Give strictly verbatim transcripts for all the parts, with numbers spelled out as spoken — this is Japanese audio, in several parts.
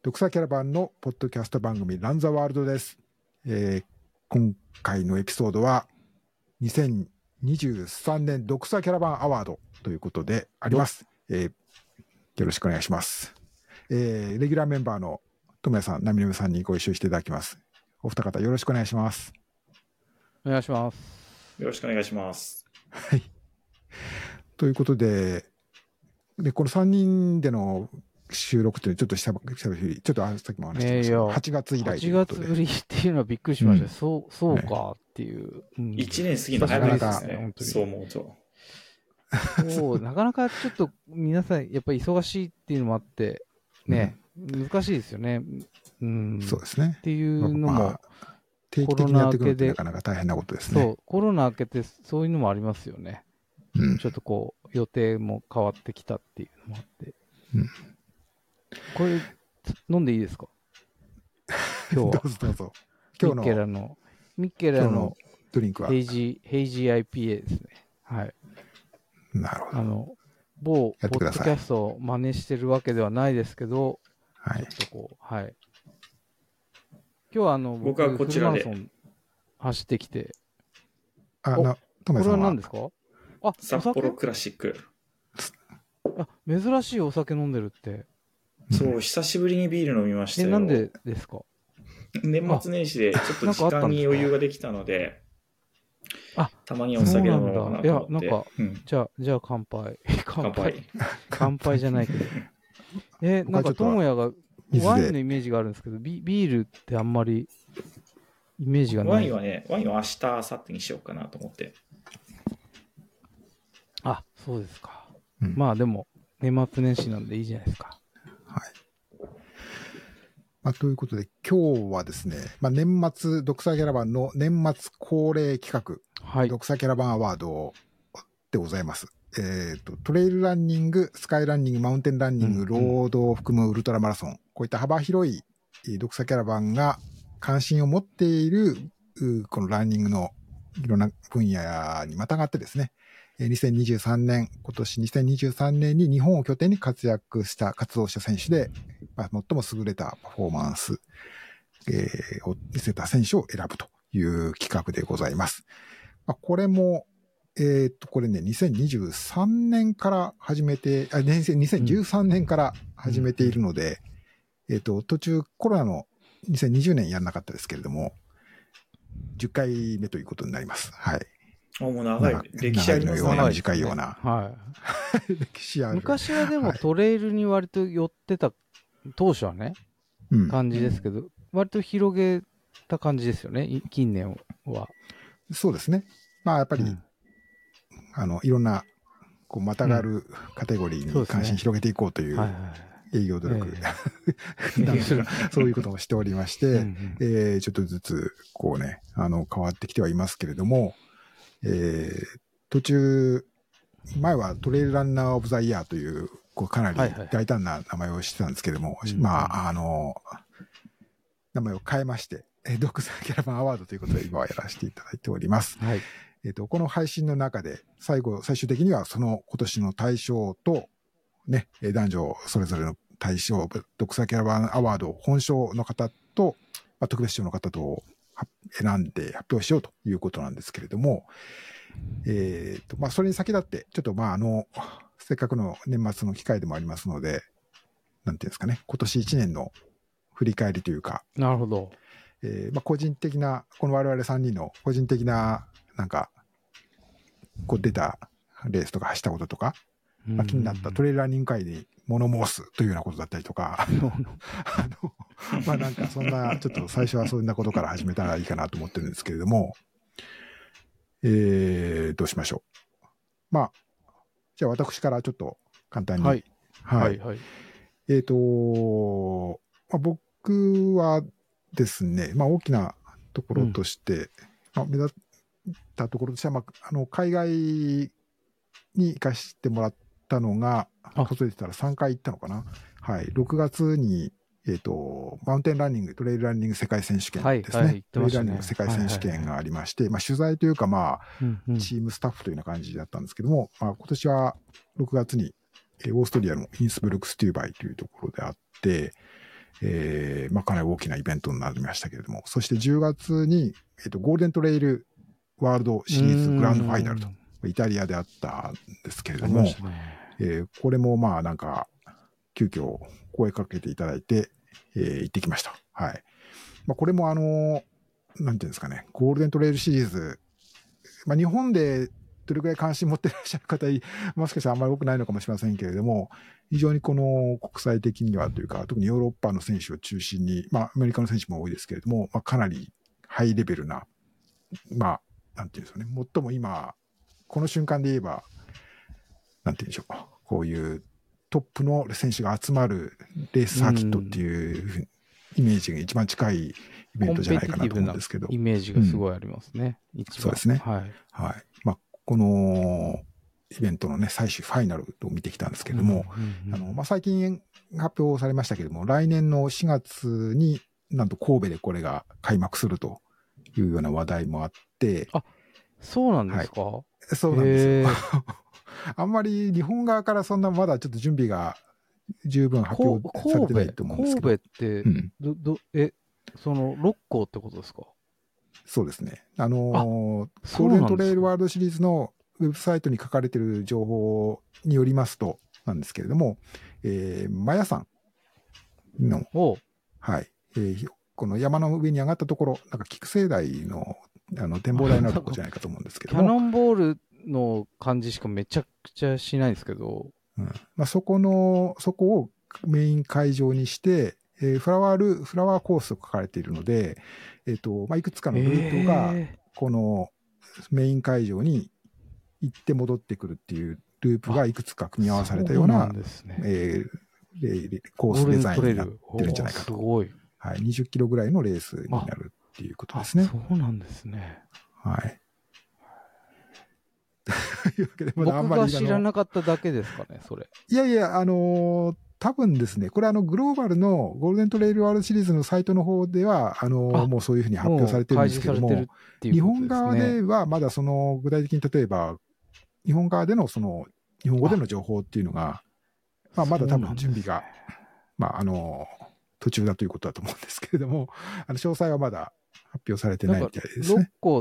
独裁キャラバンのポッドキャスト番組ランザワールドです、えー、今回のエピソードはにせんにじゅうさんねん独裁キャラバンアワードということであります、えー、よろしくお願いします、えー、レギュラーメンバーの智也さん、波野さんにご一緒していただきます。お二方よろしくお願いします。 お願いします。 よろしくお願いします。 はい。ということで、でこのさんにんでの収録ってちょっと久々にちょっとさっきも話してましたけど、はちがつ以来ということで。 はちがつぶりっていうのはびっくりしました。うん、そうそうかっていう。 うん、いちねん過ぎの早いですね。そう思うと。 そうなかなかちょっと皆さんやっぱり忙しいっていうのもあってね、うん、難しいですよね。うん、 そうですね。 っていうのも、まあ、 定期的にやってくるってなかなか大変なことですね。 そうコロナ明けてそういうのもありますよね。うん、ちょっとこう予定も変わってきたっていうのもあって。うん、これ飲んでいいですか？今日はどうぞどうぞ。今日のミッケラのミッケラのドリンクはヘイジーヘイジー アイピーエー ですね。はい。 なるほど。 あの某ポッドキャストを真似してるわけではないですけど、はい、ちょっとこうはい。今日はあの僕はこちらでフルマラソン走ってきて、 あなこれは何ですか？あ、 札幌クラシック。 あ、珍しいお酒飲んでるって。 そう、久しぶりにビール飲みましたよ。 え、なんでですか？ 年末年始でちょっと時間に余裕ができたので、 あ、 たまにお酒飲もうかなと思って。 いや、なんか、うん、じゃあ、じゃあ乾杯。 乾杯。 乾杯じゃないけど。え、なんか、智也がワインのイメージがあるんですけど、ビ, ビールってあんまりイメージがない。 ワインはね、ワインは明日、明後日にしようかなと思って。 あ、そうですか。うん、まあでも、年末年始なんでいいじゃないですか。 はい。まあ、ということで、今日はですね、まあ、年末、独裁キャラバンの年末恒例企画、はい、独裁キャラバンアワードでございます。えっと、トレイルランニング、スカイランニング、マウンテンランニング、うんうん、ロードを含むウルトラマラソン、こういった幅広い独裁キャラバンが関心を持っている、このランニングのいろんな分野にまたがってですね、にせんにじゅうさんねん、今年にせんにじゅうさんねんに日本を拠点に活躍した、活動した選手で、まあ、最も優れたパフォーマンス、えー、を見せた選手を選ぶという企画でございます。まあ、これも、えっと、これね、にせんにじゅうさんねんから始めて、あ、にせんじゅうさんねんから始めているので、うん、えっと、途中コロナのにせんにじゅうねんやらなかったですけれども、じゅっかいめということになります。はい。 もう長い歴史ありますね。 長いような短いような。 はい。 歴史ある。 昔はでもトレイルに割と寄ってた、当初はね、うん、感じですけど、割と広げた感じですよね、近年は。 そうですね。まあやっぱり、うん、あの、いろんな、こう、またがるカテゴリーに関心広げていこうという営業努力。そういうこともしておりまして、うんうん、えー、ちょっとずつ、こうね、あの、変わってきてはいますけれども、えー、途中、前はトレイルランナーオブザイヤーという、こうかなり大胆な名前をしてたんですけども、はいはいはい、まあ、あの、名前を変えまして、独裁キャラバンアワードということで今はやらせていただいております。はい、えっと、この配信の中で、最後、最終的にはその今年の大賞と、ね、男女それぞれの大賞、独裁キャラバンアワード本賞の方と、まあ、特別賞の方と、選んで発表しようということなんですけれども、えっと、まあ、それに先立って、ちょっと、まあ、あの、せっかくの年末の機会でもありますので、なんていうんですかね、今年一年の振り返りというか、 なるほど。 えー、まあ、個人的な、この我々さんにんの個人的な、なんか、こう出たレースとか走ったこととか、まあ、気になったトレーラーランニング会に物申すというようなことだったりとか、あの、まあなんかそんな、ちょっと最初はそんなことから始めたらいいかなと思ってるんですけれども、えー、どうしましょう。まあ、じゃあ私からちょっと簡単に。 はい。 はい。はいはい、えっと、まあ、僕はですね、まあ大きなところとして、うん、まあ、目立ったところとしては、まあ、あの、海外に行かしてもらったのが、数えてたらさんかい行ったのかな。はい。ろくがつに、えっ、ー、と、マウンテンランニング、トレイルランニング世界選手権ですね。はいはい、トレイルランニング世界選手権がありまして、はいはいはい、まあ取材というかまあ、うんうん、チームスタッフというような感じだったんですけども、まあ今年はろくがつに、オーストリアのインスブルクステューバイというところであって、 えー、まあ、かなり大きなイベントになりましたけれども、そしてじゅうがつに、えっと、ゴールデントレイルワールドシリーズグランドファイナルと、イタリアであったんですけれども、ねえー、これもまあなんか、急遽声かけていただいて、えー、行ってきました。はい。まあ、これもあのー、なんていうんですかね、ゴールデントレイルシリーズ、まあ、日本でどれくらい関心持ってらっしゃる方、もしかしたらあんまり多くないのかもしれませんけれども、非常にこの国際的にはというか、特にヨーロッパの選手を中心に、まあ、アメリカの選手も多いですけれども、まあ、かなりハイレベルな、まあ、なんていうんですかね、最も今、この瞬間で言えば、なんていうんでしょう、こういうトップの選手が集まるレースサーキットっていうイメージが一番近いイベントじゃないかなと思うんですけど。 イメージがすごいありますね。うん、一番そうですね。 はい。 はい。まあ、このイベントのね、最終ファイナルを見てきたんですけれども、うんうんうん、あの、まあ、最近発表されましたけれども、来年のしがつになんと神戸でこれが開幕するというような話題もあって、 あ、そうなんですか？はい、 そうなんですよ。あんまり日本側からそんなまだちょっと準備が十分発表されてないと思うんですけど。 神戸って、うん、ど、ど、え、その六校ってことですか？ そうですね。あのー、ゴールデントレイルワールドシリーズのウェブサイトに書かれている情報によりますと、なんですけれども、えー、マヤ山の、はい、えー、この山の上に上がったところ、なんか菊生台の、あの、展望台のところじゃないかと思うんですけども。 キャノンボールの感じしかめちゃくちゃしないんですけど。 うん。まあ、そこの、そこをメイン会場にして、えー、フラワール、フラワーコースと書かれているので、えっ、ー、と、まあ、いくつかのルートが、このメイン会場に行って戻ってくるっていうループがいくつか組み合わされたような、ねえー、コースデザインになってるんじゃないかと。 すごい。 はい。にじゅっキロぐらいのレースになるっていうことですね。 そうなんですね。 はい。 僕が知らなかっただけですかね、それ。 いやいや、あのー、多分ですね、これあの、グローバルのゴールデントレイルワールドシリーズのサイトの方では、あのー、もうそういうふうに発表されてるんですけども、も日本側ではまだその、具体的に例えば、日本側でのその、日本語での情報っていうのが、まあ、まだ多分準備が、ね、まあ、あのー、途中だということだと思うんですけれども、あの、詳細はまだ発表されてないみたいですね。 六校って、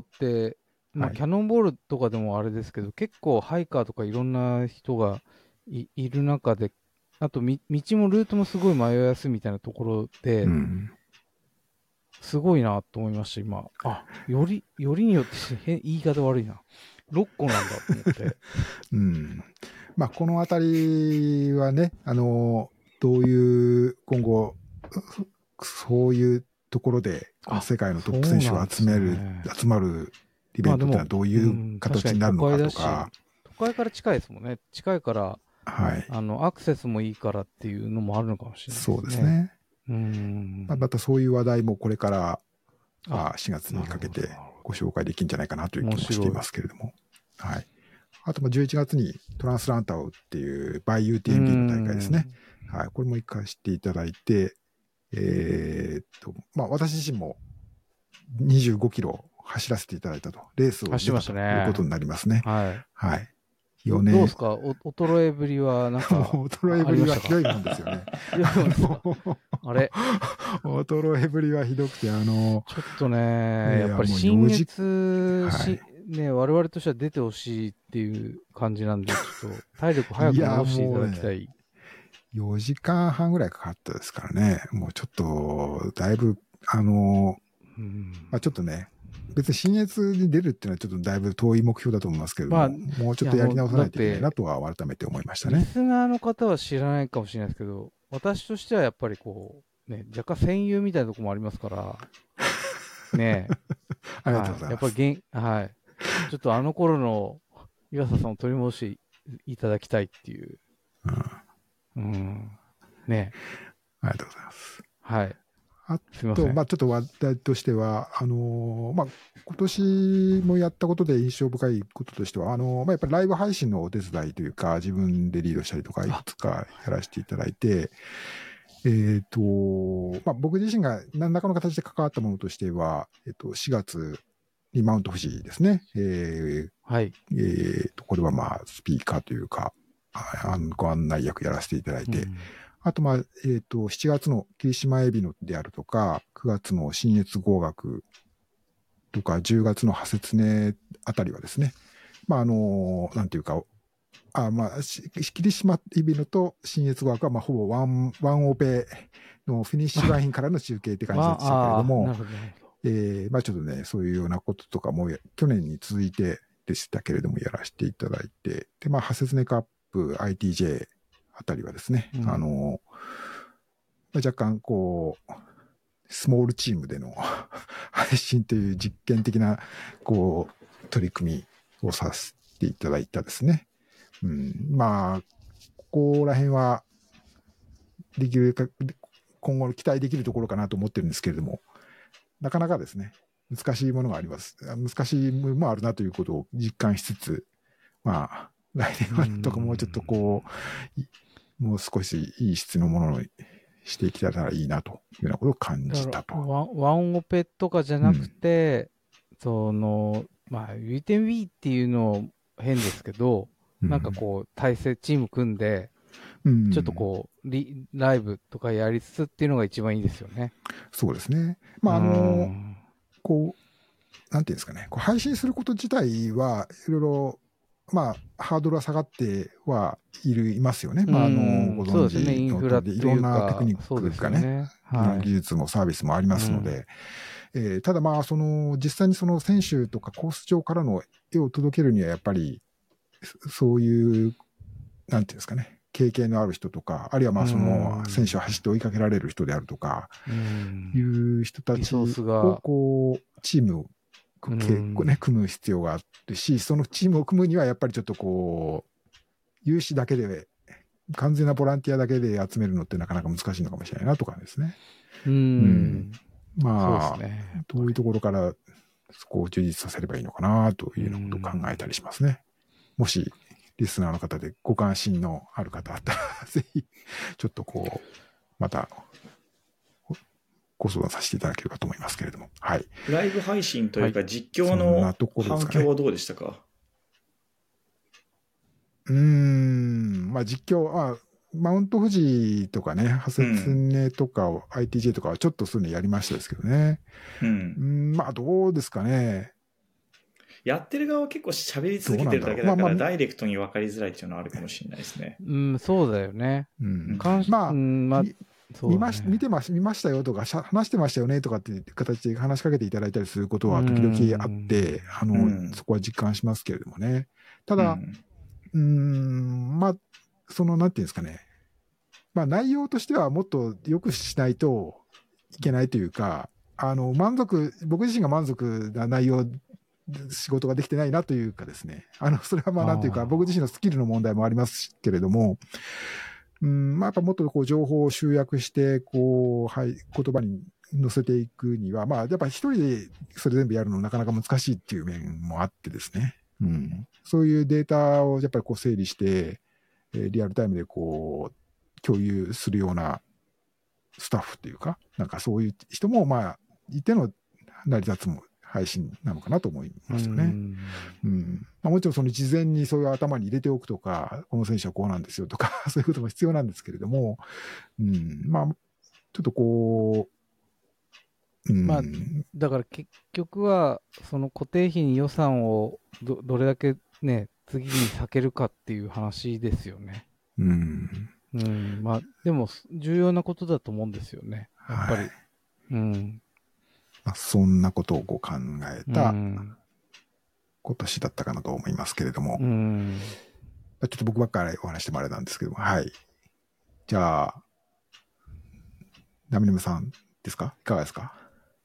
まあ、キャノンボールとかでもあれですけど、はい、結構ハイカーとかいろんな人が い, いる中で、あとみ道もルートもすごい迷いやすいみたいなところで、うん、すごいなと思いました、今。あ、より、よりによって言い方悪いな。ろっこなんだと思って。 うん。まあ、このあたりはね、あの、どういう、今後、そういうところで、世界のトップ選手を集める、ね、集まるイベントってのはどういう形になるのかとか。 都会から近いですもんね。近いから、 はい。 あの、アクセスもいいからっていうのもあるのかもしれないですね。 そうですね。 うん。 まあ、またそういう話題もこれから、まあ、しがつにかけてご紹介できるんじゃないかなという気もしていますけれども。はい。あと、じゅういちがつにトランスランタウっていうバイ ユーティーエムビー の大会ですね。はい。これも行かせていただいて、えー、っと、まあ、私自身もにじゅうごキロ走らせていただいたと、レースを出たということになりますね。 はい。 はい。 よねん。どうですか？お衰えぶりはなんか衰えぶりはひどいもんですよね。 ひどいもんですか？あれ衰えぶりはひどくて、あの、 ちょっとね、やっぱり新月し、ね、我々としては出てほしいっていう感じなんで、ちょっと体力早く戻していただきたい。 よじかんはんぐらいかかったですからね。もうちょっと、だいぶ、あの、うんまあ、ちょっとね、別に新越に出るっていうのはちょっとだいぶ遠い目標だと思いますけれども、まあ、もうちょっとやり直さないといけないなとは改めて思いましたね。 リスナーの方は知らないかもしれないですけど、私としてはやっぱりこう、ね、若干戦友みたいなところもありますから、ねありがとうございます。 やっぱりげん、はい。ちょっとあの頃の岩佐さんを取り戻していただきたいっていう。うん。うん、ねありがとうございます。 はい。 あと、まあ、ちょっと話題としては、あのー、まあ、今年もやったことで印象深いこととしては、あのー、まあ、やっぱりライブ配信のお手伝いというか、自分でリードしたりとか、いくつかやらせていただいて、えっと、まあ、僕自身が何らかの形で関わったものとしては、えっと、しがつにマウント富士ですね。えー、 はい。 えっと、これはまあ、スピーカーというか、あのご案内役やらせていただいて、うんあと、まあ、えっと、しちがつの霧島エビノであるとか、くがつの新越合学とか、じゅうがつのハセツネあたりはですね、まあ、あの、なんていうか、あまあ、霧島エビノと新越合学は、まあ、ほぼワン、ワンオペのフィニッシュラインからの中継って感じでしたけれども、えー、まあ、ちょっとね、そういうようなこととかも、去年に続いてでしたけれども、やらせていただいて、で、まあ、ハセツネカップ、アイティージェー、あたりはですね、うん、あの、若干こう、スモールチームでの配信という実験的な、こう、取り組みをさせていただいたですね。うん、まあ、ここら辺は、できるか、今後期待できるところかなと思ってるんですけれども、なかなかですね、難しいものがあります。難しいものもあるなということを実感しつつ、まあ、来年はとかもうちょっとこう、もう少しいい質のものにしていけたらいいなというようなことを感じたと。 ワン、ワンオペとかじゃなくて、うん、その、まあ、ユーテンウィーっていうの変ですけど、うん、なんかこう、体制、チーム組んで、うん、ちょっとこうリ、ライブとかやりつつっていうのが一番いいですよね。 そうですね。まあ、あの、こう、なんていうんですかね、こう配信すること自体はいろいろ、まあ、ハードルは下がってはいる、いますよね。まあ、あの、ご存知の通りで、いろんなテクニックがね、ねはい、技術もサービスもありますので、うんえー、ただまあ、その、実際にその選手とかコース上からの絵を届けるには、やっぱり、そういう、なんていうんですかね、経験のある人とか、あるいはまあ、その、選手を走って追いかけられる人であるとか、いう人たちを、こう、チームを結構ね、組む必要があるし、そのチームを組むにはやっぱりちょっとこう、有志だけで、完全なボランティアだけで集めるのってなかなか難しいのかもしれないなとかですね。 うん。うん、 まあ、ね、どういうところからそこを充実させればいいのかなというようなことを考えたりしますね。もし、リスナーの方でご関心のある方あったら、ぜひ、ちょっとこう、また、ご相談させていただければと思いますけれども。はい。 ライブ配信というか、実況の反響はどうでしたか？はい、 うーん、まあ実況、あマウント富士とかね、ハセツネとかを、うん、アイティージェー とかはちょっとそういうのやりましたですけどね。うん。うんまあどうですかね。 やってる側は結構喋り続けてるだけだから、まあまあ、ダイレクトに分かりづらいっていうのはあるかもしれないですね。 うん、そうだよね。うん。 まあ、 うんまあそうね、見まし見てまし見ましたよとか話してましたよねとかっていう形で話しかけていただいたりすることは時々あってあの、うん、そこは実感しますけれどもね。ただ、うん、うーんまあそのなんていうんですかね、まあ内容としてはもっと良くしないといけないというか、あの満足僕自身が満足な内容仕事ができてないなというかですね、あのそれはまあなんていうか僕自身のスキルの問題もありますけれども。うんまあ、やっぱもっとこう情報を集約して、こう、はい、言葉に乗せていくには、まあ、やっぱ一人でそれ全部やるのなかなか難しいっていう面もあってですね。うん。そういうデータをやっぱりこう整理して、えー、リアルタイムでこう、共有するようなスタッフっていうか、なんかそういう人も、まあ、いての成り立つも配信なのかなと思いますよね。うん、うんまあ、もちろんその事前にそういう頭に入れておくとか、この選手はこうなんですよとか、そういうことも必要なんですけれども、うん、まあ、ちょっとこう、うん、まあ、だから結局は、その固定費に予算を ど, どれだけね、次に避けるかっていう話ですよね。うん。うん、まあ、でも、重要なことだと思うんですよね。やっぱり。はい、うん。 まあ、そんなことをこう考えた今年だったかなと思いますけれども、うん、ちょっと僕ばっかりお話してもあれなんですけども、はい。じゃあ、ナミネムさんですか？いかがですか？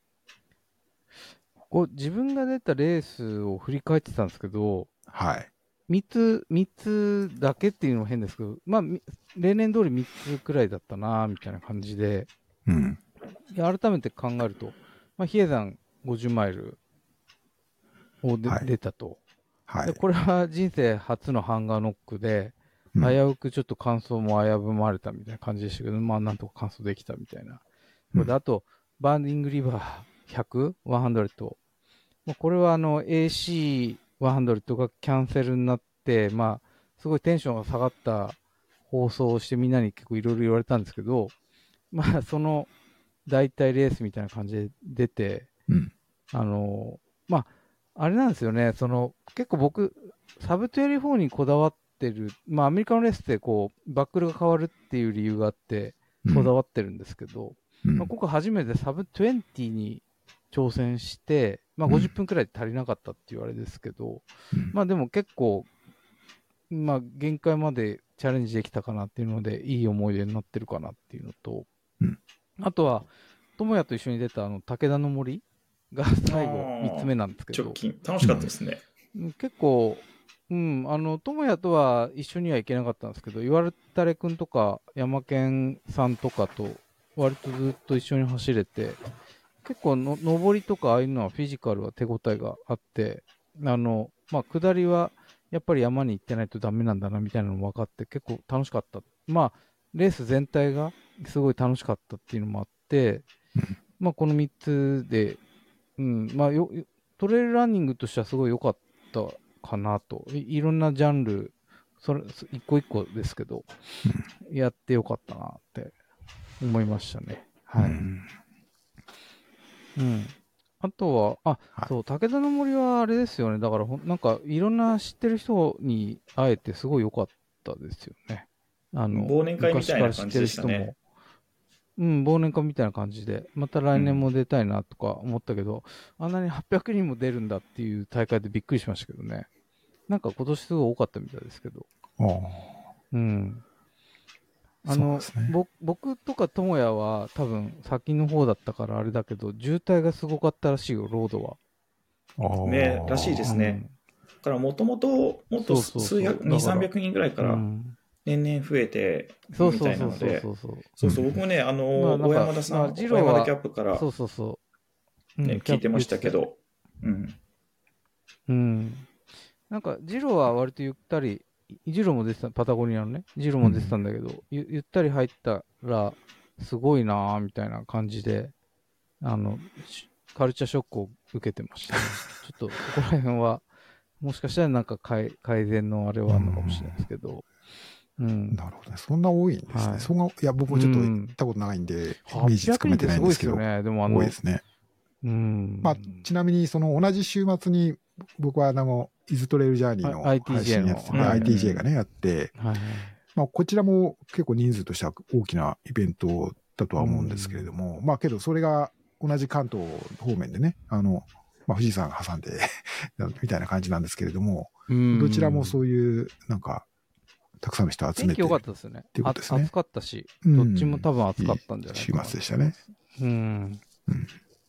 こう自分が出たレースを振り返ってたんですけど、 はい。 みっつ、みっつだけっていうのも変ですけど、まあ、例年通りみっつくらいだったな、みたいな感じで、うん。いや改めて考えると、まあ、比叡山ごじゅうマイルをで、はい、出たと、はいで。これは人生初のハンガーノックで、うん、危うくちょっと完走も危ぶまれたみたいな感じでしたけど、まあなんとか完走できたみたいな。うん、であと、バーニングリバーひゃく、ひゃく。まあ、これはあの エーシーひゃく がキャンセルになって、まあ、すごいテンションが下がった放送してみんなに結構いろいろ言われたんですけど、まあ、その、大体レースみたいな感じで出て、 うん、 あの、まあ、あれなんですよね、その、結構僕、サブにじゅうよんにこだわってる、まあ、アメリカのレースってこう、バックルが変わるっていう理由があって、こだわってるんですけど、 うん、 まあ、今回初めてサブにじゅうに挑戦して、まあ、ごじゅっぷんくらいで足りなかったっていうあれですけど、 うん、 まあ、でも結構、まあ、限界までチャレンジできたかなっていうので、いい思い出になってるかなっていうのと、 うん、あとは、智也と一緒に出たあの武田の森が最後みっつめなんですけど、 直近楽しかったですね、 うん、結構、うん、あの智也とは一緒には行けなかったんですけど、岩垂くんとか山健さんとかと割とずっと一緒に走れて、結構の上りとかああいうのはフィジカルは手応えがあって、あのまあ下りはやっぱり山に行ってないとダメなんだなみたいなのも分かって結構楽しかった。まあレース全体がすごい楽しかったっていうのもあって、まあこのみっつで、うん、まあよトレイルランニングとしてはすごい良かったかなと。い, いろんなジャンル、それ一個一個ですけど、やってよかったなって思いましたね。はい。うん。うん、あとは、あ、はい、そう、武田の森はあれですよね。だからほ、なんか、いろんな知ってる人に会えてすごい良かったですよね。あの、 忘年会みたいな感じでしたね。 うん、忘年会みたいな感じで、また来年も出たいなとか思ったけど、うん、あんなにはっぴゃくにんも出るんだっていう大会でびっくりしましたけどね。なんか今年すごい多かったみたいですけど。うん。あの、ね、僕とか智也は多分先の方だったからあれだけど、渋滞がすごかったらしいよ、ロードは。 ね、らしいですね。うん、だからもともともっと数百、に、さんびゃくにんぐらいから年々増えてみたいなので、そうそうそう、僕もね、あの、大山田さん、小山田キャップから、 そうそうそう。 ね、聞いてましたけど、うん。 うん。なんか、ジローは割とゆったり、ジローも出てた、パタゴニアのね、ジローも出てたんだけど、うん、ゆ, ゆったり入ったら、すごいなぁ、みたいな感じで、あの、カルチャーショックを受けてましたね。ちょっと、そこら辺は、もしかしたらなんか改改善のあれはあるのかもしれないですけど。 うん。なるほどね。そんな多いんですね。はい、そんな、いや、僕もちょっと行ったことないんで、イメージつかめてないんですけど。 すごいですよね。でもあの、 多いですね。 うん。 まあ、ちなみに、その同じ週末に、僕はあの、イズトレイルジャーニーの配信やつ、アイティージェー がね、やって、はい、まあ、こちらも結構人数としては大きなイベントだとは思うんですけれども、まあ、けどそれが同じ関東方面でね、あの、まあ、富士山挟んでみたいな感じなんですけれども、どちらもそういう、なんか、たくさんの人集めて。 天気良かったですね。 っていうことですね。 暑かったし、どっちも多分暑かったんじゃないかな。 週末でしたね。 うん。うん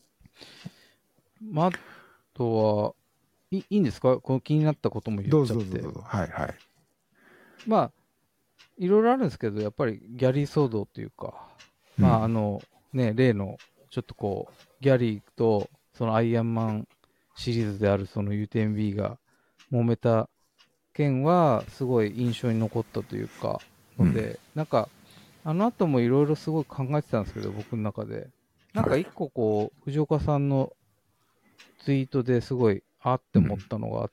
まあ、あとは、いいいんですかこの気になったことも言っちゃって。 どうぞどうぞどうぞ。はいはい。 まあ、いろいろあるんですけど、やっぱりギャリー騒動というか、うん、まあ、あの、ね、例の、ちょっとこう、ギャリーと、そのアイアンマンシリーズであるその ユーティーエムビー が揉めた件は、すごい印象に残ったというか、ので、うん、なんか、あの後もいろいろすごい考えてたんですけど、僕の中で。なんか一個こう、藤岡さんのツイートですごい、あって思ったのがあって、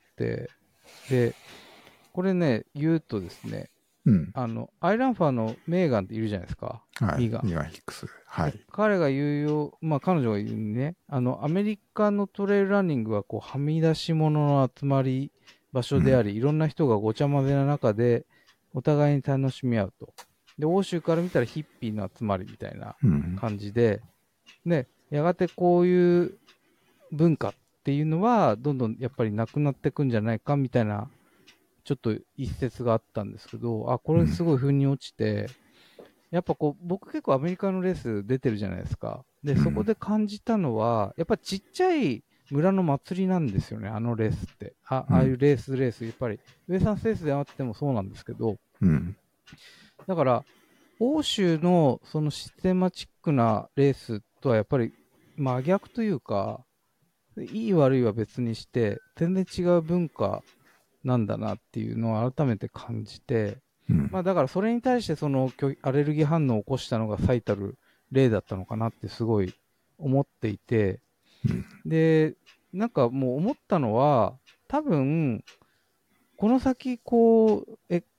うん、で、これね、言うとですね、うん、あの、アイランファーのメーガンっているじゃないですか。 はい。 ミーガン。 ミーガンヒックス。はい。 彼が言うよ、まあ彼女が言うにね、あの、アメリカのトレイルランニングはこう、はみ出し物の集まり場所であり、うん、いろんな人がごちゃ混ぜな中で、お互いに楽しみ合うと。で、欧州から見たらヒッピーの集まりみたいな感じで、うん、で、やがてこういう文化っていうのは、どんどんやっぱりなくなっていくんじゃないかみたいな、ちょっと一節があったんですけど、あ、これすごい腑に落ちて、うん、やっぱこう、僕結構アメリカのレース出てるじゃないですか。で、そこで感じたのは、やっぱちっちゃい村の祭りなんですよね、あのレースって。あ、ああいうレースレース、やっぱり、ウェイサンスレースであってもそうなんですけど、うん、だから、欧州のそのシステマチックなレースとはやっぱり真逆というか、いい悪いは別にして、全然違う文化なんだなっていうのを改めて感じて、うん、まあだからそれに対してそのアレルギー反応を起こしたのが最たる例だったのかなってすごい思っていて、うん、で、なんかもう思ったのは、多分、この先こう、え、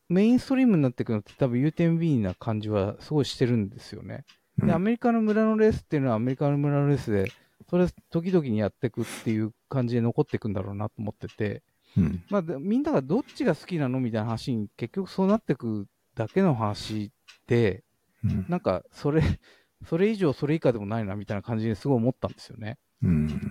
メインストリームになっていくのって多分 ユーティーエムビー な感じはすごいしてるんですよね。で、アメリカの村のレースっていうのはアメリカの村のレースで、それ時々にやっていくっていう感じで残っていくんだろうなと思ってて、うん、まあ、みんながどっちが好きなのみたいな話に結局そうなっていくだけの話で、うん、なんかそれ、それ以上それ以下でもないなみたいな感じですごい思ったんですよね。うん、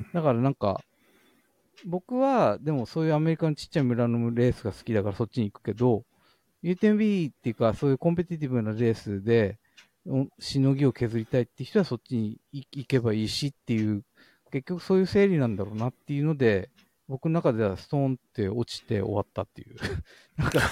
だからなんか、僕はでもそういうアメリカのちっちゃい村のレースが好きだからそっちに行くけど、ユーティーエムビー っていうかそういうコンペティティブなレースでしのぎを削りたいって人はそっちに行けばいいしっていう、結局そういう整理なんだろうなっていうので、僕の中ではストーンって落ちて終わったっていう。なんか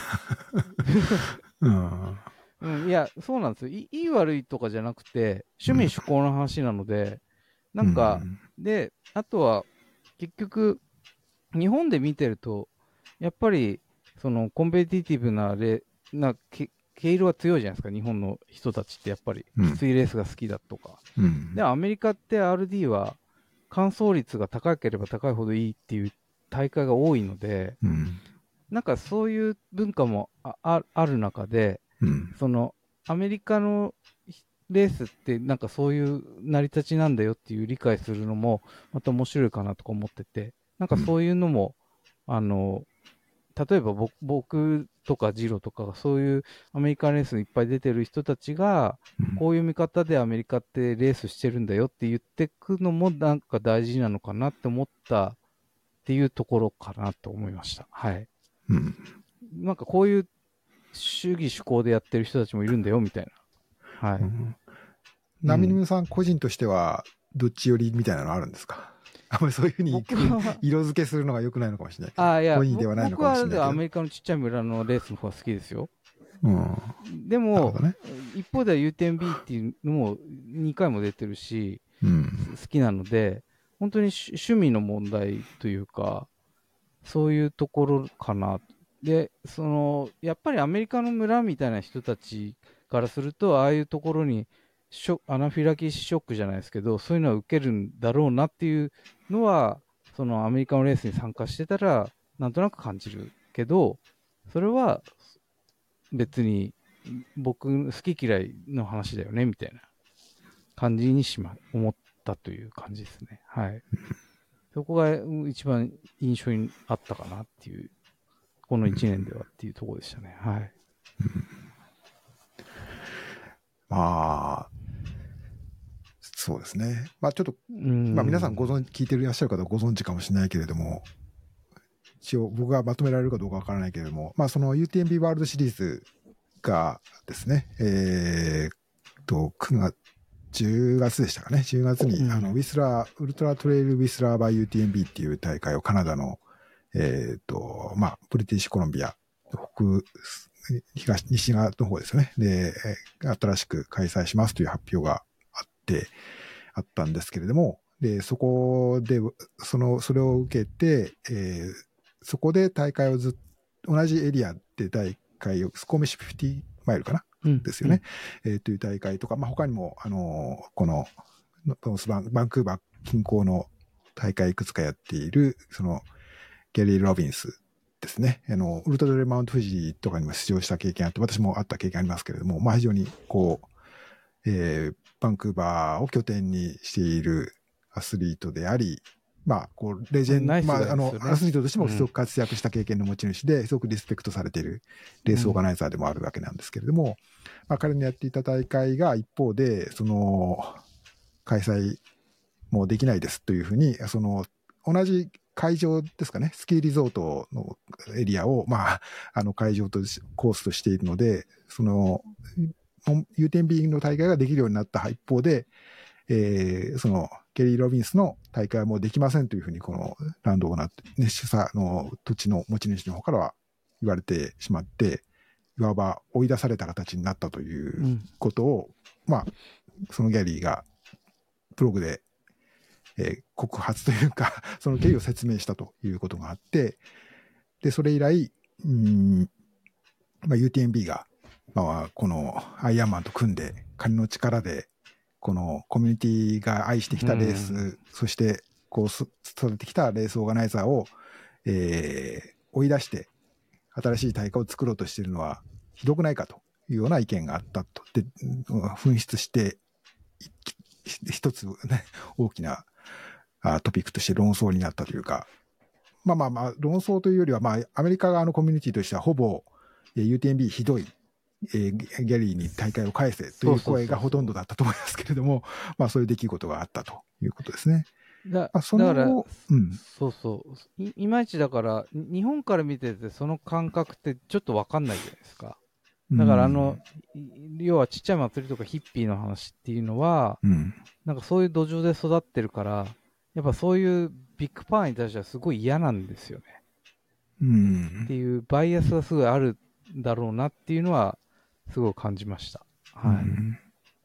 うん、いや、そうなんですよ。いい悪いとかじゃなくて、趣味趣向の話なので、なんか、うん、で、あとは結局、日本で見てると、やっぱり、その、コンペティティブなレ、な、け毛色が強いじゃないですか、日本の人たちってやっぱり、きついレースが好きだとか。うん、で、アメリカって アールディー は、完走率が高ければ高いほどいいっていう大会が多いので、うん、なんかそういう文化も あ, ある中で、うん、その、アメリカのレースってなんかそういう成り立ちなんだよっていう理解するのも、また面白いかなとか思ってて、なんかそういうのも、うん、あの、例えば僕、僕とかジロとかがそういうアメリカンレースにいっぱい出てる人たちが、こういう見方でアメリカってレースしてるんだよって言ってくのもなんか大事なのかなって思ったっていうところかなと思いました。はい。うん、なんかこういう主義主向でやってる人たちもいるんだよみたいな。はい。うん、 ナミニムさん個人としてはどっち寄りみたいなのあるんですか？あんまりそういうふうに色付けするのが良くないのかもしれないけど。 ああ、いや、 本意ではないのかもしれないけど。 僕はアメリカのちっちゃい村のレースの方が好きですよ。 うん。 でも、ね、一方では ユーティーエムビー っていうのもにかいも出てるし、うん、好きなので、本当に趣味の問題というか、そういうところかな。で、その、やっぱりアメリカの村みたいな人たちからすると、ああいうところにショアナフィラキシーショックじゃないですけど、そういうのは受けるんだろうなっていうのは、そのアメリカのレースに参加してたら、なんとなく感じるけど、それは別に僕好き嫌いの話だよね、みたいな感じにしま、思ったという感じですね。はい。そこが一番印象にあったかなっていう、このいちねんではっていうところでしたね。はい。 まあ、そうですね。まあちょっと、まあ皆さんご存知、聞いていらっしゃる方はご存知かもしれないけれども、一応僕がまとめられるかどうかわからないけれども、まあその ユーティーエムビー ワールドシリーズがですね、えー、と、くがつ、じゅうがつでしたかね。じゅうがつに、うん、あの、ウィスラー、ウルトラトレイルウィスラーバー ユーティーエムビー っていう大会をカナダの、えっ、ー、と、まあ、ブリティッシュコロンビア、北、東、西側の方ですよね。で、新しく開催しますという発表があって、あったんですけれども、で、そこで、その、それを受けて、えー、そこで大会をずっと、同じエリアで大会を、スコーメシフィフティマイルかな、うん、ですよね、うん、えー。という大会とか、まあ、他にも、あの、この、バン、バンクーバー近郊の大会いくつかやっている、その、ゲリー・ロビンスですね。あの、ウルトラトレイルマウント富士とかにも出場した経験あって、私もあった経験ありますけれども、まあ非常にこう、えー、バンクーバーを拠点にしているアスリートであり、まあ、こう、レジェンド、まあ、あの、アスリートとしてもすごく活躍した経験の持ち主で、うん、すごくリスペクトされているレースオーガナイザーでもあるわけなんですけれども、うん、まあ、彼のやっていた大会が一方で、その、開催もうできないですというふうに、その、同じ会場ですかね、スキーリゾートのエリアを、まあ、あの会場とコースとしているので、その、ユーティーエムビー の大会ができるようになった一方で、えー、その、ケリー・ロビンスの大会はもうできませんというふうに、このランドオーナー、ね、主査の土地の持ち主の方からは言われてしまって、いわば追い出された形になったということを、うん、まあ、そのギャリーがブログで、えー、告発というか、その経緯を説明したということがあって、で、それ以来、うーん、まあ、ユーティーエムビー が、まあ、このアイアンマンと組んで、金の力で、このコミュニティが愛してきたレース、うん、そして、こう、育ててきたレースオーガナイザーを、えー、追い出して、新しい大会を作ろうとしているのは、 ひどくないかというような意見があったと。で、紛失して、一つ、ね、大きなトピックとして論争になったというか、まあまあまあ、論争というよりは、まあ、アメリカ側のコミュニティとしては、ほぼ ユーティーエムビー ひどい、えー、ギャリーに大会を返せという声がほとんどだったと思いますけれども、まあそういう出来事があったということですね。 だ, まあ、そのだから、 うん、 そうそうい、いまいちだから、日本から見てて、その感覚ってちょっと分かんないじゃないですか。だから、あの、うん、要はちっちゃい祭りとかヒッピーの話っていうのは、うん、なんかそういう土壌で育ってるから、やっぱそういうビッグパワーに対してはすごい嫌なんですよね。うん、っていうバイアスがすごいあるんだろうなっていうのは、すごい感じました。はい。うん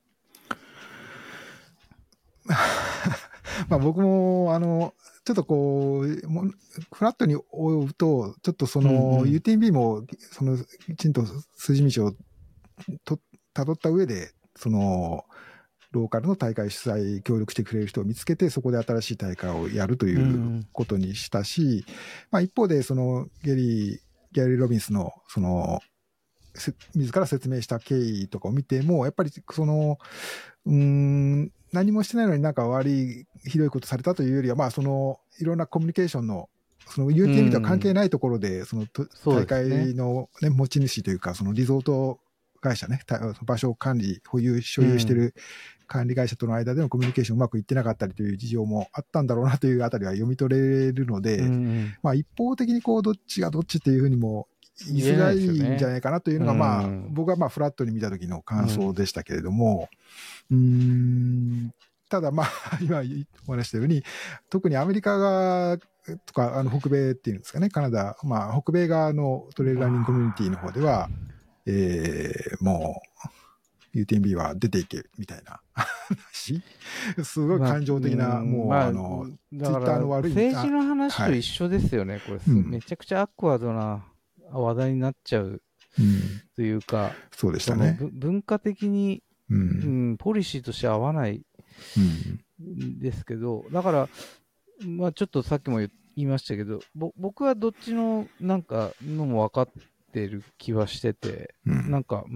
まあ僕も、あの、ちょっとこう、フラットに追うと、ちょっとその、うんうん、ユーティーエムビー も、その、きちんと筋道をと辿った上で、その、ローカルの大会主催協力してくれる人を見つけて、そこで新しい大会をやるということにしたし、うんうん、まあ一方で、その、ゲリー、ギャリー・ロビンスの、その、自ら説明した経緯とかを見ても、やっぱりその、うーん、何もしてないのになんか悪い、ひどいことされたというよりは、まあその、いろんなコミュニケーションの、その ユーティーエムビー とは関係ないところで、その大会の、ね、持ち主というか、そのリゾート会社ね、場所を管理、保有、所有している管理会社との間でのコミュニケーションうまくいってなかったりという事情もあったんだろうなというあたりは読み取れるので、まあ一方的にこう、どっちがどっちっていうふうにも、言いづらいんじゃないかなというのが、まあ、僕はまあフラットに見た時の感想でしたけれども、うーん、ただまあ、今お話したように、特にアメリカ側とか、あの北米っていうんですかね、カナダ、まあ北米側のトレイルランニングコミュニティの方では、えー、もう、ユーティーエムビー は出ていけみたいな話すごい感情的な、まあ、もう、まあ、あの、 ツイッターの悪い政治の話と一緒ですよね、はい、これ、うん、めちゃくちゃアクワードな話題になっちゃうというか、うん、 そうでしたね。 文化的に、うんうん、ポリシーとして合わないんですけど、だから、まあちょっとさっきも言いましたけど、ぼ僕はどっちのなんかのも分かってる気はしてて、うん、なんか、うん、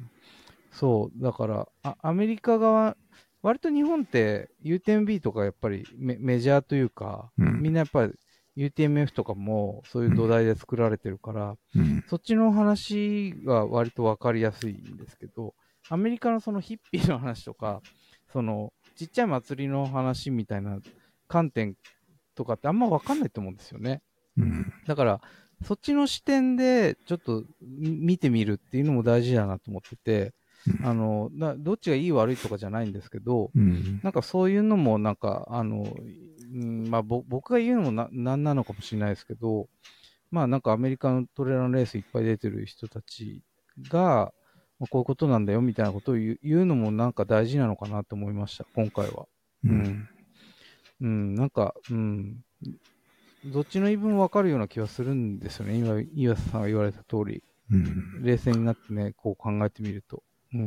そう、だからあ、アメリカ側、割と日本って ユーティーエムビー とかやっぱり メ, メジャーというか、うん、みんなやっぱり ユーティーエムエフ とかもそういう土台で作られてるから、うん、そっちの話が割と分かりやすいんですけど、アメリカのそのヒッピーの話とか、そのちっちゃい祭りの話みたいな観点とかってあんま分かんないと思うんですよね。うん、だからそっちの視点でちょっと見てみるっていうのも大事だなと思ってて、うん、あのどっちがいい悪いとかじゃないんですけど、うん、なんかそういうのもなんかあの、うんまあ、僕が言うのもななんなのかもしれないですけど、まあなんかアメリカのトレーラーレースいっぱい出てる人たちが、まあ、こういうことなんだよみたいなことを言う、言うのもなんか大事なのかなと思いました、今回は。うん。うん、うん、なんか、うん。どっちの言い分も分かるような気はするんですよね。今、岩佐さんが言われた通り。うん、冷静になってね、こう考えてみると。うん。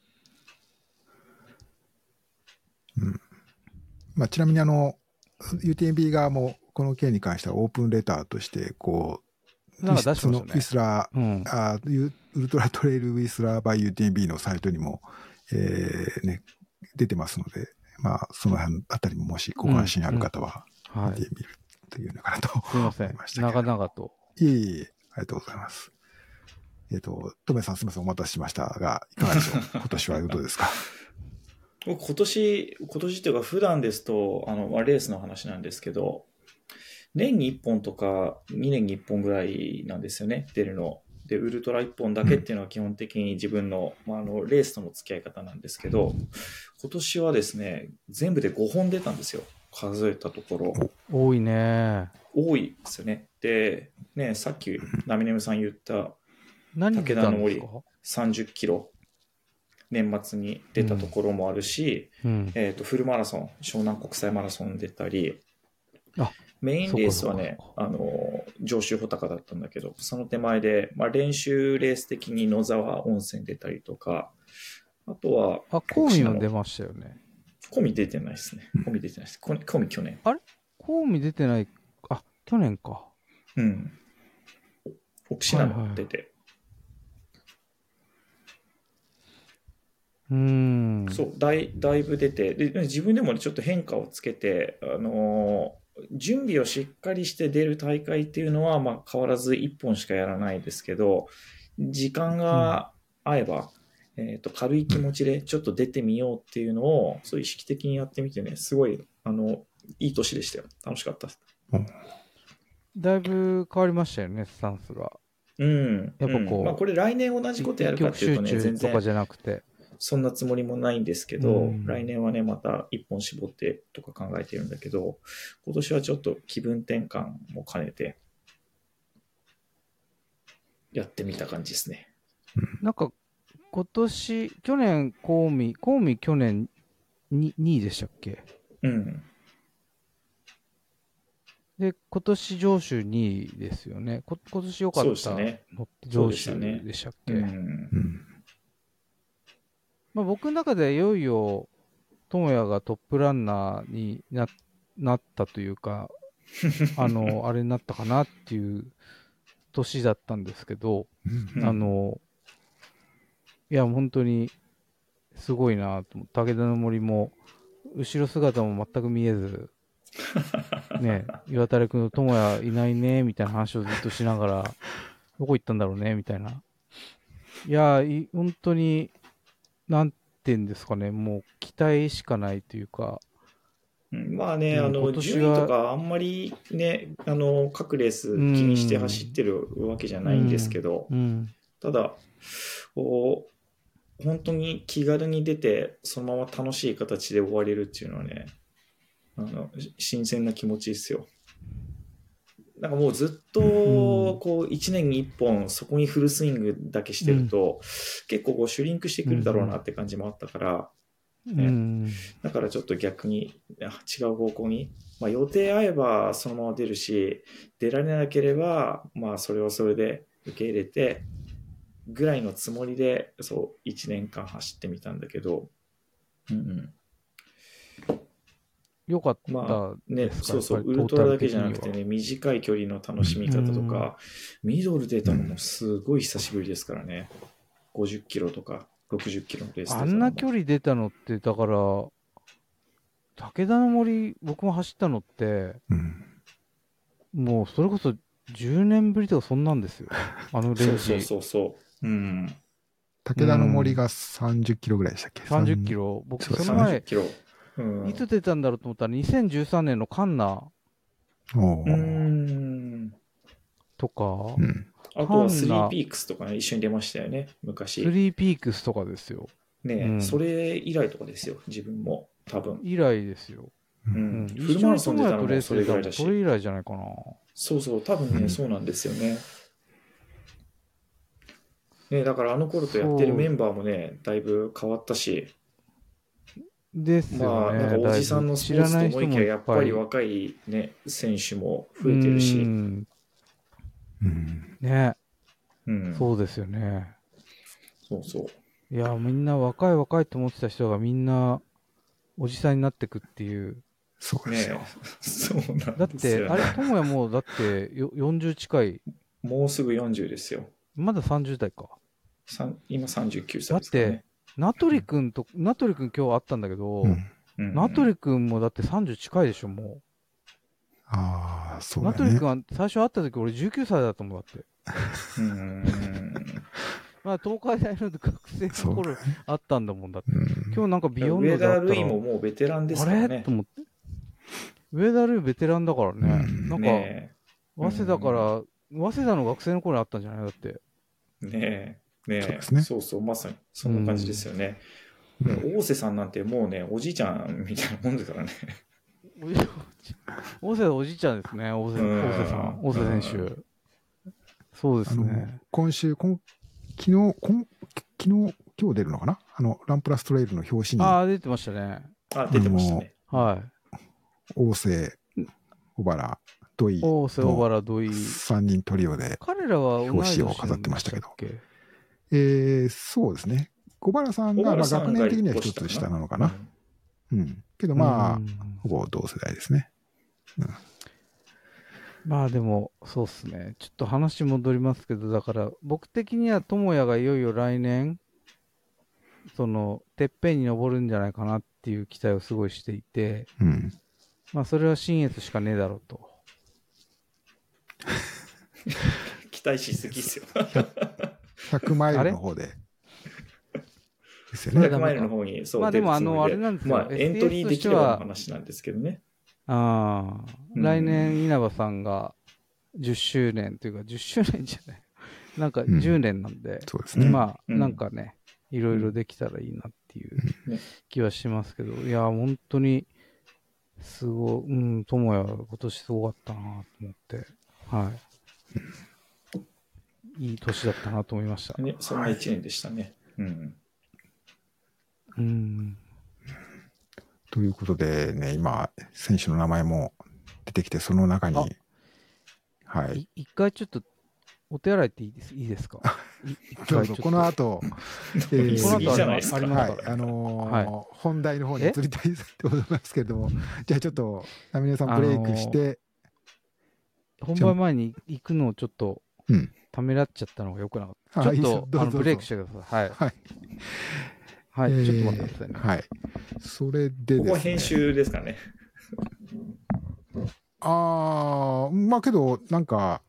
うん。まあ、ちなみにあの、ユーティーエムビー 側もこの件に関してはオープンレターとして、こう、 なんか出しましたね。 ウィスラー、うん、あウルトラトレイルウィスラーバイ ユーティーエムビー のサイトにも、えー、ね、出てますので、まあ、その辺あたりももしご関心ある方は見てみるというのかなと、 うんうんはい、すみません。長々と。 いえいえ、ありがとうございます。えっ、ー、と、トメさんすみません、お待たせしましたが、いかがでしょう今年はどうですか今年、今年っていうか普段ですと、あの、まあ、レースの話なんですけど、年にいっぽんとかにねんにいっぽんぐらいなんですよね、出るの。で、ウルトラいっぽんだけっていうのは基本的に自分の、うん、まあ、あの、レースとの付き合い方なんですけど、今年はですね、全部でごほん出たんですよ。数えたところ。 多いね。 多いですよね。で、ね、さっき、ナミネムさん言った、武田の森さんじゅっキロ。年末に出たところもあるし、うんうんえー、とフルマラソン、湘南国際マラソン出たり、あメインレースはね、あの上州穂高だったんだけど、その手前で、まあ、練習レース的に野沢温泉出たりとか、あとは、 あ、コウミも出ましたよね。 コウミ出てないですね。コウミ出てないです。コウミ去年。 あれコウミ出てない、あ、去年か。 うん。奥信濃出て。はいはいうん。 そう、だい、だいぶ出て、で、自分でもちょっと変化をつけて、あのー、準備をしっかりして出る大会っていうのは、まあ変わらずいっぽんしかやらないですけど、時間が合えば、うん、えっと、軽い気持ちでちょっと出てみようっていうのを、そういう意識的にやってみてね、すごい、あの、いい年でしたよ。楽しかったです。 うん、だいぶ変わりましたよね、スタンスが。 うん。 やっぱこう、 うん、まあこれ来年同じことやるかっていうとね、全然。 とかじゃなくて。 そんなつもりもないんですけど、うん、来年はね、また一本絞ってとか考えてるんだけど、今年はちょっと気分転換も兼ねて、やってみた感じですね。 なんか、今年、去年、コウミ、コウミ去年ににいでしたっけ？ うん。 で、今年上州にいですよね。こ今年良かったのって上州でしたっけ？ うん。 まあ、僕の中でいよいよ、智也がトップランナーに な, なったというか、あの、あれになったかなっていう年だったんですけど、うん、あの、いや、本当にすごいなと思って、武田の森も、後ろ姿も全く見えず、ね、岩垂君の智也いないね、みたいな話をずっとしながら、どこ行ったんだろうね、みたいな。いや、い本当に、なんて言うんですかね、もう期待しかないというか、 まあね、うん、あの、順位とかあんまりね、あの、各レース気にして走ってるわけじゃないんですけど、 うんうん、 ただ、こう、本当に気軽に出て、そのまま楽しい形で終われるっていうのはね、あの、新鮮な気持ちですよ。なんかもうずっと、こう、一年に一本、そこにフルスイングだけしてると、うん、結構こう、シュリンクしてくるだろうなって感じもあったから、ね、うん、だからちょっと逆に違う方向に、まあ、予定合えばそのまま出るし、出られなければ、まあそれをそれで受け入れて、ぐらいのつもりで、そう、いちねんかん走ってみたんだけど、うんうん。 よかったまあね、そうそう、ウルトラだけじゃなくてね、短い距離の楽しみ方とか、ミドル出たのもすごい久しぶりですからね。ごじゅっキロとか。ろくじゅっキロのレースあんな距離出たのって、だから、武田の森、僕も走ったのって、うん、もうそれこそじゅうねんぶりとかそんなんですよ。あのレンジ。 そうそうそう。うん。 武田の森がさんじゅっキロぐらいでしたっけ？ さんじゅっキロ。僕、その前、うん、いつ出たんだろうと思ったら、にせんじゅうさんねんのカンナとか、 うん、あとはスリーピークスとかね、一緒に出ましたよね、昔。 スリーピークスとかですよ。 ねえ、うん、それ以来とかですよ、自分も、多分。 以来ですよ。 うん。うん、フルマラソン出たのもそれぐらいだし。 それ以来じゃないかな。 そうそう、多分ね、うん、そうなんですよね。ね、だからあの頃とやってるメンバーもね、だいぶ変わったし。 ですよね。 まあ、なんかおじさんのスポーツと思いきや、やっぱり若いね、選手も増えてるし。うんね、 うん、 そうですよね。 そうそう。 いや、みんな若い若いと思ってた人がみんなおじさんになってくっていう。 そうですよ。 ね、そうなんですよ、ね。 だって、あれ、智也もうだってよんじゅう近い。 もうすぐよんじゅうですよ。 まださんじゅう代か。 今さんじゅうきゅうさいですからね。 だって、名取くんと、名取くん今日会ったんだけど、うんうん、名取くんもだってさんじゅう近いでしょ、もう。 ああ、そうだね。 名取くんは最初会った時俺じゅうきゅうさいだと思う、だって。うーん。まあ、東海大の学生の頃あったんだもんだって。今日なんかビヨンドだったら。 上田瑠衣ももうベテランですからね。 あれと思って。上田瑠衣ベテランだからね。なんか、ね、早稲田から、早稲田の学生の頃にあったんじゃないだって。 ねえ。ねえ。そうですね。そうそう、まさにそんな感じですよね。うん、大瀬さんなんてもうね、おじいちゃんみたいなもんですからね。 大瀬おじいちゃんですね、大瀬、大瀬さん、大瀬選手。そうですね。 今週、今昨日、今昨日、今日出るのかな、あの、ランプラストレイルの表紙に。 ああ、出てましたね。 あ、出てましたね。 はい。 大瀬、小原、土井。 大瀬、小原、土井。 さんにんトリオで。 彼らは表紙を飾ってましたけど。えー、そうですね。小原さんが、まあ、学年的には一つ下なのかな。うん。うん、けど、まあ、ほぼ同世代ですね。うん、 まあでも、そうっすね。ちょっと話戻りますけど、だから、僕的には智也がいよいよ来年、 その、てっぺんに登るんじゃないかなっていう期待をすごいしていて、 うん、 まあ、それは新越しかねえだろうと。 期待しすぎっすよ。 ひゃくマイルの方で。ですよね。 ひゃくマイルの方に、そう、 まあでも、あの、あれなんですよ。 まあ、エントリーできればの話なんですけどね。 ああ、うん、来年稲葉さんがじゅっしゅうねんというか、じゅっしゅうねんじゃない。なんかじゅうねんなんで、うん、 そうですね。 まあ、なんかね、いろいろできたらいいなっていう気はしますけど、いや、本当に、すごい、うん、智也、今年すごかったなと思って、はい。いい年だったなと思いました。 ね、そんないちねんでしたね。はい、うん。 うん。 ということでね、今、選手の名前も出てきて、その中に、はい。 一回ちょっと、お手洗いっていいですいいですか？ どうぞ、この後、 えー、この後ありますか、はい、あのーはい、本題の方に移りたいと思いますけれども、じゃあちょっと、ナミネさんブレイクして、 あのー、本番前に行くのをちょっと、ためらっちゃったのがよくなかった。ちょっと、あのブレイクしてください。はい。はい。はい、えー、ちょっと待ってくださいね。 はい。それでですね。 ここは編集ですかね。 あー、まあけど、なんか、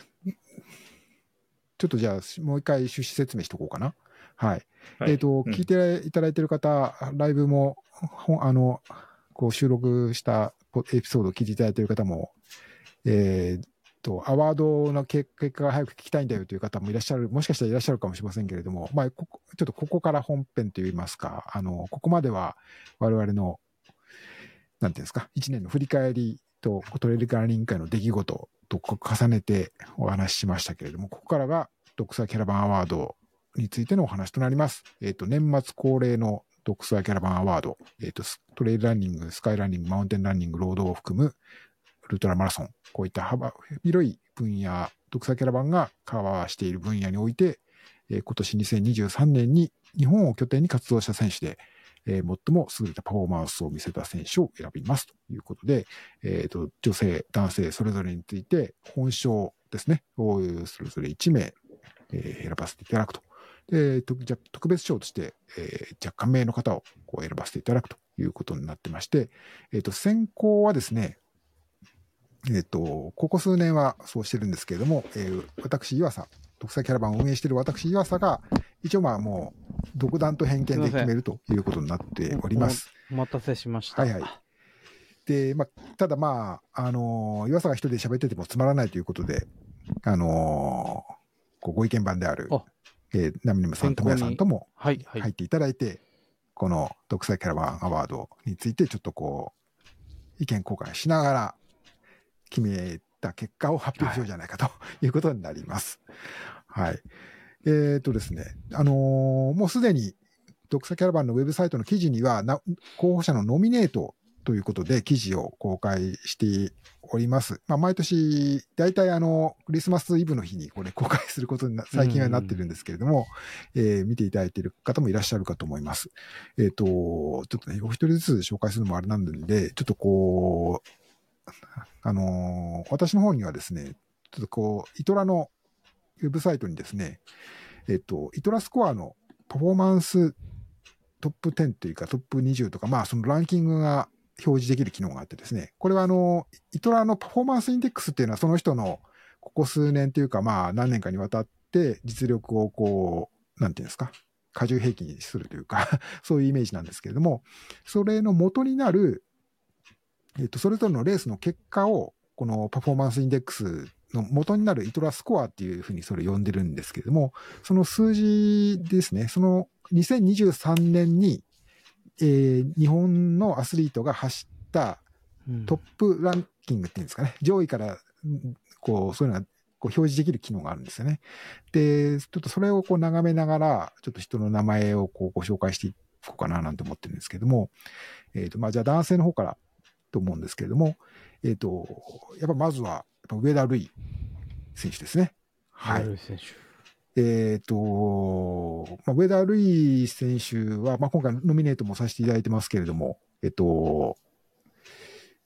ちょっとじゃあ、もう一回趣旨説明しとこうかな。はい。はい、えっ、ー、と、うん、聞いていただいている方、ライブも、あの、こう収録したエピソードを聞いていただいている方も、えっ、ー、と、アワードの結果が早く聞きたいんだよという方もいらっしゃる、もしかしたらいらっしゃるかもしれませんけれども、まあ、ここちょっとここから本編といいますか、あの、ここまでは我々の、なんていうんですか、一年の振り返りとトレイルランニング会の出来事と重ねてお話ししましたけれども、ここからがドクサーキャラバンアワードについてのお話となります。えっ、ー、と、年末恒例のドクサーキャラバンアワード、えっ、ー、と、トレイルランニング、スカイランニング、マウンテンランニング、ロードを含むウルトラマラソン、こういった幅広い分野、ドクサーキャラバンがカバーしている分野において、えー、今年にせんにじゅうさんねんに日本を拠点に活動した選手で、えー、最も優れたパフォーマンスを見せた選手を選びますということで、えーと、女性、男性それぞれについて本賞ですね、をそれぞれいち名、えー、選ばせていただくと。で、じゃ特別賞として、えー、若干名の方をこう選ばせていただくということになってまして、えーと、選考はですね、えっ、ー、と、ここ数年はそうしてるんですけれども、えー、私、岩佐、ドクサーキャラバンを運営している私、岩佐が、一応まあもう、独断と偏見で決めるということになっております。 お待たせしました。 はいはい。で、まあ、ただまあ、あのー、岩佐が一人で喋っててもつまらないということで、あのー、こうご意見番である、えー、ナミネムさん、ともやさんとも入っていただいて、はいはい、このドクサーキャラバンアワードについてちょっとこう、意見交換しながら、決めた結果を発表しようじゃないかということになります。はい。えー、っとですね、あのー、もうすでにドクサキャラバンのウェブサイトの記事にはな候補者のノミネートということで記事を公開しております。まあ、毎年、大体あの、クリスマスイブの日にこれ公開することに最近はなってるんですけれども、えー、見ていただいている方もいらっしゃるかと思います。えー、っと、ちょっとね、お一人ずつ紹介するのもあれなんで、ちょっとこう、あのー、私の方にはですね、ちょっとこう、イトラのウェブサイトにですね、えっと、イトラスコアのパフォーマンストップじゅうというかトップにじゅうとか、まあそのランキングが表示できる機能があってですね、これはあの、イトラのパフォーマンスインデックスっていうのはその人のここ数年というかまあ何年かにわたって実力をこう、なんていうんですか、過重平均にするというか、そういうイメージなんですけれども、それの元になるえっと、それぞれのレースの結果を、このパフォーマンスインデックスの元になるイトラスコアっていうふうにそれを呼んでるんですけれども、その数字ですね、そのにせんにじゅうさんねんに、えー、日本のアスリートが走ったトップランキングっていうんですかね、上位から、こう、そういうのがこう表示できる機能があるんですよね。で、ちょっとそれをこう眺めながら、ちょっと人の名前をこうご紹介していこうかななんて思ってるんですけれども、えっと、まあ、じゃあ男性の方からと思うんですけれども、えっ、ー、と、やっぱまずは、やっぱ上田瑠衣選手ですね。はい。 上田瑠衣選手。えっ、ー、と、まあ、上田瑠衣選手は、まあ、今回ノミネートもさせていただいてますけれども、えっ、ー、と、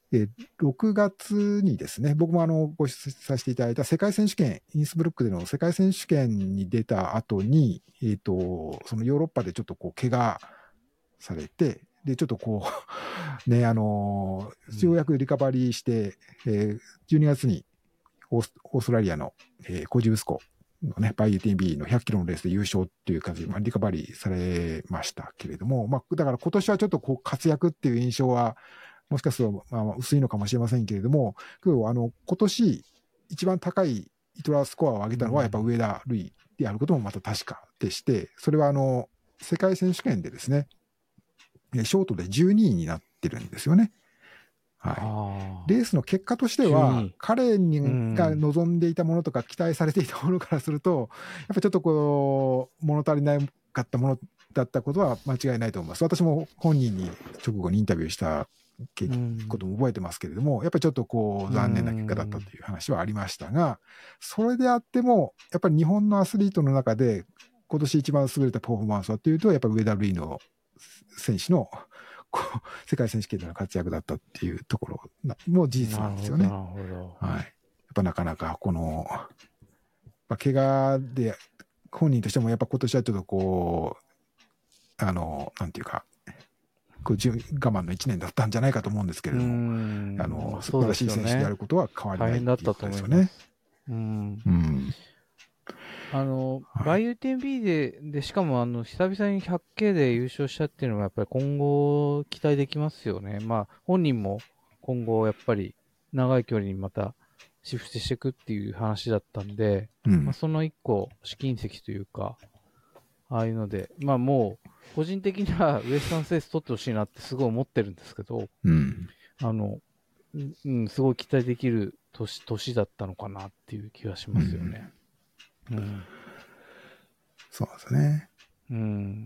えー、ろくがつにですね、僕もあのご出演させていただいた世界選手権、インスブルックでの世界選手権に出た後に、えーと、そのヨーロッパでちょっとこう怪我されて、で、ちょっとこう、ね、あのー、ようやくリカバリーして、えー、じゅうにがつにオース、オーストラリアの、えー、コジウスコのね、バイ ユーティービー のひゃっキロのレースで優勝っていう感じで、まあ、リカバリーされましたけれども、まあ、だから今年はちょっとこう活躍っていう印象は、もしかすると、まあ、薄いのかもしれませんけれども、けど、あの、今年一番高いイトラスコアを上げたのはやっぱ上田瑠衣であることもまた確かでして、それはあの、世界選手権でですね、ショートでじゅうにいになってるんですよね。はい。レースの結果としては、彼にが望んでいたものとか期待されていたものからすると、やっぱちょっとこう、物足りなかったものだったことは間違いないと思います。私も本人に直後にインタビューしたことも覚えてますけれども、やっぱりちょっとこう残念な結果だったという話はありましたが、それであっても、やっぱり日本のアスリートの中で今年一番優れたパフォーマンスはというと、やっぱり上田瑠衣の選手のこう世界選手権での活躍だったっていうところも事実なんですよね。なるほど。はい。やっぱなかなかこの、まあ、怪我で本人としてもやっぱ今年はちょっとこう、あの、なんていうか、こう我慢の一年だったんじゃないかと思うんですけれども、あの、素晴らしい選手であることは変わりないっていうことですよね。 うん。うん。あの、バイ ユーティービー で、で、しかもあの、久々に ひゃくケー で優勝したっていうのがやっぱり今後期待できますよね。まあ、本人も今後やっぱり長い距離にまたシフトしていくっていう話だったんで、うん、まあ、その一個、試金石というか、ああいうので、まあもう、個人的にはウエスタンステース取ってほしいなってすごい思ってるんですけど、うん、あの、うん、すごい期待できる年、年だったのかなっていう気がしますよね。うん。うん、 そうですね。 うん、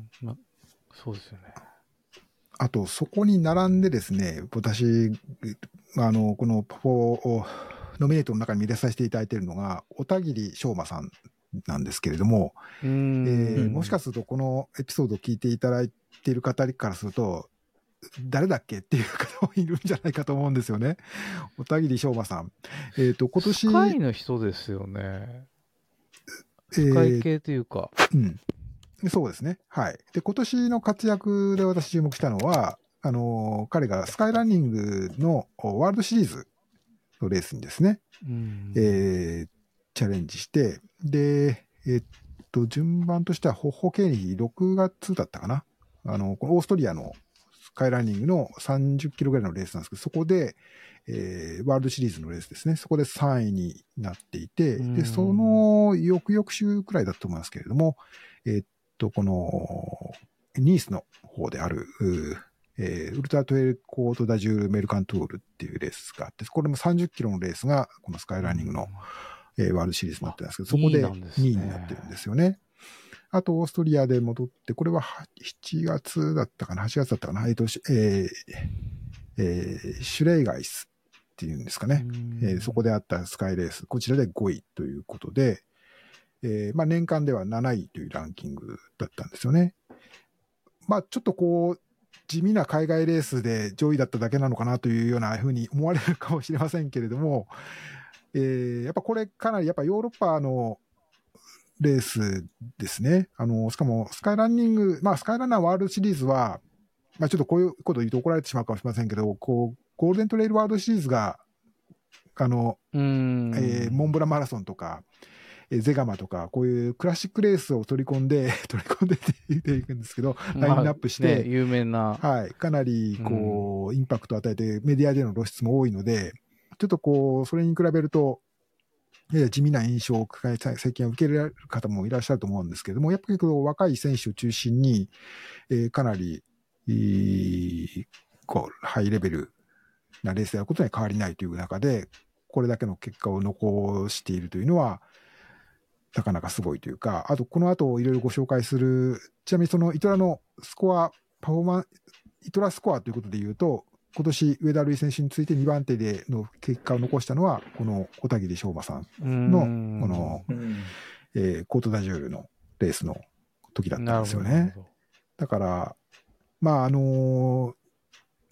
ま、そうですよね。 あと、そこに並んでですね、私、あの、このパフォー、ノミネートの中に入れさせていただいているのが、小田切翔馬さんなんですけれども、えー、もしかするとこのエピソードを聞いていただいている方からすると、誰だっけっていう方もいるんじゃないかと思うんですよね。小田切翔馬さん。えっ、ー、と、今年。 スカイの人ですよね。スカイ系というか。 えー、うん。そうですね。はい。で、今年の活躍で私注目したのは、あのー、彼がスカイランニングのワールドシリーズのレースにですね、えー、チャレンジして、で、えー、っと、順番としては、ホッホケにろくがつだったかな。あの、このオーストリアのスカイランニングのさんじゅっキロぐらいのレースなんですけど、そこで、えー、ワールドシリーズのレースですね。そこでさんいになっていて、で、その翌々週くらいだと思いますけれども、えー、っと、この、ニースの方である、えー、ウルトラトレイルコートダジュールメルカントゥールっていうレースがあって、これもさんじゅっキロのレースが、このスカイランニングの、えー、ワールドシリーズになってるんですけど、そこでにいになってるんですよね。あと、オーストリアで戻って、これはしちがつだったかな、はちがつだったかな、えっと、えーえー、シュレイガイスっていうんですかね、えー。そこであったスカイレース、こちらでごいということで、えー、まあ年間ではなないというランキングだったんですよね。まあちょっとこう、地味な海外レースで上位だっただけなのかなというようなふうに思われるかもしれませんけれども、えー、やっぱこれかなりやっぱヨーロッパのレースですね。あの、しかもスカイランニング、まあスカイランナーワールドシリーズは、まあちょっとこういうことを言うと怒られてしまうかもしれませんけど、こう、ゴールデントレイルワールドシリーズが、あの、えー、モンブランマラソンとか、ゼガマとか、こういうクラシックレースを取り込んで、取り込んでっていくんですけど、ラインナップして、まあね、 有名な。 はい。かなり、こう、うん、インパクトを与えて、メディアでの露出も多いので、ちょっとこう、それに比べると、やや地味な印象を最近は受けられる方もいらっしゃると思うんですけれども、やっぱりこう若い選手を中心に、えー、かなり、えー、こう、ハイレベルなレースであることには変わりないという中で、これだけの結果を残しているというのは、なかなかすごいというか、あとこの後いろいろご紹介する、ちなみにそのイトラのスコア、パフォーマンス、イトラスコアということで言うと、今年上田瑠衣選手についてにばん手での結果を残したのは、この小田切翔馬さんの、この、えー、コートダジュールのレースの時だったんですよね。だから、まああのー、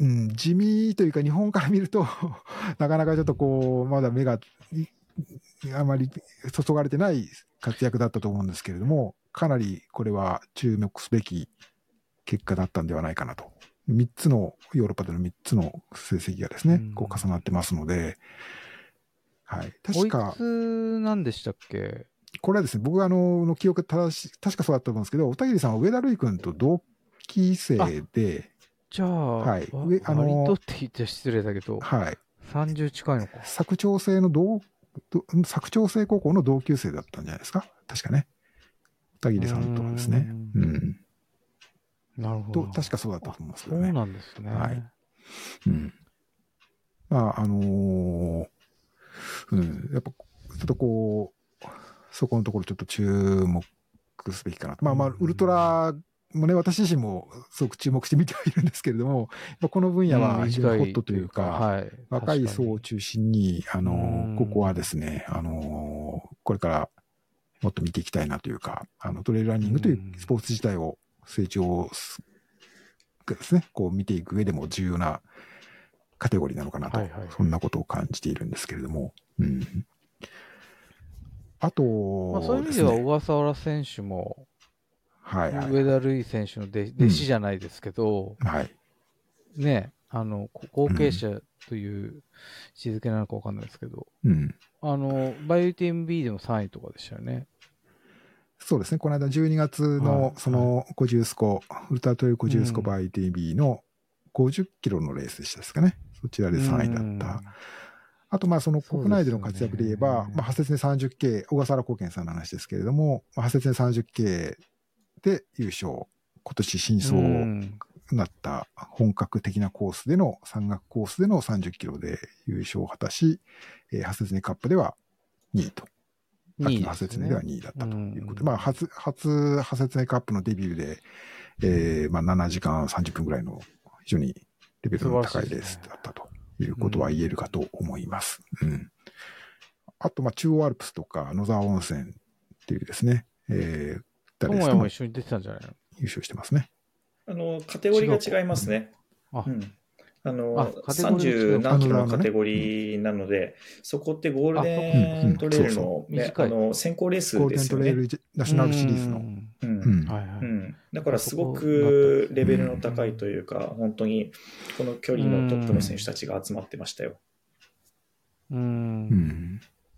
うん、地味というか日本から見るとなかなかちょっとこうまだ目があまり注がれてない活躍だったと思うんですけれども、かなりこれは注目すべき結果だったんではないかなと。みっつのヨーロッパでのみっつの成績がですね、うん、こう重なってますので、はい、確か。 おいくつなんでしたっけ？ これはですね、僕はあのの記憶正し確かそうだったと思うんですけど、小田切さんは上田瑠衣君と同期生で。 じゃあ、はい、上あの割とって言って失礼だけど、はい、さんじゅう近いのか。 佐久長聖の同佐久長聖高校の同級生だったんじゃないですか、確かね。小田切さんとですね。うん。うん、 なるほど。 確かそうだったと思いますけどね。 そうなんですね。はい。 うん。まあ、あのー、うん、やっぱ、ちょっとこう、そこのところちょっと注目すべきかなと。まあまあ、ウルトラもね、私自身もすごく注目して見てはいるんですけれども、この分野は非常にホットというか、うん、はい、若い層を中心に、あの、ここはですね、あの、これからもっと見ていきたいなというか、あの、トレイルランニングというスポーツ自体を成長がですね、こう見ていく上でも重要なカテゴリーなのかなと、はいはいはい、そんなことを感じているんですけれども、うん。あと、 まあ、そういう意味では小笠原選手も、はいはいはい、上田瑠衣選手の弟子じゃないですけど、うん、はい、ね、あの後継者という位置づけなのか分かんないですけど、うん、あのバイオティーエムビーでもさんいとかでしたよね。 そうですね、この間じゅうにがつのそのごじゅうスコ、はい、ウルトラトレイルごじゅうスコバイオティーエムビーのごじゅっキロのレースでしたですかね。そちらでさんいだった。あと、まあ、その国内での活躍で言えば、まあ、ハセツネ さんじゅっケー、小笠原貢献さんの話ですけれども、ハセツネ さんじゅっケー で優勝。今年新装なった本格的なコースでの、山岳コースでのさんじゅっキロで優勝を果たし、えー、ハセツネカップではにいと。秋のハセツネではにいだったということで、まあ、初、初ハセツネカップのデビューで、えー、まあ、ななじかんさんじゅっぷんぐらいの非常にレベルの高いレースだったということは言えるかと思います。うん。あと、まあ、中央アルプスとか野沢温泉っていうですね、えー、 誰ですかも一緒に出てたんじゃないの？ 優勝してますね。 あの、カテゴリーが違いますね。あ、うん、あの、さんじゅう何キロのカテゴリーなので、ね、うん、そこってゴールデントレイルの、ね、あの、先行レースですよね。ゴールデントレイルナショナルシリーズの。 うん。うんはいはいうん、だからすごくレベルの高いというか、うん、本当にこの距離のトップの選手たちが集まってましたよ。 うん。うん、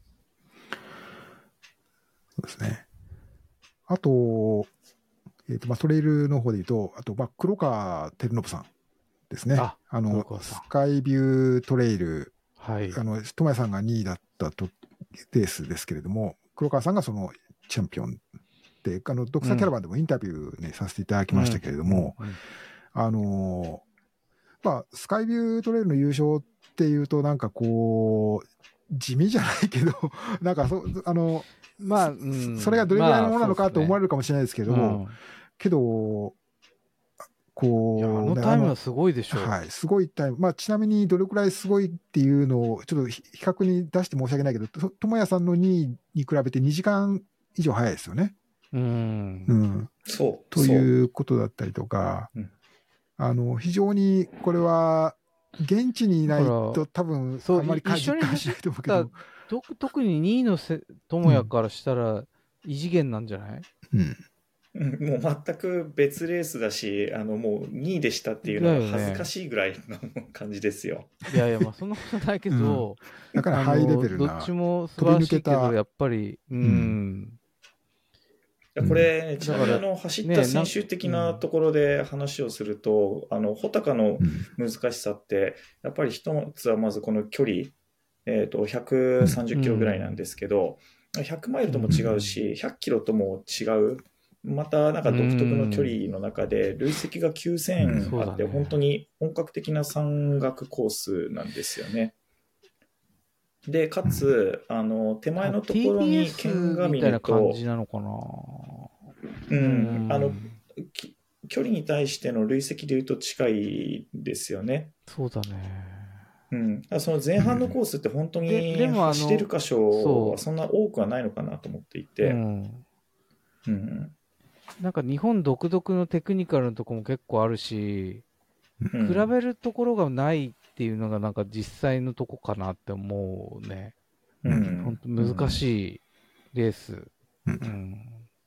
そうですね。あと、えっと、まあ、トレイルの方で言うと、あと、まあ、黒川照信さんですね。あ, あの、スカイビュートレイル、はい、あの、トマヤさんがにいだったとレースですけれども、黒川さんがそのチャンピオンで、あの、ドクサキャラバンでもインタビューね、うん、させていただきましたけれども、うんうんうん、あの、まあ、スカイビュートレイルの優勝っていうと、なんかこう、地味じゃないけど、なんかそ、あの、まあ、うん、それがどれぐらいのものなのかと思われるかもしれないですけど、まあねうん、けど、こう、 あのタイムはすごいでしょう。 はい、すごいタイム。まあ、ちなみにどれくらいすごいっていうのを、ちょっと比較に出して申し訳ないけど、ともやさんのにいに比べてにじかん以上早いですよね。 うん。 うん。 そう。 ということだったりとか、うん、あの、非常にこれは、現地にいないと多分、あんまり実感しないと思うけど。 特ににいの智也からしたら異次元なんじゃない？ うん。 うん、もう全く別レースだし、あのもうにいでしたっていうのが恥ずかしいぐらいの感じですよ。 いやいや、まあそんなことないけど、 うん、だからハイレベルな、 どっちも素晴らしいけど、やっぱり、うん。うんこれ、ね、ちなみにあの走った選手的なところで話をすると、あの穂高の難しさって、やっぱり一つはまずこの距離、えー、とひゃくさんじゅっキロぐらいなんですけど、ひゃくマイルとも違うし、ひゃっキロとも違う。またなんか独特の距離の中で累積がきゅうせんあって、本当に本格的な山岳コースなんですよね。でかつあの手前のところに剣が見ると、うんあの距離に対しての累積でいうと近いですよね。 そうだね。 うん、その前半のコースって本当に走れる箇所はそんな多くはないのかなと思っていて、うんうんなんか日本独特のテクニカルのとこも結構あるし、 比べるところがないっていうのがなんか実際のとこかなって思うね。うん。本当難しいレース、うんうん、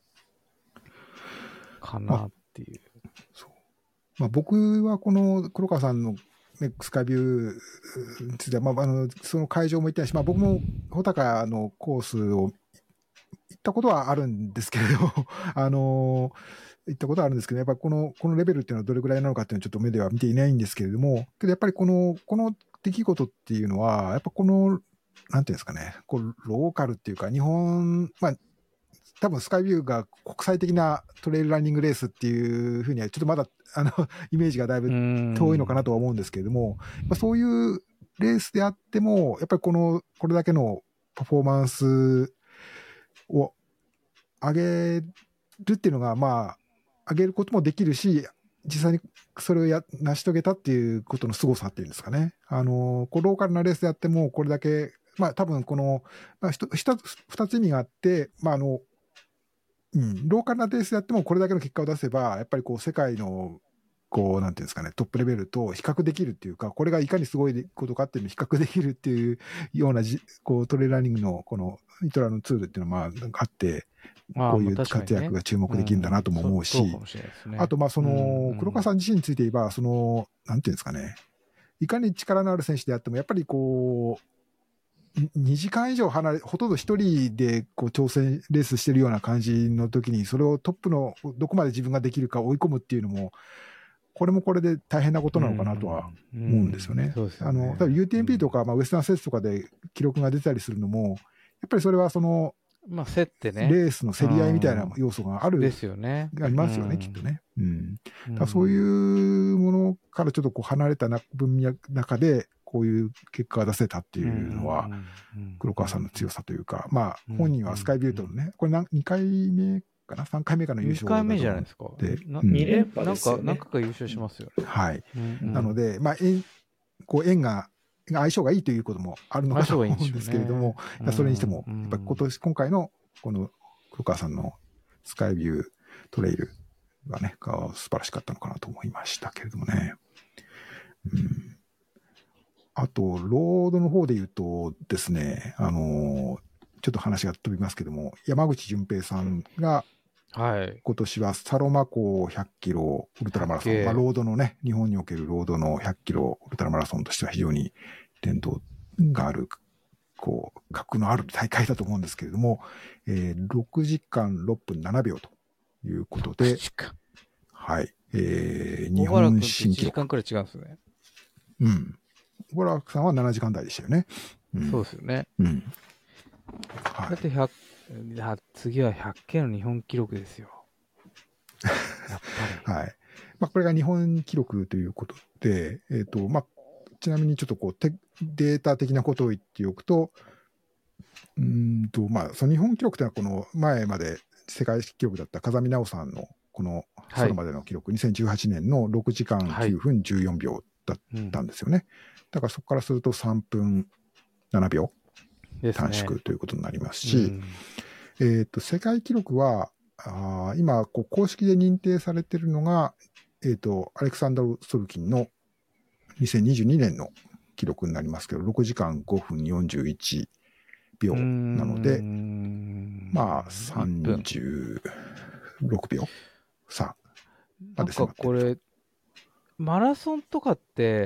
かなっていう。 そう。まあ僕はこの黒川さんのね、スカイビューについては、まあ、あの、その会場も行ってないし、まあ僕も穂高のコースを行ったことはあるんですけれど、あの、行ったことはあるんですけど、やっぱりこの、このレベルっていうのはどれくらいなのかっていうのはちょっと目では見ていないんですけれども、けどやっぱりこの、この出来事っていうのは、やっぱこの、なんていうんですかね、こう、ローカルっていうか、日本、まあ、多分スカイビューが国際的なトレイルランニングレースっていうふうにはちょっとまだあのイメージがだいぶ遠いのかなとは思うんですけれども、そういうレースであってもやっぱりこのこれだけのパフォーマンスを上げるっていうのがまあ上げることもできるし、実際にそれをや成し遂げたっていうことの凄さっていうんですかね。あのこうローカルなレースであってもこれだけまあ多分この、まあ、一つ二つ意味があって、まああのうん、ローカルなレースでやってもこれだけの結果を出せば、やっぱりこう世界の、こう、なんていうんですかね、トップレベルと比較できるっていうか、これがいかにすごいことかっていうのを比較できるっていうようなじ、こう、トレーラーニングのこのイトラのツールっていうのは、まあ、あって、こういう活躍が注目できるんだなとも思うし、あと、まあ、その、黒川さん自身について言えば、その、なんていうんですかね、いかに力のある選手であっても、やっぱりこう、にじかん以上離れ、ほとんど一人でこう挑戦レースしてるような感じの時に、それをトップのどこまで自分ができるか追い込むっていうのも、これもこれで大変なことなのかなとは思うんですよね。あの、多分 ユーティーエムピー とか、まあ、ウエスタンステーツとかで記録が出たりするのも、やっぱりそれはその、 まあ、競ってね。 レースの競り合いみたいな要素がある。 ですよね。 ありますよね、きっとね。うん。だそういうものからちょっとこう離れた分野の中で、こういう結果が出せたっていうのは、黒川さんの強さというか、まあ、本人はスカイビュートのね、これ何にかいめかな ?さん 回目かの優勝にかいめじゃないですか。 で、 に連覇ですよね。 なんか、何回か優勝しますよね。 はい。なので、まあ、縁、こう、縁が、相性がいいということもあるのかと思うんですけれども、それにしても、やっぱ今年、今回の、この黒川さんのスカイビュートレイルがね、が素晴らしかったのかなと思いましたけれどもね。うん、あと、ロードの方で言うとですね、あの、ちょっと話が飛びますけども、山口純平さんが、はい、今年はサロマ湖ひゃっキロウルトラマラソン、まあ、ロードのね、日本におけるロードのひゃっキロウルトラマラソンとしては非常に伝統がある、こう、格のある大会だと思うんですけれども、えー、ろくじかんろっぷんななびょうということで、はい、えー、日本新記録。いちじかんくらい違うんですね。 うん。小原さんはななじかん台でしたよね。 うん、そうですよね。 うん。 はい、だってひゃく、次はひゃっキロの日本記録ですよ。やっぱり。はい。まあ、これが日本記録ということで、えっと、まあ、ちなみにちょっとこう、データ的なことを言っておくと、うんと、まあ、その日本記録というのはこの前まで世界記録だった風見直さんのこの、それまでの記録、はい、にせんじゅうはちねんのろくじかんきゅうふんじゅうよんびょうだったんですよね。はい、うん、だからそこからするとさんぷんななびょう短縮ということになりますし、ね、うん、えっと、世界記録は、あ今こう公式で認定されているのが、えっと、アレクサンダル・ソルキンのにせんにじゅうにねんの記録になりますけど、ろくじかんごふんよんじゅういちびょうなので、まあ、さんじゅうろくびょう差まで迫っている。 なんかこれ、マラソンとかって、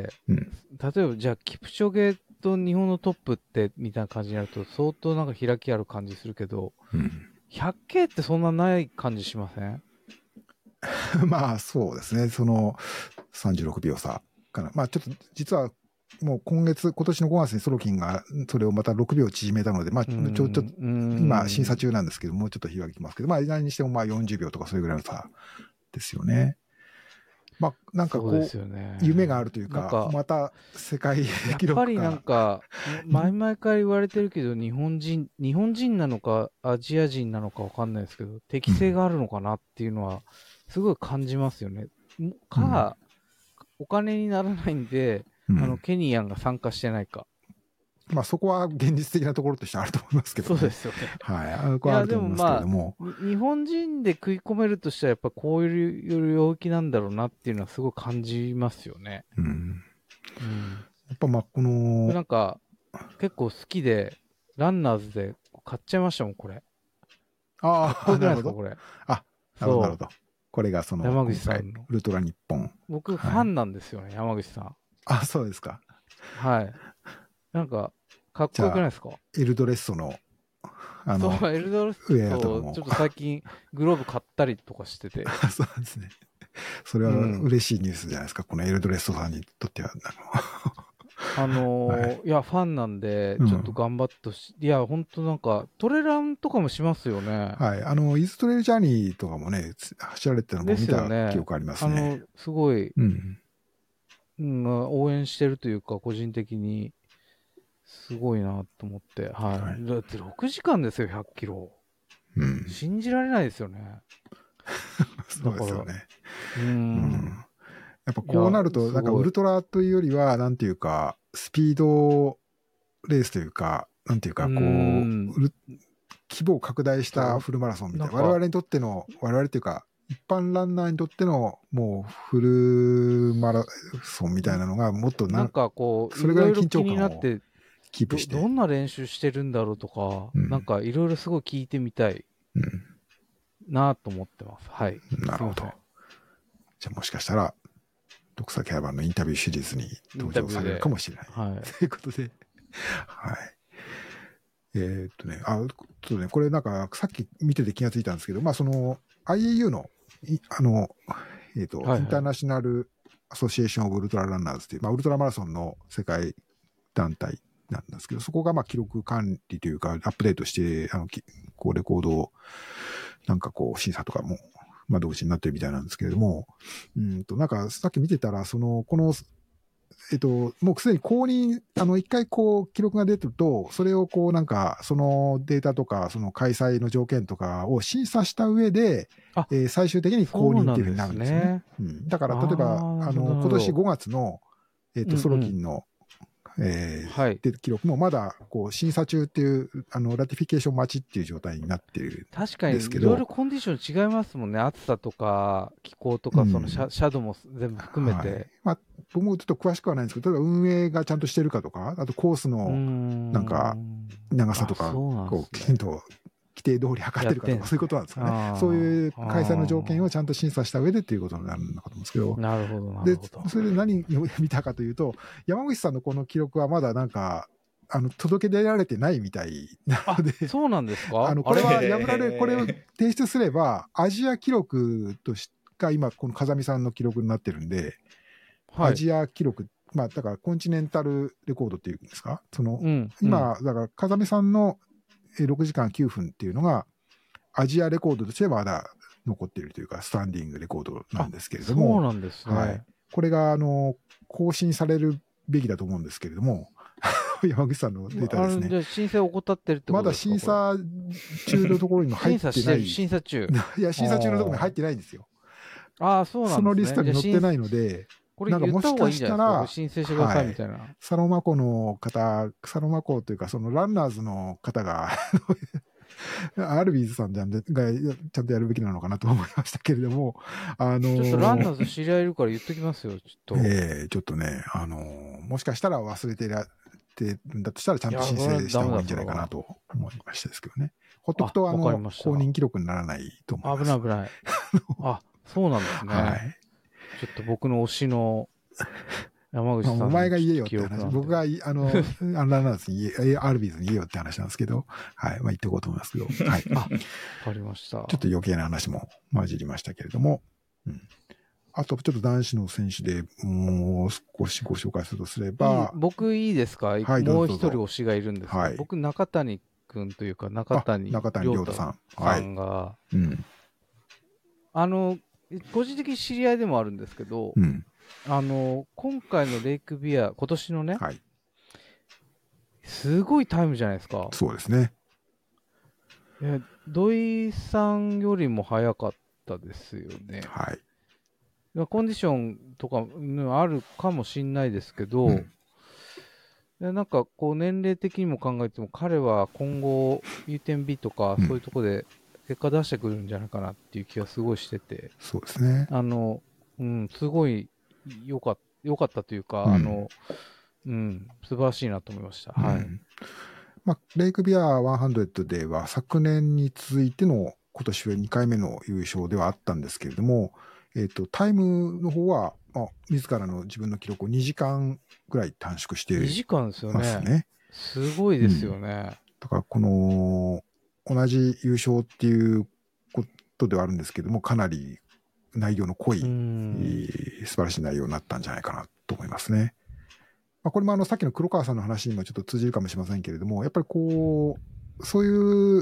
うん、例えばじゃあ、キプチョゲと日本のトップってみたいな感じになると、相当なんか開きある感じするけど、うん、ひゃっケー ってそんなない感じしません？ まあ、そうですね。そのさんじゅうろくびょう差かな。まあ、ちょっと実は、もう今月、今年のごがつにソロキンがそれをまたろくびょう縮めたので、まあ、ちょ、ちょっと、今審査中なんですけど、もうちょっと日はきますけど、まあ、何にしてもまあよんじゅうびょうとかそれぐらいの差ですよね。まあ、なんかこう、うね、夢があるというか、かまた世界記録やっぱりなんか、前々から言われてるけど、日本人、日本人なのか、アジア人なのかわかんないですけど、適性があるのかなっていうのは、すごい感じますよね。か、うん、お金にならないんで、うん、あの、ケニアンが参加してないか。 まあそこは現実的なところとしてあると思いますけど、 ね、そうですよね。 はい。あそこはあると思いますけれども。 まあ、日本人で食い込めるとしたらやっぱこういう領域なんだろうなっていうのはすごい感じますよね。 うん。うん、やっぱまあこの。 なんか結構好きで、ランナーズで買っちゃいましたもん、これ。 ああ、なるほど。 これ。 あ、なるほど、なるほど。これがその、 山口さんの。 ウルトラ日本。 僕、ファンなんですよね、はい、山口さん。 あ、そうですか。 はい。なんか、かっこよくないですか？ エルドレッソの、 あの、そう、エルドレッソと、ちょっと最近、グローブ買ったりとかしてて。 そうですね。それは嬉しいニュースじゃないですか、うん、このエルドレッソさんにとっては。 あのーはい、いや、ファンなんで、ちょっと頑張ってほしい。うん、いや、本当なんか、トレランとかもしますよね。 はい。あの、イーストレイルジャーニーとかもね、走られてるのも見た記憶ありますね。 あの、すごい、 うん、 うん、応援してるというか、個人的に、すごいなと思って。はい。はい、だってろくじかんですよ、ひゃっキロ。うん。信じられないですよね。 そうですよね。 うん。うんやっぱこうなると、なんかウルトラというよりは、なんていうか、スピードレースというか、なんていうか、こう、規模を拡大したフルマラソンみたいな。我々にとっての、我々っていうか、一般ランナーにとっての、もうフルマラソンみたいなのが、もっとなんかこう、 それぐらいの緊張感をキープして。どんな練習してるんだろうとか、うん、なんかいろいろすごい聞いてみたいなと思ってます。はい。 なるほど。じゃあもしかしたら、ドクサキャバンのインタビューシリーズに登場されるかもしれない。 はい。 ということで、はい。えー、っとね、あ、ちょっとね、これなんかさっき見てて気がついたんですけど、まあその アイエーユー の、あの、えー、っと、はいはい、インターナショナルアソシエーションオブウルトラランナーズっていう、まあウルトラマラソンの世界団体なんですけど、そこがまあ記録管理というかアップデートして、あの、こうレコードをなんかこう審査とかも窓口になってるみたいなんですけれども、うんと、なんかさっき見てたら、その、この、えっと、もうすでに公認、あの、一回こう、記録が出てると、それをこう、なんか、そのデータとか、その開催の条件とかを審査した上で、えー、最終的に公認っていうふうになるんですよね。うん、だから、例えば、あの、今年ごがつの、えっと、ソロキンの、えーはい、で記録もまだこう審査中っていうあのラティフィケーション待ちっていう状態になっているんですけど、 確かにいろいろコンディション違いますもんね。暑さとか気候とか、そのシャ、うん、シャドウも全部含めて、はい、 まあ、僕もちょっと詳しくはないんですけど、例えば運営がちゃんとしてるかとか、あとコースのなんか長さとかこうきちんと規定通り測ってるかとか、そういうことなんですかね。そういう開催の条件をちゃんと審査した上でっていうことになるのかと思うんですけど。 なるほど、なるほど。 で、それで何を見たかというと、山口さんのこの記録はまだなんか、あの、届け出られてないみたいなので。 そうなんですか？ あの、これは破られ、これを提出すれば、アジア記録としか今、この風見さんの記録になってるんで、はい、アジア記録、まあ、だからコンチネンタルレコードっていうんですか？その、うん、今、だから風見さんのろくじかんきゅうふんっていうのが、アジアレコードとしてはまだ残っているというか、スタンディングレコードなんですけれども。 そうなんですね。はい。 これが、あの、更新されるべきだと思うんですけれども、山口さんのデータですね。 じゃあ申請を怠ってるってことですか？ まだ審査中のところにも入ってない。審査してる、 審査中。 いや、審査中のところに入ってないんですよ。 ああ、そうなんですね。 そのリストに載ってないので、 これなんかもしかしたら、申請してくださいみたいな。はい、 サロマ湖の方、サロマ湖というか、そのランナーズの方が、アルビーズさんじゃんがちゃんとやるべきなのかなと思いましたけれども、あのー、 ちょっとランナーズ知り合いいるから言っときますよ、ちょっと。 ええー、ちょっとね、あのー、もしかしたら忘れてらってんだとしたらちゃんと申請した方がいいんじゃないかなと思いましたですけどね。ほっとくと、あの、公認記録にならないと思います。 危ない危ない。あ、そうなんですね。はい。ちょっと僕の推しの、山口さん。 お前が言えよって話。僕が、あの、あのランナーズに言え、アルビーズに言えよって話なんですけど、はい。まあ言っておこうと思いますけど。はい。 あ、わかりました。 ちょっと余計な話も混じりましたけれども。うん。あと、ちょっと男子の選手でもう少しご紹介するとすれば。 いい僕いいですか？はい、もう一人推しがいるんですけど、はい、僕中谷くんというか中谷中谷亮太さん。 さんが、はい、うん。あの、個人的に知り合いでもあるんですけど、うん、あの、今回のレイクビア、今年のね、はい、すごいタイムじゃないですか。 そうですね。 え、土井さんよりも早かったですよね。 はい。 コンディションとかあるかもしれないですけど、うん、 なんかこう年齢的にも考えても彼は今後 ユーテンビー とかそういうところで結果出してくるんじゃないかなっていう気がすごいしてて、 そうですね。 あの、うん、すごい良かった、良かったというか、うん、あの、うん、素晴らしいなと思いました。はい。うん、 まあ、レイクビアひゃくでは昨年に続いての今年はにかいめの優勝ではあったんですけれども、えっと、タイムの方は、まあ、自らの自分の記録をにじかんぐらい短縮してますね。 にじかんですよね。すごいですよね。うん、 だから、この、同じ優勝っていうことではあるんですけども、かなり内容の濃い、素晴らしい内容になったんじゃないかなと思いますね。まあ、これもあの、さっきの黒川さんの話にもちょっと通じるかもしれませんけれども、やっぱりこう、そういう、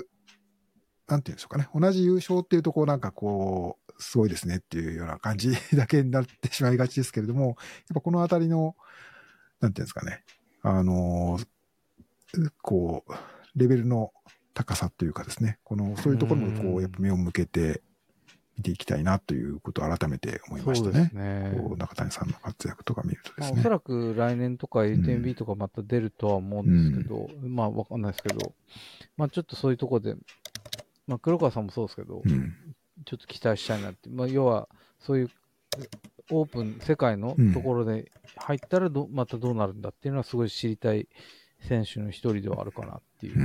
なんていうんでしょうかね、同じ優勝っていうとこうなんかこう、すごいですねっていうような感じだけになってしまいがちですけれども、やっぱこのあたりの、なんていうんですかね、あの、こう、レベルの高さというかですね、この、そういうところもこう、やっぱ目を向けて見ていきたいなということを改めて思いましたね。そうですね。こう中谷さんの活躍とか見るとですね。まあ、 おそらく来年とか ユーテンビー とかまた出るとは思うんですけど、うん、まあわかんないですけど、まあちょっとそういうところで、まあ黒川さんもそうですけど、うん、ちょっと期待したいなって、まあ要はそういうオープン、世界のところで入ったらど、またどうなるんだっていうのはすごい知りたい選手の一人ではあるかなっていう。うん、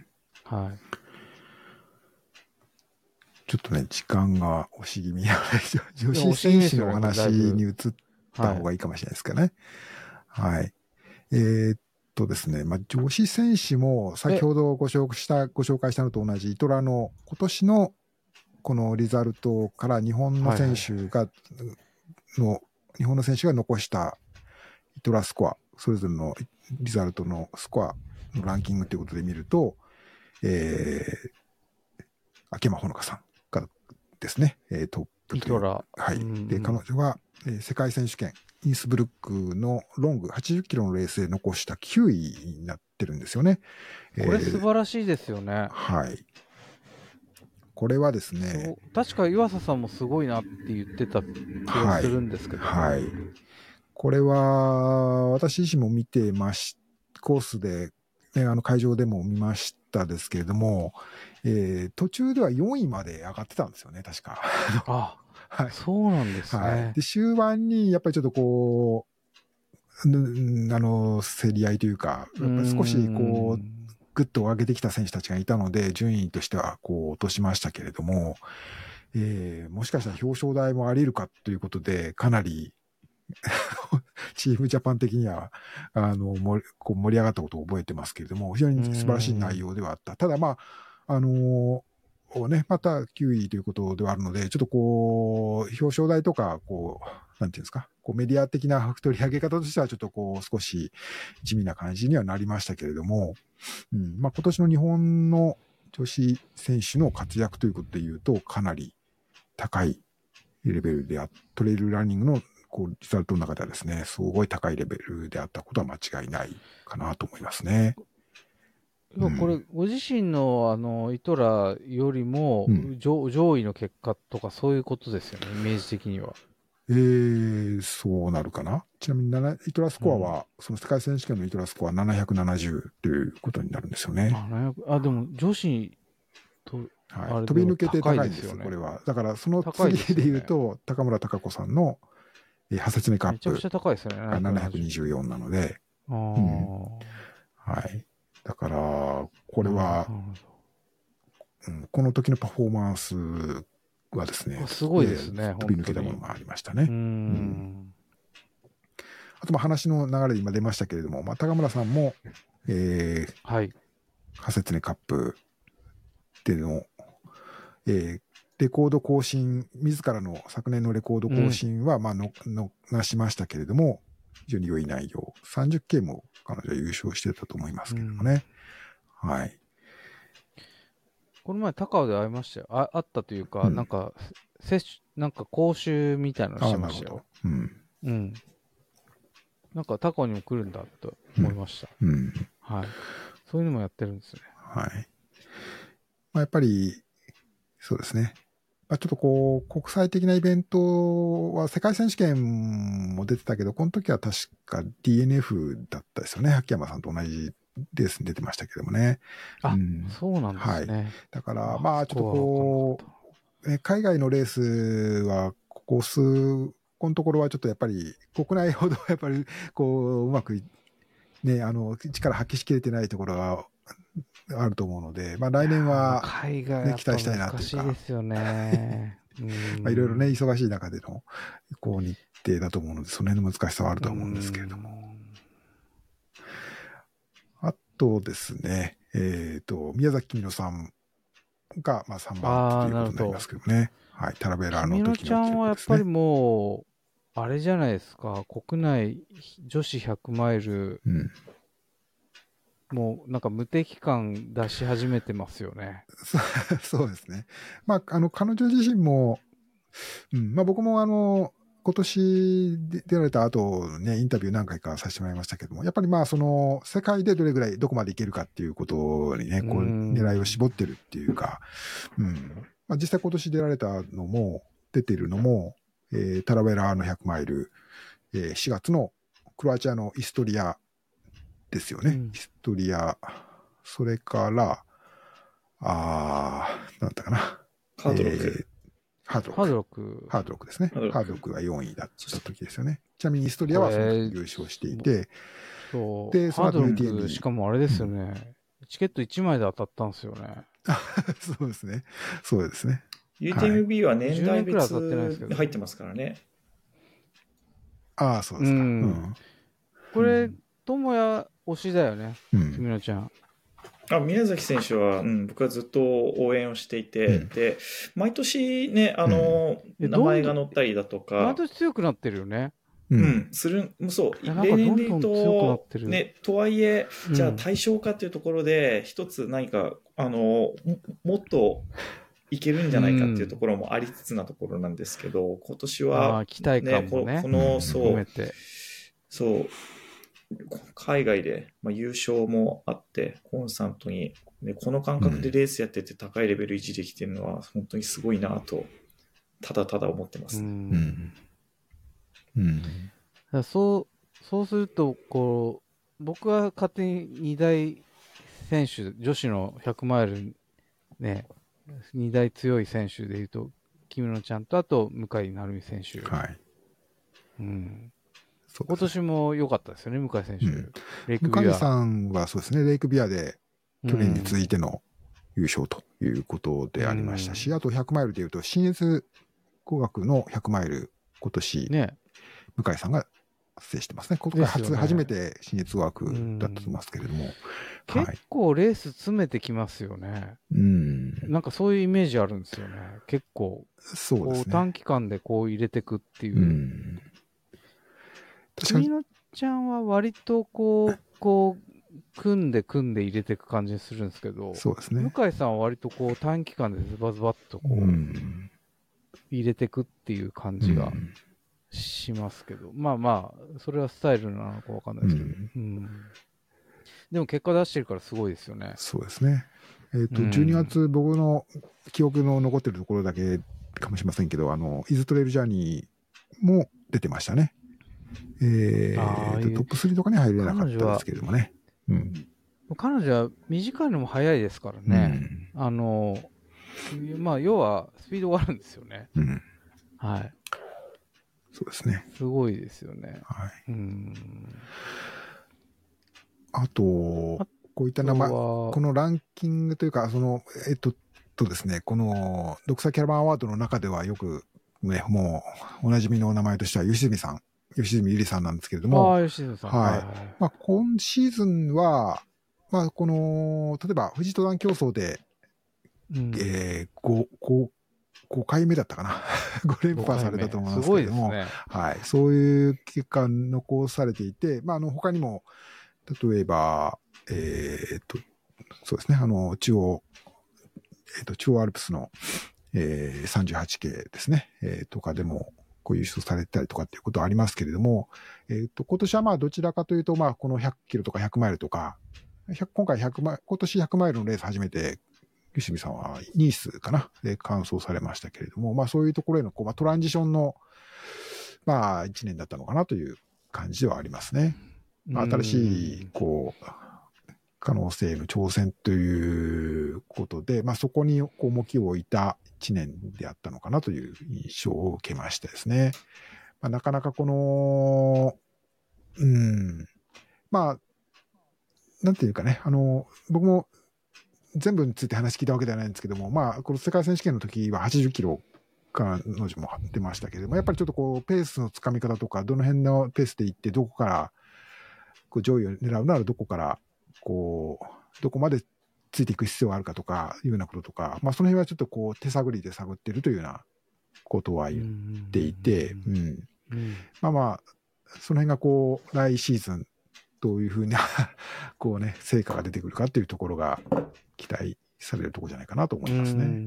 はい。 ちょっとね、時間が押し気味なので、女子選手の話に移った方がいいかもしれないですかね。はい。はい、えー、っとですね、まあ、女子選手も先ほどご紹介した、ご紹介したのと同じイトラの今年のこのリザルトから日本の選手が、はいはい、の、日本の選手が残したイトラスコア、それぞれのリザルトのスコアのランキングということで見ると、えー、秋山ほのかさんがですね、トップという。はい。で、彼女は、えー、世界選手権、インスブルックのロングはちじゅっキロのレースで残したきゅういになってるんですよね。 これ素晴らしいですよね。えー、 はい。これはですね。 確か岩佐さんもすごいなって言ってた気がするんですけど、ね。 はい。はい。これは、私自身も見てまし、コースで、ね、あの会場でも見ましたですけれども、えー、途中ではよんいまで上がってたんですよね、確か。 あ、はい。そうなんですね。はい。 で、終盤に、やっぱりちょっとこう、あの、競り合いというか、やっぱり少しこう、ぐっと上げてきた選手たちがいたので、順位としてはこう落としましたけれども、えー、もしかしたら表彰台もあり得るかということで、かなり、チームジャパン的には、あの、盛り、こう盛り上がったことを覚えてますけれども、非常に素晴らしい内容ではあった。ただまあ、あのー、ね、またきゅういということではあるので、ちょっとこう、表彰台とか、こう、なんていうんですか、こうメディア的な取り上げ方としてはちょっとこう、少し地味な感じにはなりましたけれども、うん、まあ今年の日本の女子選手の活躍ということで言うと、かなり高いレベルであ、トレイルランニングのこうリザルトの中ではですね、すごい高いレベルであったことは間違いないかなと思いますね。 うん、これ、ご自身のあのイトラよりも、うん、上, 上位の結果とかそういうことですよね、イメージ的には。 えー、そうなるかな。ちなみにイトラスコアは、うん、その世界選手権のイトラスコアはななひゃくななじゅうということになるんですよね。 あ、でも女子と、 はい、飛び抜けて高いんですよ、これは。だからその次で言うと、ね、高村貴子さんのハセツメカップ。めちゃくちゃ高いですよね。 がななひゃくにじゅうよんなので。 ああ、うん。 はい。だから、これは、うん、この時のパフォーマンスはですね、 すごいですね。 飛び抜けたものがありましたね。うんうんあと、まあ話の流れで今出ましたけれども、まあ、高村さんも、えー、 はい。 ハセツネカップでの、えー、レコード更新、自らの昨年のレコード更新は、まあの、の、なしましたけれども、非常に良い内容。さんじゅっケー も彼女は優勝してたと思いますけどもね。うん、はい。 この前、高尾で会いましたよ。あ、あったというか、うん、なんか、接種、なんか講習みたいなのしてましたよ。うん。うん。なんか高尾にも来るんだと思いました。うん。うん、はい。そういうのもやってるんですね。 はい。まあ、やっぱり、そうですね。 まあ、ちょっとこう、国際的なイベントは世界選手権も出てたけど、この時は確か ディーエヌエフ だったですよね。秋山さんと同じレースに出てましたけどもね。 あ、うん、そうなんですね。はい。 だから、まあ、ちょっとこう、ね、海外のレースは、ここ数、このところはちょっとやっぱり、国内ほどやっぱり、こう、うまく、ね、あの、力発揮しきれてないところが、あると思うので、まあ来年は、ね、 海外期待したいなというか。 難しいですよね。 まあいろいろね、忙しい中での、こう日程だと思うので、その辺の難しさはあると思うんですけれども。あとですね、えっ、ー、と、宮崎君野さんが、まあさんばんということになりますけどね。はい、タラベラーの時の記録ですね。 君野ちゃんはやっぱりもう、あれじゃないですか、国内女子ひゃくマイル、うん、もうなんか無敵感出し始めてますよね。 そうですね。まあ、あの、彼女自身も、うん、まあ僕もあの、今年出られた後ね、インタビュー何回かさせてもらいましたけども、やっぱりまあその、世界でどれぐらい、どこまでいけるかっていうことにね、こう、狙いを絞ってるっていうか、うん。まあ実際今年出られたのも、出てるのも、えー、タラベラーのひゃくマイル、えー、しがつのクロアチアのイストリアですよね。うん、イストリア、それから、あー、なんだったかな。 ハードロック。 えーハードロック。 ハードロック。 ハードロックですね。ハードロックがよんいだった時ですよね。ちなみにイストリアはその時優勝していて、 そう。で、その後 ユーティーエムビー。しかもあれですよね、うん。チケットいちまいで当たったんですよね。 そうですね。そうですね。 ユーティーエムビー は年代別に入ってますからね。 ああ、そうですか。うん、 これ、智也推しだよね。うん、君野ちゃん。 あ、宮崎選手は、うん、僕はずっと応援をしていて、うん、で、毎年ね、あの、うん、名前が載ったりだとか。 毎年強くなってるよね。 うん、うん、する、そう、例年で言うと、ね、とはいえ、じゃあ対象かっていうところで、一つ何か、あの、も, もっといけるんじゃないかっていうところもありつつなところなんですけど、今年は、 ね、期待感もね、 この、そう、そう、海外で、まあ、優勝もあってコンスタントに、ね、この感覚でレースやってて高いレベル維持できてるのは本当にすごいなとただただ思ってます、ね、うんうん、そうそうするとこう僕は勝手にに大選手女子のひゃくマイルねに大強い選手でいうと君野ちゃんとあと向井成美選手、 はいうん今年も良かったですよね、向井選手。うん、 レイクビア向井さんはそうですね、レイクビアで去年に続いての優勝ということでありましたし、うん、あとひゃくマイルでいうと、信越工学のひゃくマイル、今年、ね、向井さんが制してますね。今回初、ね、初めて信越工学だったと思いますけれども。 うんはい、結構レース詰めてきますよね。うん、なんかそういうイメージあるんですよね。結構、 そうですね、 短期間でこう入れていくっていう。うん君野ちゃんは割とこう、こう、組んで組んで入れていく感じにするんですけど、 そうですね。 向井さんは割とこう短期間でズバズバっとこう、うん、入れていくっていう感じがしますけど、うん、まあまあ、それはスタイルなのかわかんないですけど、うんうん、でも結果出してるからすごいですよね。 そうですね。えっ、ー、と、じゅうにがつ僕の記憶の残ってるところだけかもしれませんけど、あの、イズトレイルジャーニーも出てましたね。えー、とトップスリーとかに入れなかったですけれどもね。 うん、彼女は短いのも速いですからね。うん、あの、まあ、要はスピードがあるんですよね。うん、はい。 そうですね。 すごいですよね。 はい。 うん、 あと、こういった名前、このランキングというか、その、えっと、とですね、この、ドクサキャラバンアワードの中ではよく、ね、もう、おなじみのお名前としては、吉住さん。吉住ゆりさんなんですけれども。 ああ、吉住さん。 はい。はい、まあ、今シーズンは、まあ、この、例えば、富士登山競争で、うん、えー、ご、ご、ごかいめだったかな。ご連覇されたと思いますけれども。すごいですね。はい。そういう結果残されていて、まあ、あの、他にも、例えば、えー、っと、そうですね、あの、中央、えー、っと、中央アルプスの、えー、さんじゅうはちけいですね、えー、とかでも、こう優勝されたりとかっていうことはありますけれども、えっと、今年はまあどちらかというと、まあこのひゃっキロとかひゃくマイルとか、今回ひゃくマイル、今年ひゃくマイルのレース初めて吉見さんはニースかなで完走されましたけれども、まあそういうところへのこう、まあ、トランジションの、まあ一年だったのかなという感じではありますね。まあ、新しい、こう、可能性の挑戦ということで、まあそこにこう重きを置いた一年であったのかなという印象を受けましてですね。まあ、なかなかこの、うん、まあ、なんていうかね、あの、僕も全部について話聞いたわけではないんですけども、まあ、この世界選手権の時ははちじゅっキロ彼女も出ましたけれども、やっぱりちょっとこう、ペースのつかみ方とか、どの辺のペースで行って、どこから、こう上位を狙うならどこから、こう、どこまでついていく必要があるかとか、いうようなこととか、まあ、その辺はちょっとこう、手探りで探っているというようなことは言っていて、うん。まあまあ、その辺がこう、来シーズン、どういうふうな、こうね、成果が出てくるかっていうところが期待されるところじゃないかなと思いますね。うん。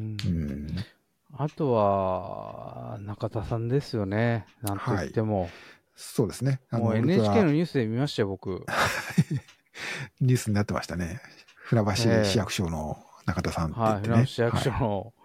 あとは、中田さんですよね。なんと言っても。はい、 そうですね。 あのもう エヌエイチケー のニュースで見ましたよ、僕。 ニュースになってましたね。船橋市役所の中田さんって言ってね。 はい、船橋市役所の。はい、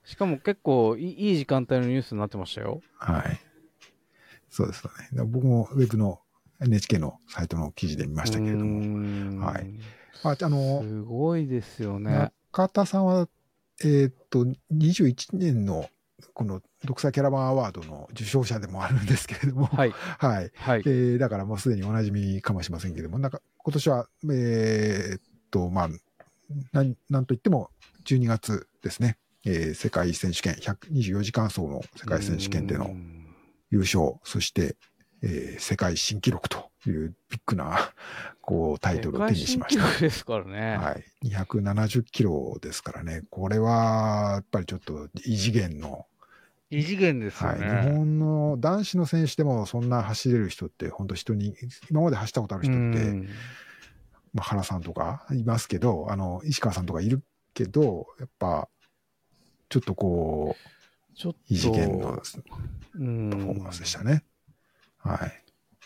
しかも結構いい時間帯のニュースになってましたよ。 はい。そうですよね。僕もウェブの エヌエイチケー のサイトの記事で見ましたけれども。はい。まあ、あの、 すごいですよね。 中田さんは、えー、っと、にじゅういちねんのこの独裁キャラバンアワードの受賞者でもあるんですけれども。 はい。 はい。はい、えー、だからもうすでにおなじみかもしれませんけれども、なんか今年は、えー、っと、まあ、なん、なんといってもじゅうにがつですね。えー、世界選手権、ひゃくにじゅうよじかん走の世界選手権での優勝、そして、えー、世界新記録というビッグな、こう、タイトルを手にしました。 世界新記録ですからね。 はい。にひゃくななじゅっキロですからね。これは、やっぱりちょっと異次元の。 異次元ですよね。 はい。日本の男子の選手でもそんな走れる人って、本当人に、今まで走ったことある人って、まあ、原さんとかいますけど、あの、石川さんとかいるけど、やっぱ、ちょっとこう、 ちょっと異次元のパフォーマンスでしたね。はい。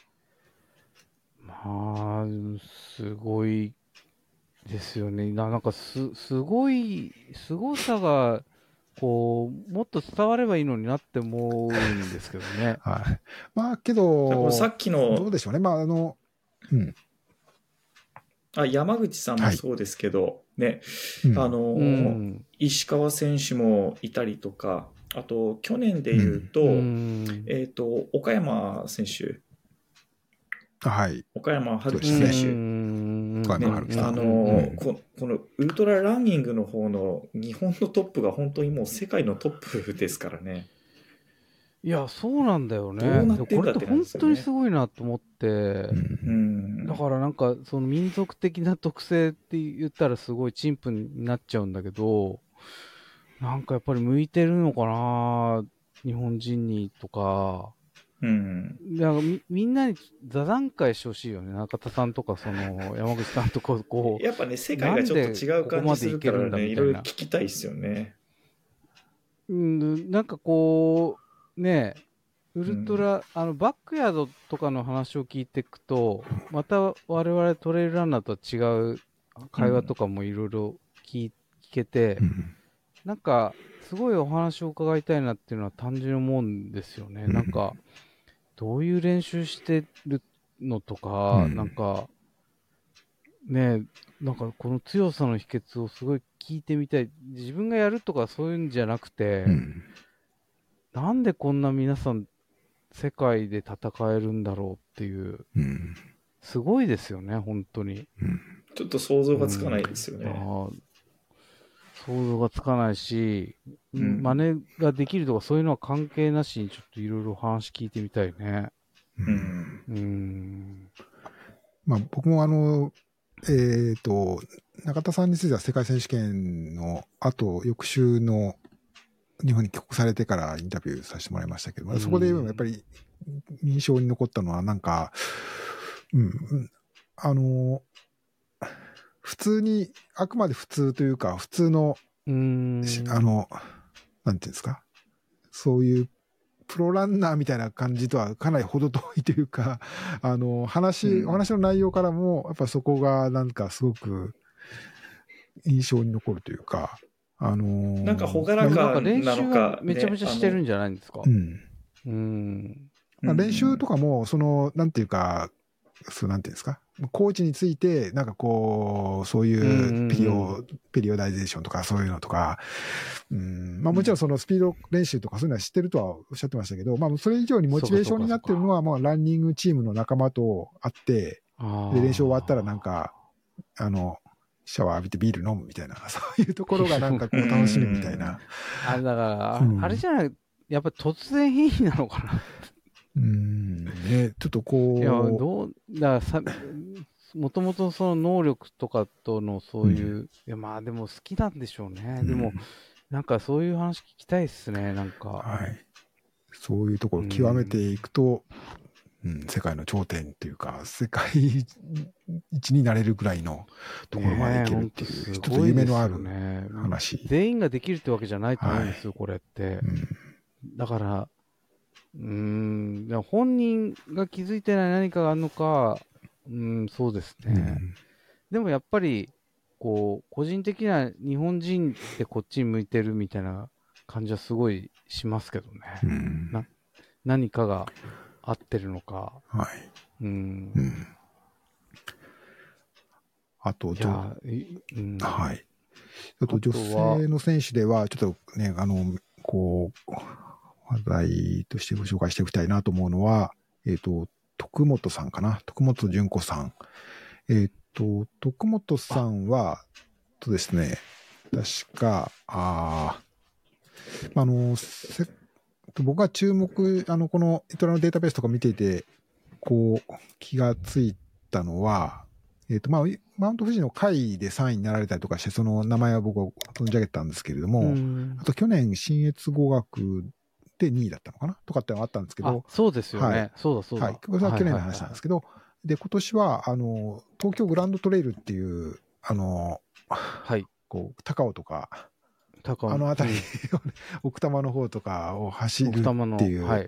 まあ、すごいですよね。ななんかす、すごい、すごさが、こう、もっと伝わればいいのになって思うんですけどね。 はい。まあ、けど、 さっきの、 どうでしょうね。まあ、あの、うん。 あ、山口さんもそうですけど、はい、ね、うん、あの、うん、石川選手もいたりとか、あと、去年で言うと、うん、えっと、岡山選手。 はい。 岡山春樹選手。 岡山春樹さん。 あの、うん、こ、このウルトラランニングの方の日本のトップが本当にもう世界のトップですからね。 いや、そうなんだよね。どうなってんだって感じですよね。これって本当にすごいなと思って、うん、だからなんかその民族的な特性って言ったらすごい陳腐になっちゃうんだけど、なんかやっぱり向いてるのかな、日本人にとか。うん。なんかみ、みんなに座談会してほしいよね。中田さんとか、その、山口さんとか、こう。やっぱね、世界がちょっと違う感じするからね、いろいろ聞きたいですよね。 うん、なんかこう、ね、ウルトラ、うん、あの、バックヤードとかの話を聞いていくと、また我々トレイルランナーとは違う会話とかもいろいろ聞けて、うん、なんか、すごいお話を伺いたいなっていうのは単純に思うんですよね。うん、なんか、どういう練習してるのとか、うん、なんか、ね、なんかこの強さの秘訣をすごい聞いてみたい。自分がやるとかそういうんじゃなくて、うん、なんでこんな皆さん世界で戦えるんだろうっていう、うん、すごいですよね、本当に。 うん、ちょっと想像がつかないですよね。 うん、想像がつかないし、うん、真似ができるとかそういうのは関係なしにちょっといろいろ話聞いてみたいね。うん。 うん。まあ僕もあの、えっ、ー、と、中田さんについては世界選手権の後、翌週の日本に帰国されてからインタビューさせてもらいましたけど、うん、そこでやっぱり印象に残ったのはなんか、うん、あの、普通に、あくまで普通というか、普通の、うーんあの、なんていうんですか、そういうプロランナーみたいな感じとはかなり程遠いというか、あの、話、うん、お話の内容からも、やっぱそこがなんかすごく印象に残るというか、 あのー、 なんか朗らかなのか、 めちゃめちゃしてるんじゃないんですか。 うん。 うん。 まあ、練習とかも、その、なんていうか、そうなんていうんですか、コーチについて、なんかこう、そういうピリオ、うんうんうん、ペリオダイゼーションとかそういうのとか、うん、まあもちろんそのスピード練習とかそういうのは知ってるとはおっしゃってましたけど、まあそれ以上にモチベーションになってるのは、まあランニングチームの仲間と会って、で、練習終わったらなんか、あの、シャワー浴びてビール飲むみたいな、そういうところがなんかこう楽しみみたいな。 あれだから、うん、あれじゃない、やっぱり突然変異なのかな。 うんね、ちょっとこう。 いや、どう、だからさ、もともとその能力とかとのそういう、うん、いやまあでも好きなんでしょうね。うん、でも、なんかそういう話聞きたいっすね、なんか。 はい。そういうところを極めていくと、うん、うん、世界の頂点っていうか、世界一になれるぐらいのところまでいけるっていう、ね、ちょっと夢のある話。 全員ができるってわけじゃないと思うんですよ、はい、これって。うん、だから、うーん、本人が気づいてない何かがあるのか、うん、そうですね。うん、でもやっぱり、こう、個人的な日本人ってこっちに向いてるみたいな感じはすごいしますけどね。うん、な何かが合ってるのか。 はい。うん。うん、あと、じゃうん、はい。あと女性の選手では、ちょっとね、あの、こう、話題としてご紹介しておきたいなと思うのは、えっ、ー、と、徳本さんかな。徳本純子さん。えっ、ー、と、徳本さんは、とですね、確か、ああの、せ僕が注目、あの、このエトラのデータベースとか見ていて、こう、気がついたのは、えっ、ー、と、まあ、マウント富士の会でさんいになられたりとかして、その名前は僕は存じ上げたんですけれども、あと去年、信越語学でにいだったのかなとかってのがあったんですけど。 そうですよね。はい、そうだそうだ。 はい。これは去年の話なんですけど、はいはいはい、で、今年は、あの、東京グランドトレイルっていう、あの、 はい。 こう、高尾とか、 高尾あの辺り、うん、奥多摩の方とかを走るっていう、はい、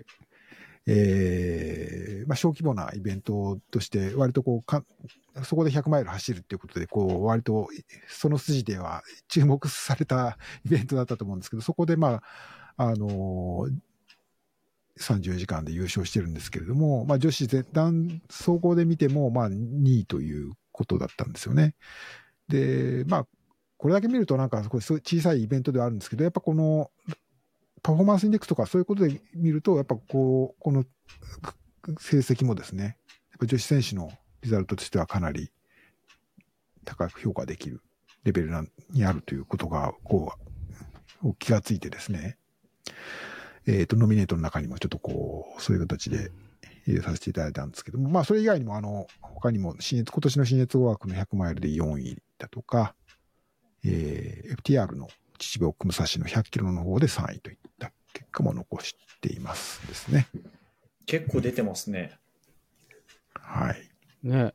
えー、まあ、小規模なイベントとして、割とこうか、そこでひゃくマイル走るっていうことで、こう、割と、その筋では注目されたイベントだったと思うんですけど、そこでまあ、あのー、さんじゅうよじかんで優勝してるんですけれども、まあ女子全団総合で見ても、まあにいということだったんですよね。で、まあ、これだけ見るとなんかこれ小さいイベントではあるんですけど、やっぱこのパフォーマンスインデックスとかそういうことで見ると、やっぱこう、この成績もですね、やっぱ女子選手のリザルトとしてはかなり高く評価できるレベルにあるということが、こう、気がついてですね、えっと、ノミネートの中にもちょっとこう、そういう形で入れさせていただいたんですけども、まあ、それ以外にも、あの、他にも、新越、今年の新越語学のひゃくマイルでよんいだとか、えー、エフティーアール の秩父奥武蔵のひゃっキロの方でさんいといった結果も残していますですね。 結構出てますね。 はい。 ね。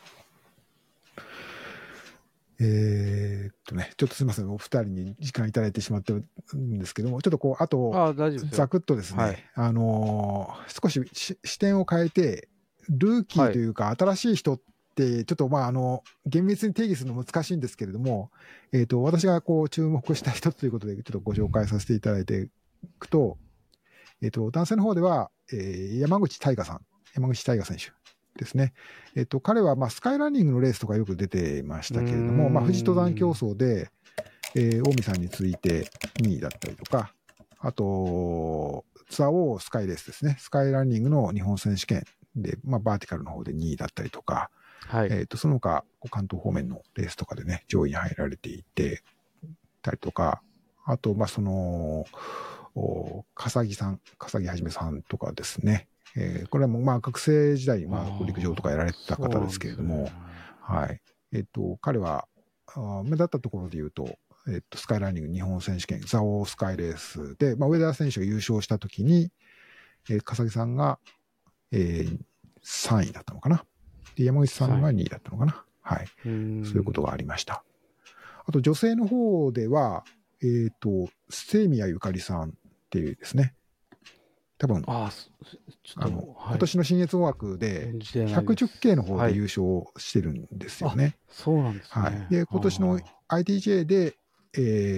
えー、っとね、ちょっとすみません、お二人に時間いただいてしまってるんですけども、ちょっとこう、あと、 ああ大丈夫ですよ。 ざくっとですね、はい、あのー、少し視点を変えて、ルーキーというか、新しい人って、ちょっとまあ、あの、厳密に定義するの難しいんですけれども、えー、っと、私がこう、注目した人ということで、ちょっとご紹介させていただいていくと、えー、っと、男性の方では、えー、山口大河さん、山口大河選手。ですね。えっと、彼は、まあ、スカイランニングのレースとかよく出てましたけれども、まあ、富士登山競争で、えー、近江さんに続いてにいだったりとか、あと、ツアーオースカイレースですね。スカイランニングの日本選手権で、まあ、バーティカルの方でにいだったりとか、はい、えっと、その他、関東方面のレースとかでね、上位に入られていて、たりとか、あと、まあ、その、笠木さん、笠木はじめさんとかですね。えー、これはもうまあ学生時代にまあ陸上とかやられてた方ですけれども、ね、はい。えっと、彼は、目立ったところで言うと、えっと、スカイランニング日本選手権、ザオースカイレースで、まあ、上田選手が優勝したときに、えー、笠木さんが、えー、さんいだったのかな。で、山口さんがにいだったのかな。はい。はい、そういうことがありました。あと、女性の方では、えっと、清宮ゆかりさんっていうですね、多分、 ああの、はい、今年の新越語学で ひゃくじゅっケー の方で優勝してるんですよね。はい、 そうなんですね。 はい。で、今年の アイティージェー で、え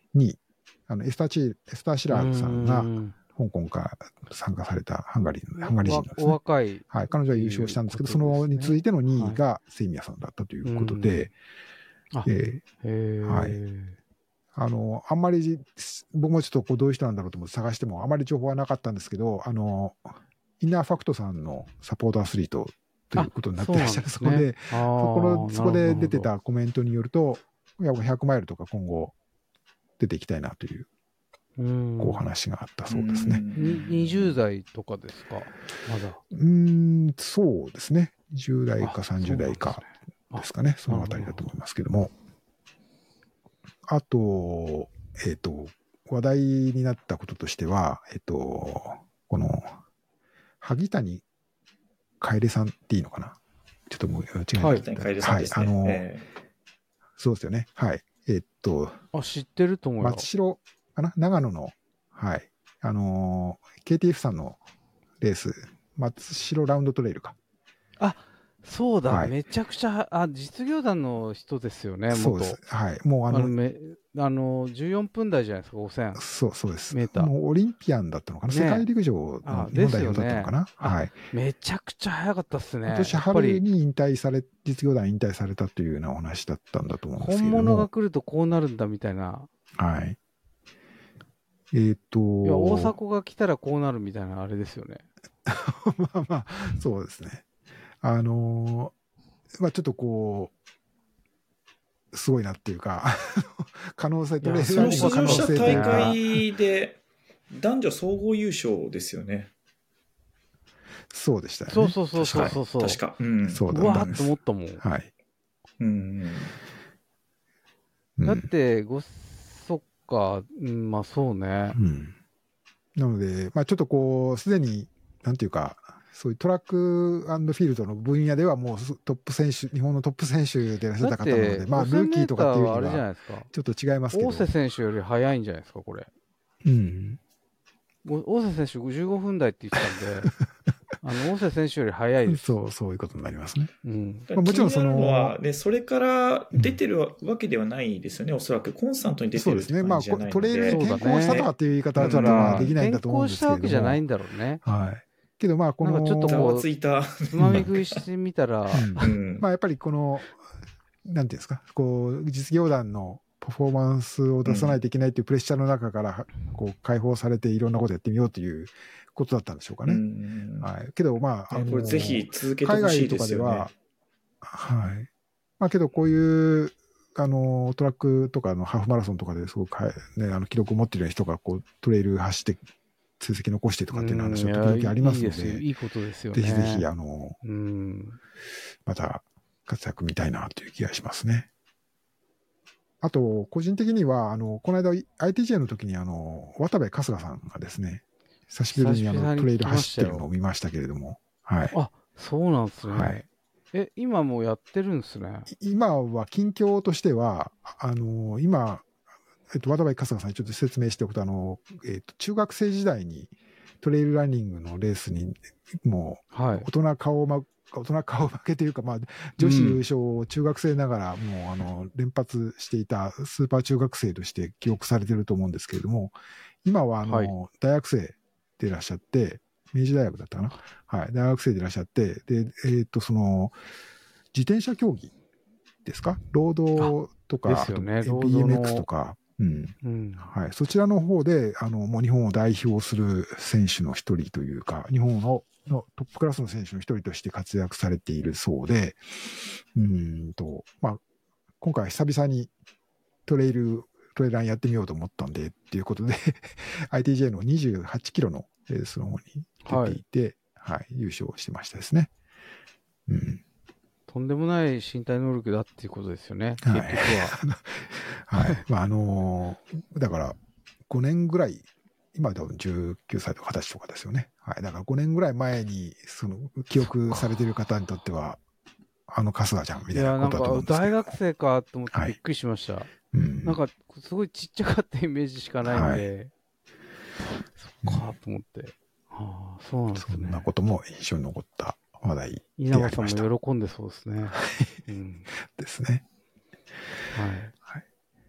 にい、あのエスターチ、エスター・シラーズさんが香港から参加されたハンガリーの、ハンガリー人なんですね。 お若い。 はい。彼女は優勝したんですけど、そのに続いてのにいがセイミヤさんだったということで、 はい、えー、 はい。あの、あんまり、僕もちょっとこうどういう人なんだろうと思って探しても、あまり情報はなかったんですけど、あの、インナーファクトさんのサポーターアスリートということになってらっしゃるそうで、そこの、そこで出てたコメントによると、いや、ひゃくマイルとか今後出ていきたいなという、こう話があったそうですね。 にじゅう代とかですか、まだ。 うーん、そうですね。じゅう代かさんじゅう代かですかね。そのあたりだと思いますけども。あと、えっと、話題になったこととしては、えっと、この、萩谷楓さんっていいのかな、ちょっともう違います。 萩谷楓さんですね。はい、あの、 えー、そうですよね。はい。えー、っと、 あ、知ってると思うよ。 松代かな、長野の、はい。あの、ケーティーエフ さんのレース、松代ラウンドトレイルか。 あ、そうだ、はい、めちゃくちゃ、あ、実業団の人ですよね、元。 そうです。はい。もうあの、 あの、めあのじゅうよんぷん台じゃないですか、ごせん。 そう、そうです。 メーター。 もうオリンピアンだったのかな、ね、世界陸上の日本代表だったのかな、ね、はい。 めちゃくちゃ早かったっすね。 今年春に引退され、実業団引退されたというようなお話だったんだと思うんですけども。 本物が来るとこうなるんだみたいな。 はい。えっ、ー、と。 いや、大迫が来たらこうなるみたいなあれですよね。 まあまあ、そうですね。あのー、まあちょっとこう、すごいなっていうか、可能性とね、 その出場した大会で男女総合優勝ですよね。 そうでしたよね。 そうそうそうそうそう。 確か。うん。 そうだったんです。 うわーっと思ったもん。 はい。 うん。 だって、ご、そっか、うん、まあそうね。 うん。なので、まあちょっとこう、すでに、なんていうか、そういうトラック&フィールドの分野ではもうトップ選手、日本のトップ選手でいらっしゃった方なので、まあルーキーとかっていうにはちょっと違いますけど。 大瀬選手より早いんじゃないですか、これ。 うん。 大瀬選手じゅうごふん台って言ってたんで、あの大瀬選手より早いです。 そう、そういうことになりますね。 うん。 まあ、もちろんその、はね、それから出てるわけではないですよね、うん、おそらくコンスタントに出てるって感じじゃないので。そうですね。まあ、 トレイルに転向したとかっていう言い方はちょっとまあできないんだと思うんですけども。 転向したわけじゃないんだろうね。 はい。けどまあこの、 なんかちょっとこう、 ついたつまみ食いしてみたら、 うん、まあやっぱりこの、なんていうんですか、こう、実業団のパフォーマンスを出さないといけないというプレッシャーの中から、こう、解放されていろんなことやってみようということだったんでしょうかね。うん、はい。けどまあ、あのこれぜひ続けてほしいですよね。 海外とかでは、はい。まあけどこういう、あの、トラックとかのハーフマラソンとかですごく、ね、あの、記録を持っている人が、こう、トレイル走って、成績残してとかっていう話は時々ありますので、 いいいいことですよね。 ぜひぜひ、あの、 うん、 また活躍見たいなという気がしますね。あと、個人的には、あの、この間 アイティージェー の時に、あの、渡部春日さんがですね、久しぶりにあのトレイル走ってるのを見ましたけれども、はい。 あ、そうなんですね。 はい。 え、今もうやってるんですね。 今は近況としては、あの、今、えっと、渡部春日さんにちょっと説明しておくと、あの、えっと、中学生時代にトレイルランニングのレースに、もう、大人顔ま、大人顔負けというか、まあ、女子優勝を中学生ながら、もう、あの、連発していたスーパー中学生として記憶されていると思うんですけれども、今は、あの、はい、大学生でいらっしゃって、明治大学だったかな、はい、大学生でいらっしゃって、で、えっと、その、自転車競技ですか、ロードとか、 ですよね、 ビーエムエックス とか、うんうん、はい、そちらの方で、あの、もう日本を代表する選手の一人というか、日本ののトップクラスの選手の一人として活躍されているそうで、うんと、まあ、今回久々にトレイル、トレイランやってみようと思ったんで、っていうことで、アイティージェー のにじゅうはちキロのレースの方に出ていて、はい、はい、優勝してましたですね。うん。 とんでもない身体能力だっていうことですよね、 はい、 結局は。 はい。まあ、あのー、だから、ごねんぐらい、今多分じゅうきゅうさいとかはたちとかですよね。はい。だからごねんぐらい前に、その、記憶されている方にとっては、あの春日ちゃんみたいなことだと思うんですけど。 いや、なんか大学生かと思ってびっくりしました。はい、うん、なんか、すごいちっちゃかったイメージしかないんで、はい、そっかと思って。はあ、そうなんですね。 そんなことも印象に残った話題で稲葉さんも喜んでそうですね。 うん、ですね。 はい。 はい。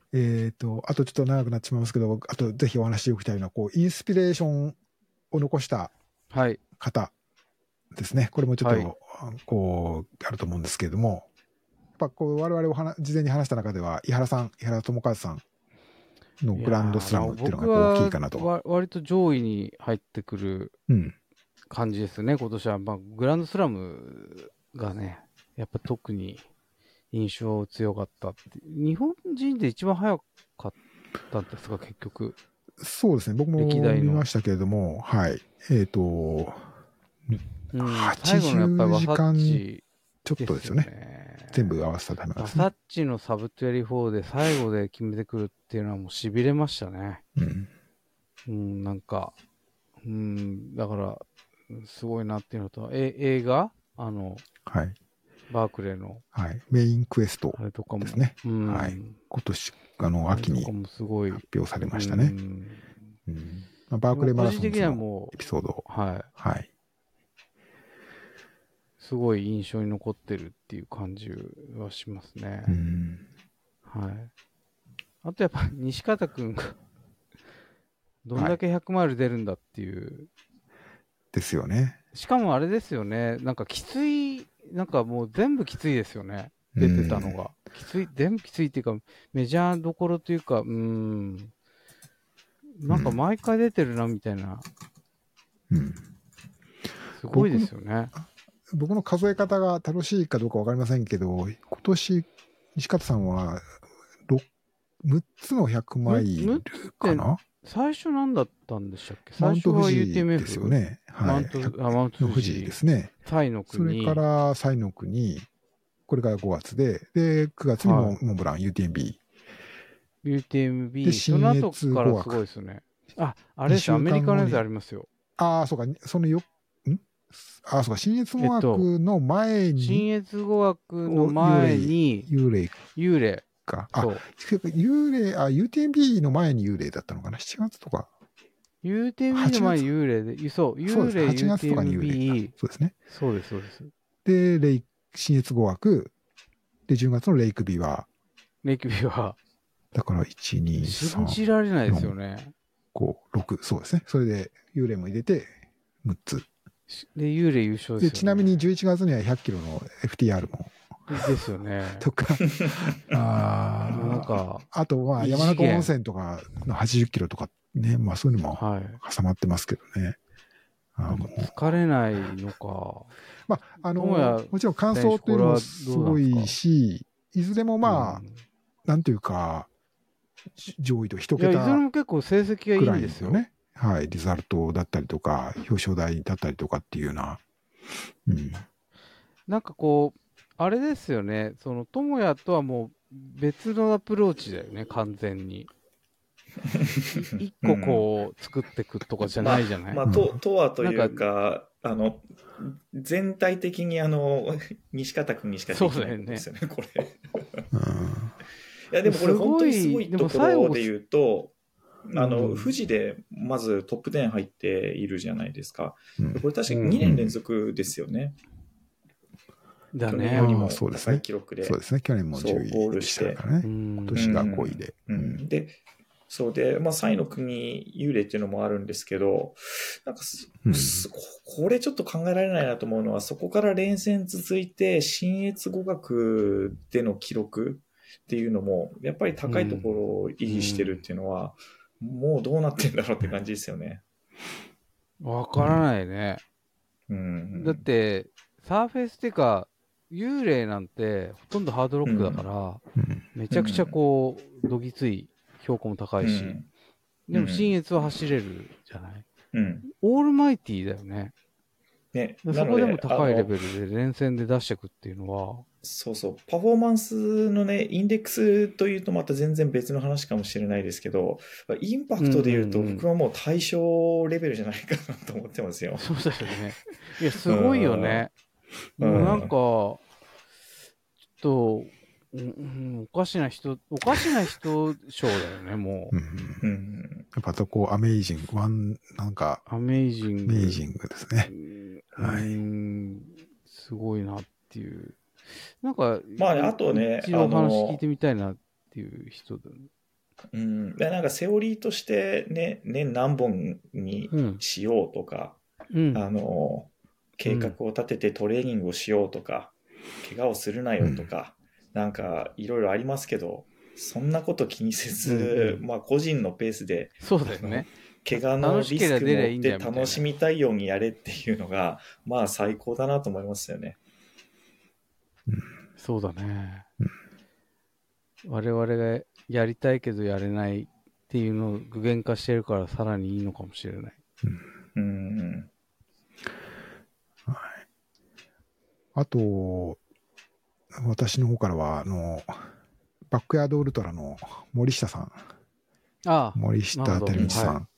えっ、ー、と、あとちょっと長くなってしまいますけど、あとぜひお話しておきたいのは、こう、インスピレーションを残した方ですね。はい、これもちょっと、はい、こう、あると思うんですけれども、やっぱこう、我々お話事前に話した中では、井原さん、井原智和さんのグランドスラムっていうのが大きいかなと。 わ割と上位に入ってくる感じですね、うん、今年は。まあ、グランドスラムがね、やっぱ特に印象強かったって。日本人で一番早かったんですか、結局。 そうですね、僕も見ましたけれども、はい。えっ、ー、と、うん、はちじゅうじかんちょっとですよね。全部合わせたためですね。バサッチのサブトゥエリフォーで最後で決めてくるっていうのはもう痺れましたね。うん。うん、なんか、うん、だから、すごいなっていうのと、え映画あの、 はい。 バークレーの。 はい。メインクエストですね。 うん、 はい。今年、あの、秋に発表されましたね。うん。うんまあ、バークレーマラソンのエピソード。 はい。 はい。 すごい印象に残ってるっていう感じはしますね。 うん。 はい。あとやっぱ西方くんがどんだけひゃくマイル出るんだっていう、はい。 ですよね。 しかもあれですよね。なんかきつい、なんかもう全部きついですよね。出てたのが。きつい、全部きついっていうか、メジャーどころというか、うーん。なんか毎回出てるなみたいな。 うん。 すごいですよね。 僕の数え方が正しいかどうかわかりませんけど、今年、西方さんはむっつのひゃくマイルかな？ 最初何だったんでしたっけ？最初は ユーティーエムエフですよね。はい。 マウント、あ、マウント富士ですね。 サイの国。 それからサイの国、これがごがつで、で、くがつにもモンブラン ユーティーエムビー。 ユーティーエムビー。 で、 新越からすごいですね。あ、あれです、アメリカのやつありますよ。 ああ、そうか、そのよ、んああ、そうか、新越語学の前に。 新越語学の前に、 幽霊。 幽霊。 か。あ、幽霊、あ、ユーティーエムビー の前に幽霊だったのかな？ しち 月とか。 ユーティーエムビー の前に幽霊で、そう、幽霊、 はちがつとかに幽霊。そうですね。 そうです、そうです。 で、レイ、新越語学。で、じゅうがつのレイクビワ。 レイクビワ。 だから、いち、に、さん。 信じられないですよね。 ご、ろく、そうですね。それで、幽霊も入れて、むっつ。 で、幽霊優勝ですよね。で、 ちなみにじゅういちがつにはひゃっキロの エフティーアール も。 ですよね。 とか、あなんか、 あとは山中温泉とかのはちじゅっキロとかね、まあそういうのも挟まってますけどね。 はい、なんか疲れないのか。 まあ、あの、もちろん感想というのもすごいし、いずれもまあ、うん、なんていうか、上位と一桁。 いや、いずれも結構成績がいいんですよね。 はい、リザルトだったりとか、表彰台だったりとかっていうような。うん。 なんかこう、あれですよね、その、智也とはもう別のアプローチだよね、完全に。一個こう、作っていくとかじゃないじゃない、 まあ、まあ、と、とはというか、あの、全体的にあの、西方君にしかできないんですよね、これ。いや、でもこれ本当にすごいところで言うと、あの、富士でまずトップじゅう入っているじゃないですか。これ確かににねん連続ですよね。 だね。 去年よりも高い記録で。 そうですね。去年もじゅういゴールして。 今年がごいで。 うんうん、で、そうで、まあ、サイの国幽霊っていうのもあるんですけど、なんか、うん、これちょっと考えられないなと思うのは、そこから連戦続いて、新越語学での記録っていうのも、やっぱり高いところを維持してるっていうのは、うん、もうどうなってんだろうって感じですよね。 わからないね。 うん、 だって、サーフェイスっていうか、幽霊なんてほとんどハードロックだから、うん、めちゃくちゃこう、どぎつい標高も高いし、うん、でも新越は走れるじゃない、うん、オールマイティーだよね。 ね、 そこでも高いレベルで連戦で出していくっていうのは、 そうそう、パフォーマンスのね、インデックスというとまた全然別の話かもしれないですけど、インパクトでいうと僕はもう対象レベルじゃないかなと思ってますよ。 そうだよね。いや、すごいよね。もうなんか、ちょっと、うん、おかしな人、おかしな人賞だよね、もう。 うん、やっぱとこう、アメイジング、ワン、なんか、 アメイジング。 アメイジングですね。 うん、はい。すごいなっていう。なんか、 まあ、あとね、 一度お話聞いてみたいなっていう人だ、ね、 うん、でなんかセオリーとしてね、年何本にしようとか、うん、あの、計画を立ててトレーニングをしようとか、うん、怪我をするなよとか、うん、なんかいろいろありますけど、そんなこと気にせず、うんうん、まあ個人のペースで、 そうだよね。 怪我のリスクも負って楽しみたいようにやれっていうのが、まあ最高だなと思いますよね。 うん、そうだね。我々がやりたいけどやれないっていうのを具現化してるからさらにいいのかもしれない。 うん。うんはい、あと、私の方からは、あの、バックヤードウルトラの森下さん。 ああ。 森下照道さん。はい、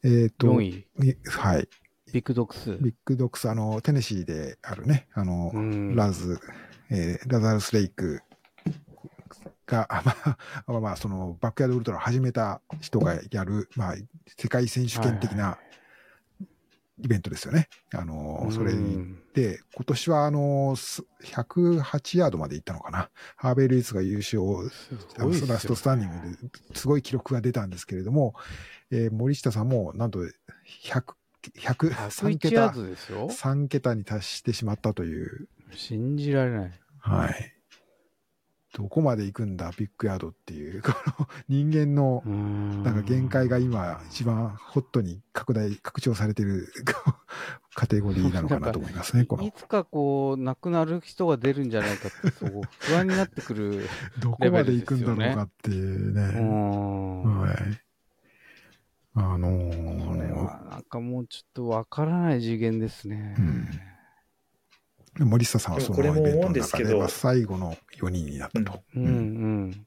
えっ、ー、と、 よんい。 はい。 ビッグドックス。 ビッグドックス、あの、テネシーであるね、あの、ラズ、えー、ラザルスレイクが、まあ、まあ、その、バックヤードウルトラを始めた人がやる、まあ、世界選手権的なイベントですよね。あの、それで、今年は、あの、ひゃくはちヤードまで行ったのかな。ハーベイ・ルイスが優勝、ラストスタンディングですごい記録が出たんですけれども、えー、森下さんも、なんと、ひゃく、ひゃく、さんけた、さんけたに達してしまったという。 信じられない。 はい。どこまで行くんだ、ビッグヤードっていう、この人間の、なんか限界が今、一番ホットに拡大、拡張されているカテゴリーなのかなと思いますね、この。 いつかこう、亡くなる人が出るんじゃないかって、そう不安になってくる、ね。 どこまで行くんだろうかっていうね。はい。あのー、 これはなんかもうちょっとわからない次元ですね。 うん、森下さんはそのイベントの中では最後のよにんになったと。 うんうんうん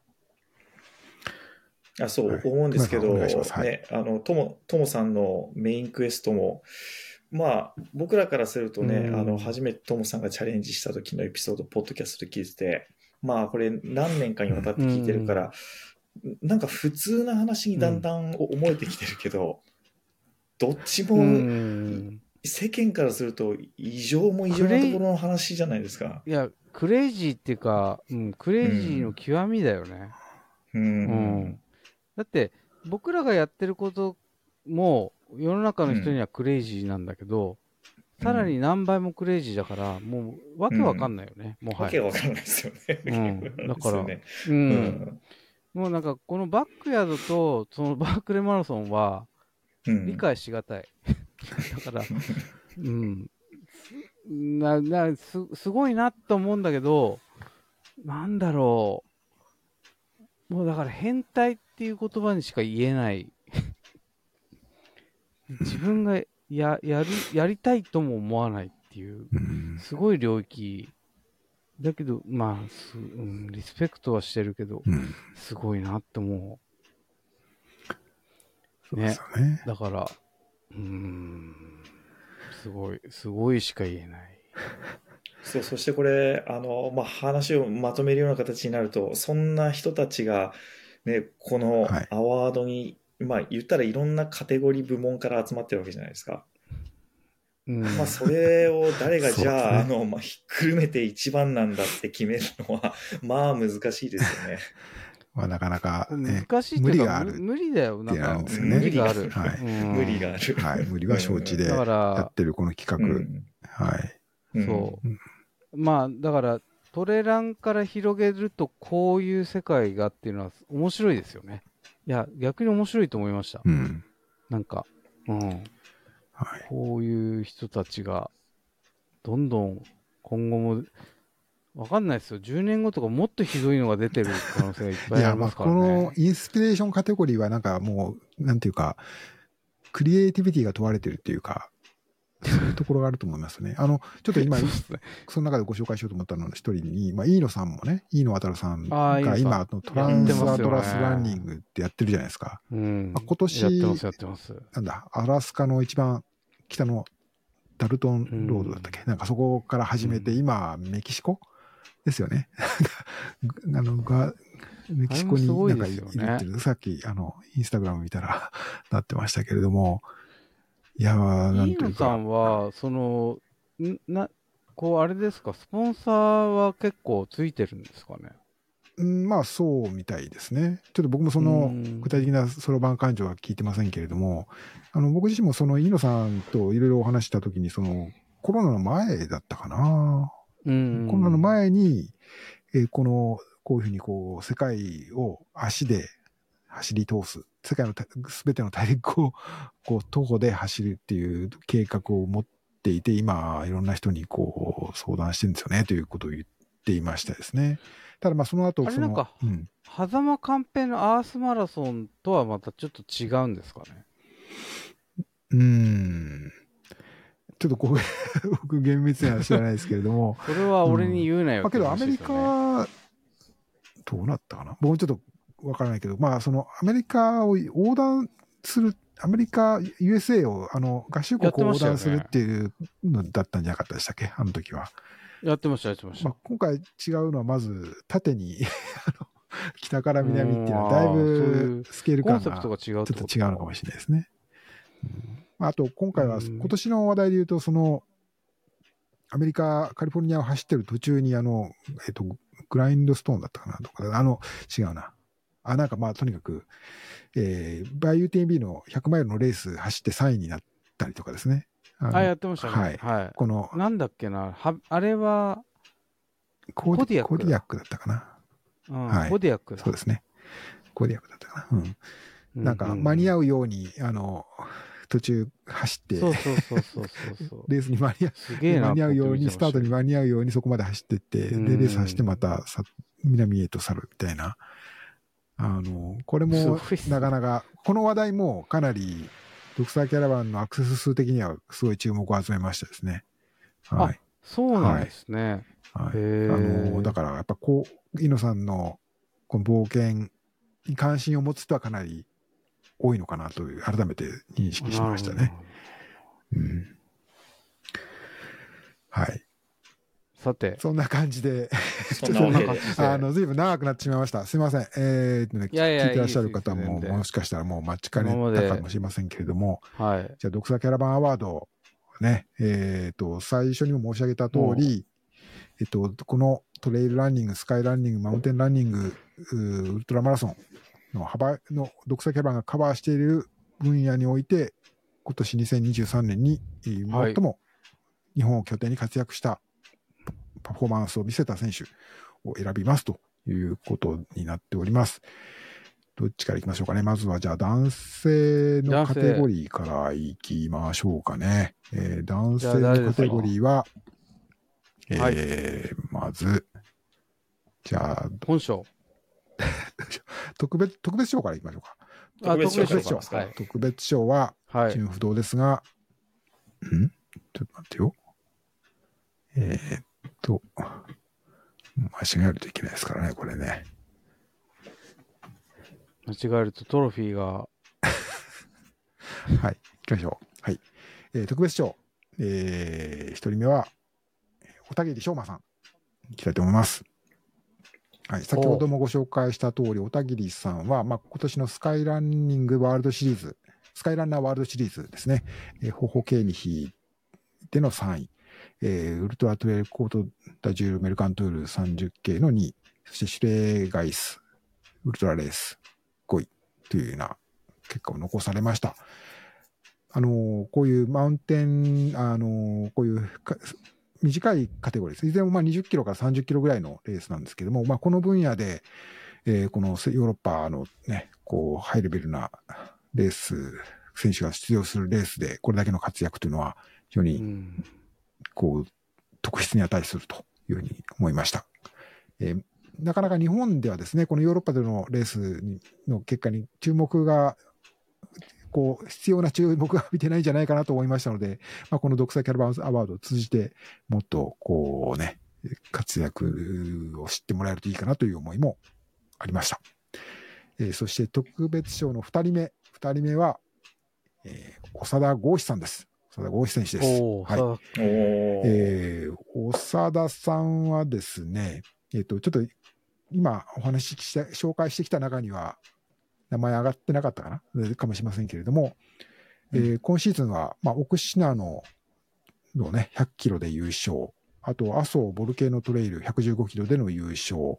あ、そう、思うんですけど、はい、ね、あの、とも、ともさんのメインクエストも、まあ、僕らからするとね、あの、初めてともさんがチャレンジした時のエピソード、ポッドキャストで聞いてて、まあ、これ何年かにわたって聞いてるから、なんか普通な話にだんだん思えてきてるけど、どっちも、世間からすると異常も異常なところの話じゃないですか。 いや、クレイジーっていうか、うん、クレイジーの極みだよね。 うん。うんだって僕らがやってることも世の中の人にはクレイジーなんだけど、うん、さらに何倍もクレイジーだからもうわけわかんないよね、うん、もうわけわかんないですよね、 うん、だから、 ね、 うん、うん、もうなんかこのバックヤードとそのバークレーマラソンは理解しがたい、うん、だからうんなな す, すごいなと思うんだけど、なんだろう、もうだから変態っていう言葉にしか言えない自分が や, や, るやりたいとも思わないっていうすごい領域だけど、まあす、うん、リスペクトはしてるけど、すごいなって思う。ね。 そうですよね。 だから、うーん、すごい、すごいしか言えない。 そう、そしてこれ、あの、まあ、話をまとめるような形になると、そんな人たちが、ね、このアワードに、はい、まあ、言ったらいろんなカテゴリー部門から集まってるわけじゃないですか。うん、まあ、それを誰がじゃあ、ね、あの、まあ、ひっくるめて一番なんだって決めるのは、まあ、難しいですよね。 まあ、なかなか、ね、 難しいっていうか無理がある。無理だよ。なんか、 ですよね、 無理がある。 はい、無理がある。 はい。無理は承知でやってるこの企画。うん、はい。 そう。うん、まあ、だから、トレランから広げると、こういう世界がっていうのは面白いですよね。いや、逆に面白いと思いました。 うん。 なんか、うん。はい、こういう人たちが、どんどん今後も、わかんないですよ。じゅうねんごとかもっとひどいのが出てる可能性がいっぱいありますからね。いや、まあ、 このインスピレーションカテゴリーはなんかもう、なんていうか、クリエイティビティが問われてるっていうか、そういうところがあると思いますね。あの、ちょっと今、その中でご紹介しようと思ったのの一人に、まあ、飯野さんもね、飯野渡さんが今、トランスアトラスランニングってやってるじゃないですか。 うん、 まあ、今年、 やってます、やってます。 なんだ、アラスカの一番北のダルトンロードだったっけ、うん、なんかそこから始めて、うん、今、メキシコですよね。あの、が、メキシコになんかいるっていう、ね、さっき、あの、インスタグラム見たらなってましたけれども、いやー、なんていうか。 飯野さんは、その、んな、こう、あれですか、スポンサーは結構ついてるんですかね。 うん、まあそうみたいですね。ちょっと僕もその具体的なそろばん勘定は聞いてませんけれども、あの僕自身もその飯野さんといろいろお話したときに、そのコロナの前だったかな。うん、コロナの前に、えー、この、こういうふうにこう、世界を足で走り通す。世界のすべての大陸を、こう、徒歩で走るっていう計画を持っていて、今、いろんな人にこう、相談してるんですよね、ということを言っていましたですね。ただまあその後、その、 あれなんか、うん、狭間寛平のアースマラソンとはまたちょっと違うんですかね。 うーん。ちょっとこう、僕厳密には知らないですけれども。 それは俺に言うなよ、 うん、まあけどアメリカ、どうなったかな、僕ちょっとわからないけど、まあそのアメリカを横断する、アメリカ、ユーエスエー を、あの、合衆国を横断するっていうのだったんじゃなかったでしたっけ、あの時は。 やってました、やってました。 まあ、今回違うのは、まず、縦にあの、北から南っていうのは、だいぶスケール感がちょっと違うのかもしれないですね。うん、あと、今回は、今年の話題で言うと、その、アメリカ、カリフォルニアを走ってる途中に、あの、えっと、グラインドストーンだったかなとか、あの、違うな。あ、なんかまあ、とにかく、えー、バイ ユーティービー のひゃくマイルのレース走ってさんいになったりとかですね。 あ、やってましたね。はい。はい、この、なんだっけな、は、あれは、 コディアック。コディアックだったかな。 うん、はい。コディアックだ。 そうですね。コディアックだったかな。うん。なんか、間に合うように、あの、途中走って、 そうそうそうそうそうレースに間に合う、すげえな間に合うように、スタートに間に合うようにそこまで走ってって、で、レース走ってまたさ南へと去るみたいな。あの、これも、なかなか、この話題もかなり、ドクターキャラバンのアクセス数的にはすごい注目を集めましたですね。はい。 そうなんですね。 はい。あの、だからやっぱこう、猪野さんのこの冒険に関心を持つ人はかなり多いのかなという、改めて認識しましたね。うん。はい。 さて。 そんな感じで、 そんな感じで。あの、ずいぶん長くなってしまいました。すいません。えーとね、 いやいや聞いてらっしゃる方も、もしかしたらもう待ちかねたかもしれませんけれども、 はい。 じゃあ、ドクサキャラバンアワード、ね、えっと、最初にも申し上げた通り、えっと、このトレイルランニング、スカイランニング、マウンテンランニング、ウルトラマラソンの幅のドクサキャラバンがカバーしている分野において、今年にせんにじゅうさんねんに最も日本を拠点に活躍したパフォーマンスを見せた選手を選びますということになっております。どっちから行きましょうかね。まずはじゃあ男性のカテゴリーから行きましょうかね。えー、男性のカテゴリーは、えーはい、まず、じゃあ、 本賞。 特別、特別賞から行きましょうか。 特別賞。特別賞。 はい、特別賞は、純不動ですが、はい、んちょっと待ってよ。えー、っと、間違えるといけないですからね、これね。 間違えるとトロフィーが。 はい、行きましょう。はい。えー、特別賞。えー、一人目は、小田切翔馬さん。いきたいと思います。はい。先ほどもご紹介した通り、小田切さんは、まあ、今年のスカイランニングワールドシリーズ、スカイランナーワールドシリーズですね。えー、ホホケーニヒでのさんい。えー、ウルトラトレイルコートダジュールメルカントゥールさんじゅっけいのにい。そしてシュレーガイス、ウルトラレースごいというような結果を残されました。あのー、こういうマウンテン、あのー、こういう短いカテゴリーです。いずれもまあにじゅっキロからさんじゅっキロぐらいのレースなんですけども、まあこの分野で、えー、このヨーロッパのね、こうハイレベルなレース、選手が出場するレースでこれだけの活躍というのは非常にこう特筆に値するというふうに思いました。えー、なかなか日本ではですね、このヨーロッパでのレースの結果に注目がこう必要な注目が浴びてないんじゃないかなと思いましたので、まあ、このドクサキャラバンアワードを通じてもっとこうね活躍を知ってもらえるといいかなという思いもありました。えー、そして特別賞のふたりめふたりめは、えー、長田剛志さんです。長田剛志選手です。はい。えー、長田さんはですね、えっとちょっと今お話しして紹介してきた中には名前上がってなかったかなかもしれませんけれども、うん、えー、今シーズンは、まあ、奥信濃のね、ひゃっキロで優勝、あと、阿蘇ボルケーノトレイルひゃくじゅうごキロでの優勝、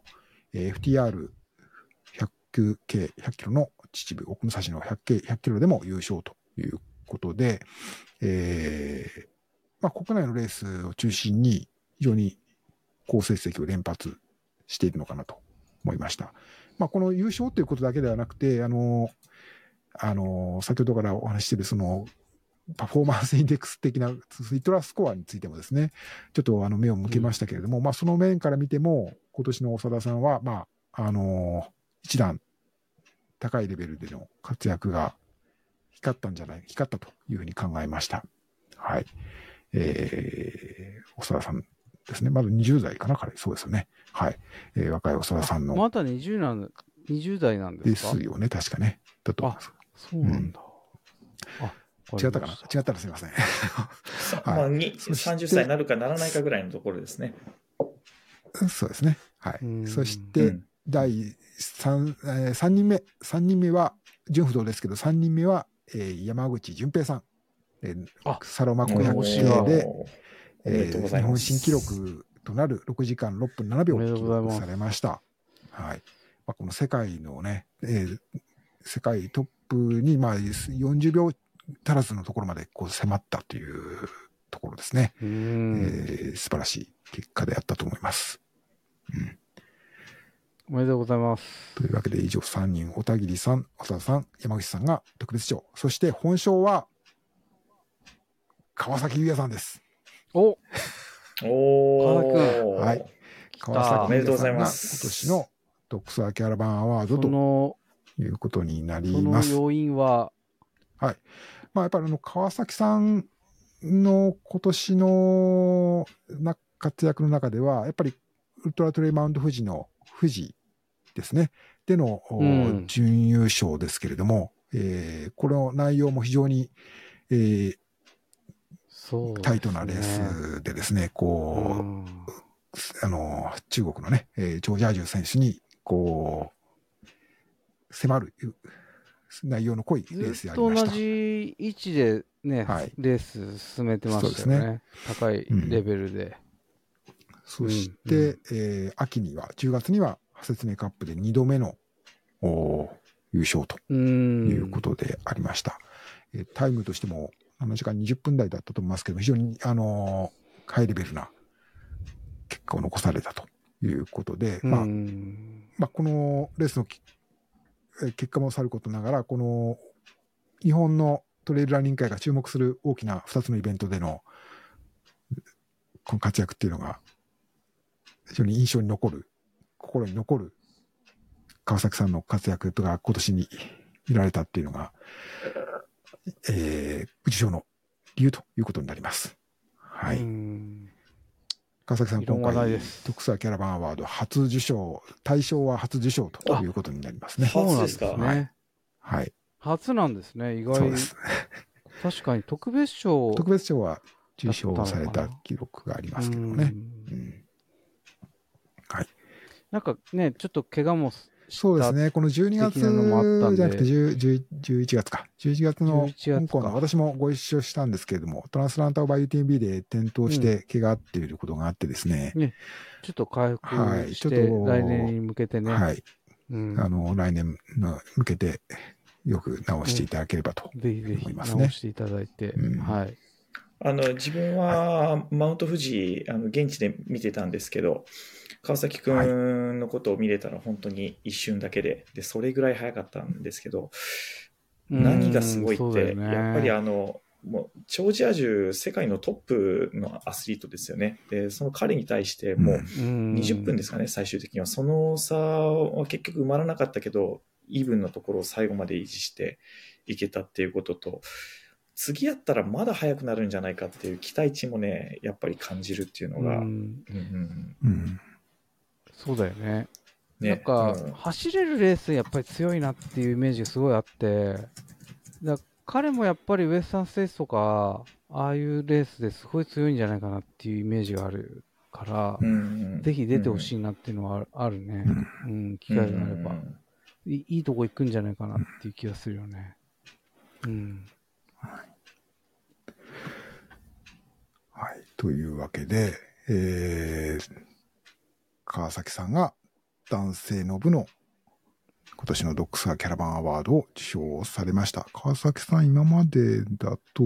えー、エフティーアールひゃくきゅうケーひゃくキロの秩父、奥武蔵の ひゃくケーひゃくキロでも優勝ということで、えーまあ、国内のレースを中心に非常に好成績を連発しているのかなと思いました。まあ、この優勝ということだけではなくて、あの、あの、先ほどからお話ししているその、パフォーマンスインデックス的なスイトラスコアについてもですね、ちょっとあの目を向けましたけれども、うん、まあその面から見ても、今年の長田さんは、まあ、あの、一段高いレベルでの活躍が光ったんじゃない、光ったというふうに考えました。はい。えー、長田さんですね。まだにじゅう代かな、彼。そうですよね。はい。えー、若い長田さんの。 まだにじゅうなん、にじゅう代なんですか？ ですよね、確かね。だと思います。 そうなんだ。 うん、あ違ったかな違ったらすみません。 はい、まあ、にさんじゅっさいになるかならないかぐらいのところですね。 そうですね。はい。そして、だいさん、えー、さんにんめ、さんにんめは、順不動ですけど、さんにんめは、えー、山口純平さん。えー、サロマ湖ひゃくケーで、えー、日本新記録となるろくじかんろっぷんななびょうを記録されました。はい。まあ、この世界のね、えー、世界トップに、まあ、よんじゅうびょう足らずのところまでこう迫ったというところですね。えー、素晴らしい結果であったと思います。うん、 おめでとうございます。 というわけで以上さんにん、小田切さん、長田さん、山口さんが特別賞。そして本賞は川崎優也さんです。 おお川崎君。 はい。川崎優也さんが今年のドクサーキャラバンアワードということになります。 その要因は、 はい。まあ、やっぱりあの川崎さんの今年のな活躍の中では、やっぱりウルトラトレイマウント富士の富士ですね。での、うん、準優勝ですけれども、えー、この内容も非常に、えーそうですね、タイトなレースでですね、こう、うん、あの、中国のね、えー、チョウ・ジャージュ選手に、こう、迫る内容の濃いレースでありました。 ずっと同じ位置でね、はい、レース進めてましたよね。ね高いレベルで。うん、 そして、うん、えー、秋には、じゅうがつには、説明カップでにどめの優勝ということでありました。えー、タイムとしてもななじかんにじゅっぷん台だったと思いますけど、非常に、あのー、ハイレベルな結果を残されたということで、まあ、まあ、このレースの結果もさることながら、この日本のトレイルランニング界が注目する大きなふたつのイベントでのこの活躍っていうのが非常に印象に残る、心に残る川崎さんの活躍が今年に見られたっていうのが、えー、受賞の理由ということになります。はい。川崎さん、今回、徳沢キャラバンアワード初受賞、大賞は初受賞ということになりますね。 そうなんですか。 はい。 はい、 初なんですね、意外。 そうです。 確かに特別賞。 特別賞は受賞された記録がありますけどもね。うん、はい。 なんかね、ちょっと怪我もそうですね。このじゅうにがつじゃなくてじゅういちがつか。じゅういちがつの香港の私もご一緒したんですけれども、トランスランターバイ ユーティービー で転倒して怪我っていうことがあってですね。 うん、ねちょっと回復して、はい、来年に向けてね。 はい。うん、あの、来年の向けてよく直していただければと思いますね。 ぜひぜひ直していただいて。うん、はい。 あの、自分はマウント富士、あの、現地で見てたんですけど、川崎くんのことを見れたら本当に一瞬だけで、で、それぐらい早かったんですけど、何がすごいって、ね、やっぱりあの、もう、チョウ・ジャージュ世界のトップのアスリートですよね。で、その彼に対してもうにじゅっぷんですかね、最終的には。その差は結局埋まらなかったけど、イーブンのところを最後まで維持していけたっていうことと、次やったらまだ速くなるんじゃないかっていう期待値もね、やっぱり感じるっていうのが、うんうんうん、 そうだよね。ねなんか、うん、走れるレースやっぱり強いなっていうイメージがすごいあって、だ彼もやっぱりウエスタンステーツとか、ああいうレースですごい強いんじゃないかなっていうイメージがあるから、うんうん、ぜひ出てほしいなっていうのはあるね。うん、うん、機会があれば、うんい。いいとこ行くんじゃないかなっていう気がするよね。うん。 はい。というわけで、えー、川崎さんが男性の部の今年のドックサーキャラバンアワードを受賞されました。川崎さん、今までだと、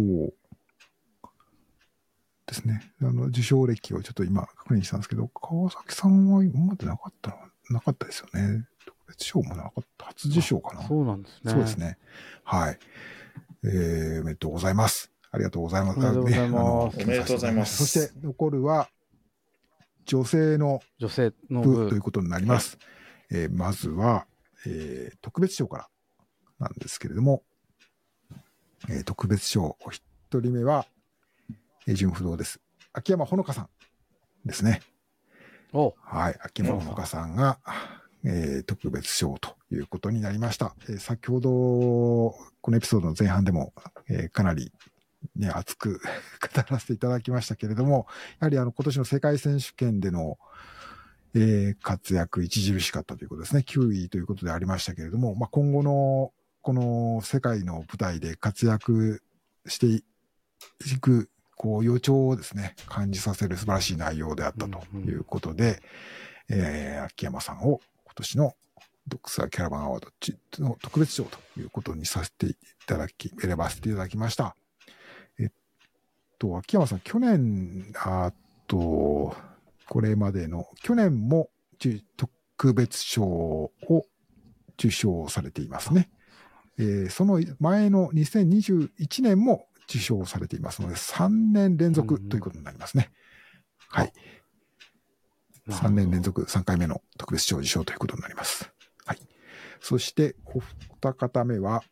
ですね、あの、受賞歴をちょっと今確認したんですけど、川崎さんは今までなかったのなかったですよね。特別賞もなかった。初受賞かな。 そうなんですね。 そうですね。はい。えー、おめでとうございます。ありがとうございます。 おめでとうございます。 おめでとうございます。 そして残るは、女性の女性の部ということになります。はい、えー、まずは、えー、特別賞からなんですけれども、えー、特別賞、お一人目は、えー、純不動です。秋山ほのかさんですね。 おはい。秋山ほのかさんが、えー、特別賞ということになりました。えー、先ほど、このエピソードの前半でも、えー、かなり、ね、熱く語らせていただきましたけれども、やはりあの、今年の世界選手権での、えー、活躍著しかったということですね。きゅういということでありましたけれども、まあ、今後のこの世界の舞台で活躍していくこう予兆をですね感じさせる素晴らしい内容であったということで、うんうんえー、秋山さんを今年のドックサーキャラバンアワードの特別賞ということにさせていただき選ばせていただきました。えっと秋山さん去年あとこれまでの、去年も特別賞を受賞されていますね。えー、その前のにせんにじゅういちねんも受賞されていますので、さんねん連続ということになりますね。うん、はい。さんねん連続さんかいめの特別賞受賞ということになります。はい。そして、お二方目は、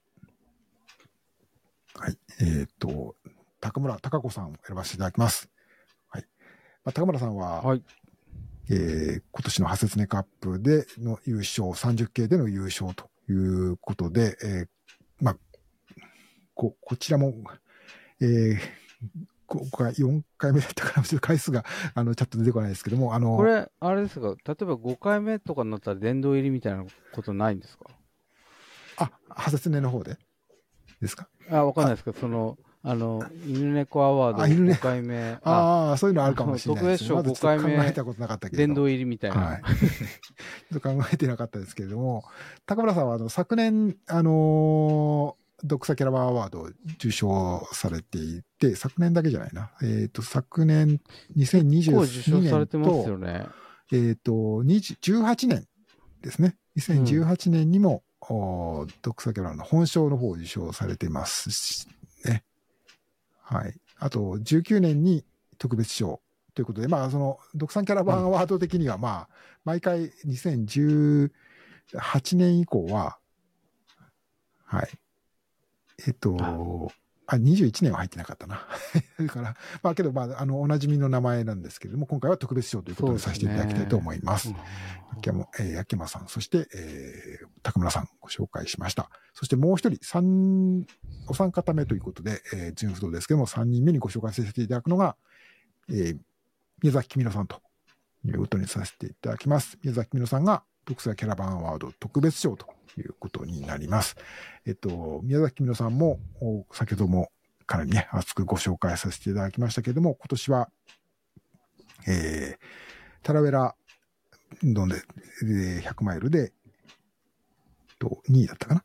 はい。えっ、ー、と、高村貴子さんを選ばせていただきます。まあ、高村さんは、はいえー、今年のハセツネカップでの優勝、さんじゅっけいでの優勝ということで、えー、まあ、こ、こちらも、えー、ここがよんかいめだったから、ちょっと回数が、あの、ちゃんと出てこないですけども、あの、 これ、あれですか、例えばごかいめとかになったら殿堂入りみたいなことないんですか？ あ、ハセツネの方でですか？ あ、わかんないですけど、その、あの、犬猫アワードごかいめ。 あ、ああ、そういうのあるかもしれないですね。 特別賞ごかいめ。 考えたことなかったけど。 殿堂入りみたいな。はい。 ちょっと考えてなかったですけれども、高村さんはあの昨年、あのー、ドックサキャラバンアワードを受賞されていて、昨年だけじゃないな。えっ、ー、と、昨年、にせんにじゅうにねんと、 受賞されてますよね。 えっ、ー、と、じゅうはちねんですね。にせんじゅうはちねんにも、うん、ドックサキャラバンの本賞の方を受賞されていますし、ね。はい。あと、じゅうきゅうねんに特別賞ということで、まあ、その、独産キャラバンアワード的には、まあ、毎回にせんじゅうはちねん以降は、はい。えっと、あ、にじゅういちねんは入ってなかったな。だから、まあ、けど、まあ、あの、おなじみの名前なんですけれども、今回は特別賞ということにさせていただきたいと思います。秋山、えー、秋山さん、そして、えー、高村さん、ご紹介しました。そしてもう一人、三、お三方目ということで、えー、純不動ですけども、三人目にご紹介させていただくのが、えー、宮崎君野さんということにさせていただきます。宮崎君野さんが、特製キャラバンアワード特別賞ということになります。えっと、宮崎君野さんも、先ほどもかなりね、熱くご紹介させていただきましたけれども、今年は、えー、タラウェラドンで、ひゃくマイルで、と、にいだったかな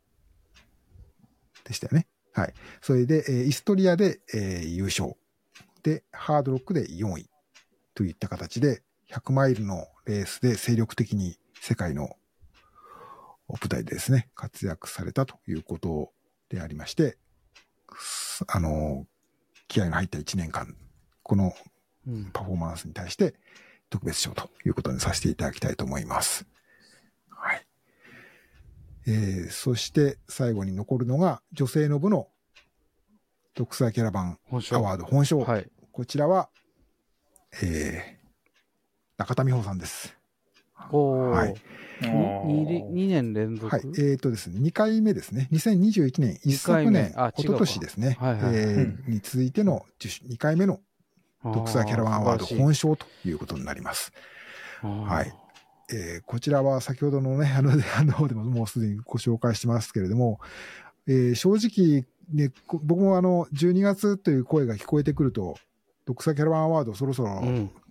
でしたよね。はい。それで、えー、イストリアで、えー、優勝。で、ハードロックでよんいといった形で、ひゃくマイルのレースで精力的に世界の舞台でですね、活躍されたということでありまして、あの、気合の入ったいちねんかん、このパフォーマンスに対して特別賞ということにさせていただきたいと思います。はい。えー、そして最後に残るのが女性の部のドックサーキャラバンアワード本賞。はい、こちらは、えー、中田美穂さんです。 おー。はい。にねん連続。 はい。えっ、ー、とですね、にかいめですね。にせんにじゅういちねん、一昨年、一昨年ですね。はいはいはい、えー、に続いてのにかいめのドックサーキャラバンアワード本賞ということになります。はい。えー、こちらは先ほどのね、あの、あの方でももうすでにご紹介してますけれども、えー、正直、ね、僕もあの、じゅうにがつという声が聞こえてくると、ドックサーキャラバンアワードそろそろ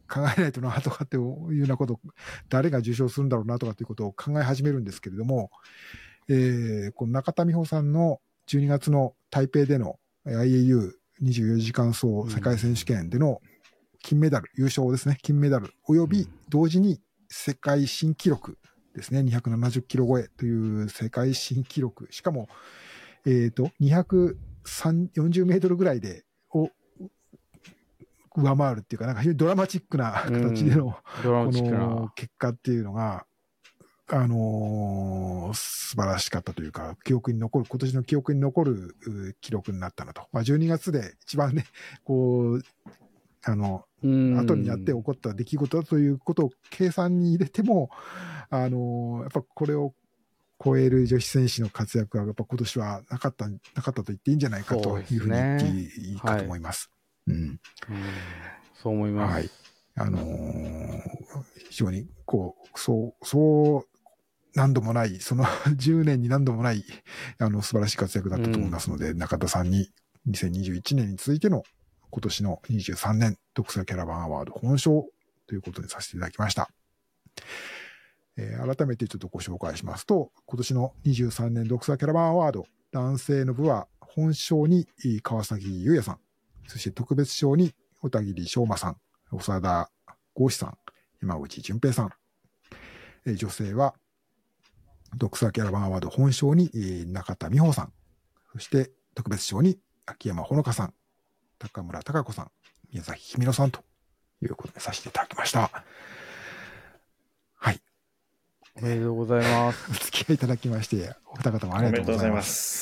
考えないとなとかっていうようなこと、誰が受賞するんだろうなとかっていうことを考え始めるんですけれども、えー、この中田美穂さんのじゅうにがつの台北での アイエーユーにじゅうよじかん走世界選手権での金メダル、優勝ですね、金メダルおよび同時に世界新記録ですね、にひゃくななじゅっキロ超えという世界新記録、しかも、えっと、にひゃくよんじゅうメートルぐらいで、を上回るっていうか、なんか非常にドラマチックな形での、この結果っていうのが、あのー、素晴らしかったというか、記憶に残る、今年の記憶に残る記録になったなと。まあ、じゅうにがつで一番ね、こう、あの、後になって起こった出来事だということを計算に入れても、あのー、やっぱこれを超える女子選手の活躍は、やっぱ今年はなかった、なかったと言っていいんじゃないかというふうに言っていいかと思います。うん、うん。 そう思います。 はい。あのー、非常に、こう、そう、そう、何度もない、そのじゅうねんに何度もない、あの、素晴らしい活躍だったと思いますので、うん、中田さんににせんにじゅういちねんに続いての今年のにじゅうさんねん独裁キャラバンアワード本賞ということにさせていただきました。えー、改めてちょっとご紹介しますと、今年のにじゅうさんねん独裁キャラバンアワード男性の部は本賞に川崎優也さん、そして特別賞に小田切翔馬さん、長田剛志さん、山口純平さん、えー、女性は独裁キャラバンアワード本賞に中田美穂さん、そして特別賞に秋山ほのかさん、高村貴子さん、宮崎ひみのさんということでさせていただきました。はい。 おめでとうございます。 お付き合いいただきまして、お二方もありがとうございます。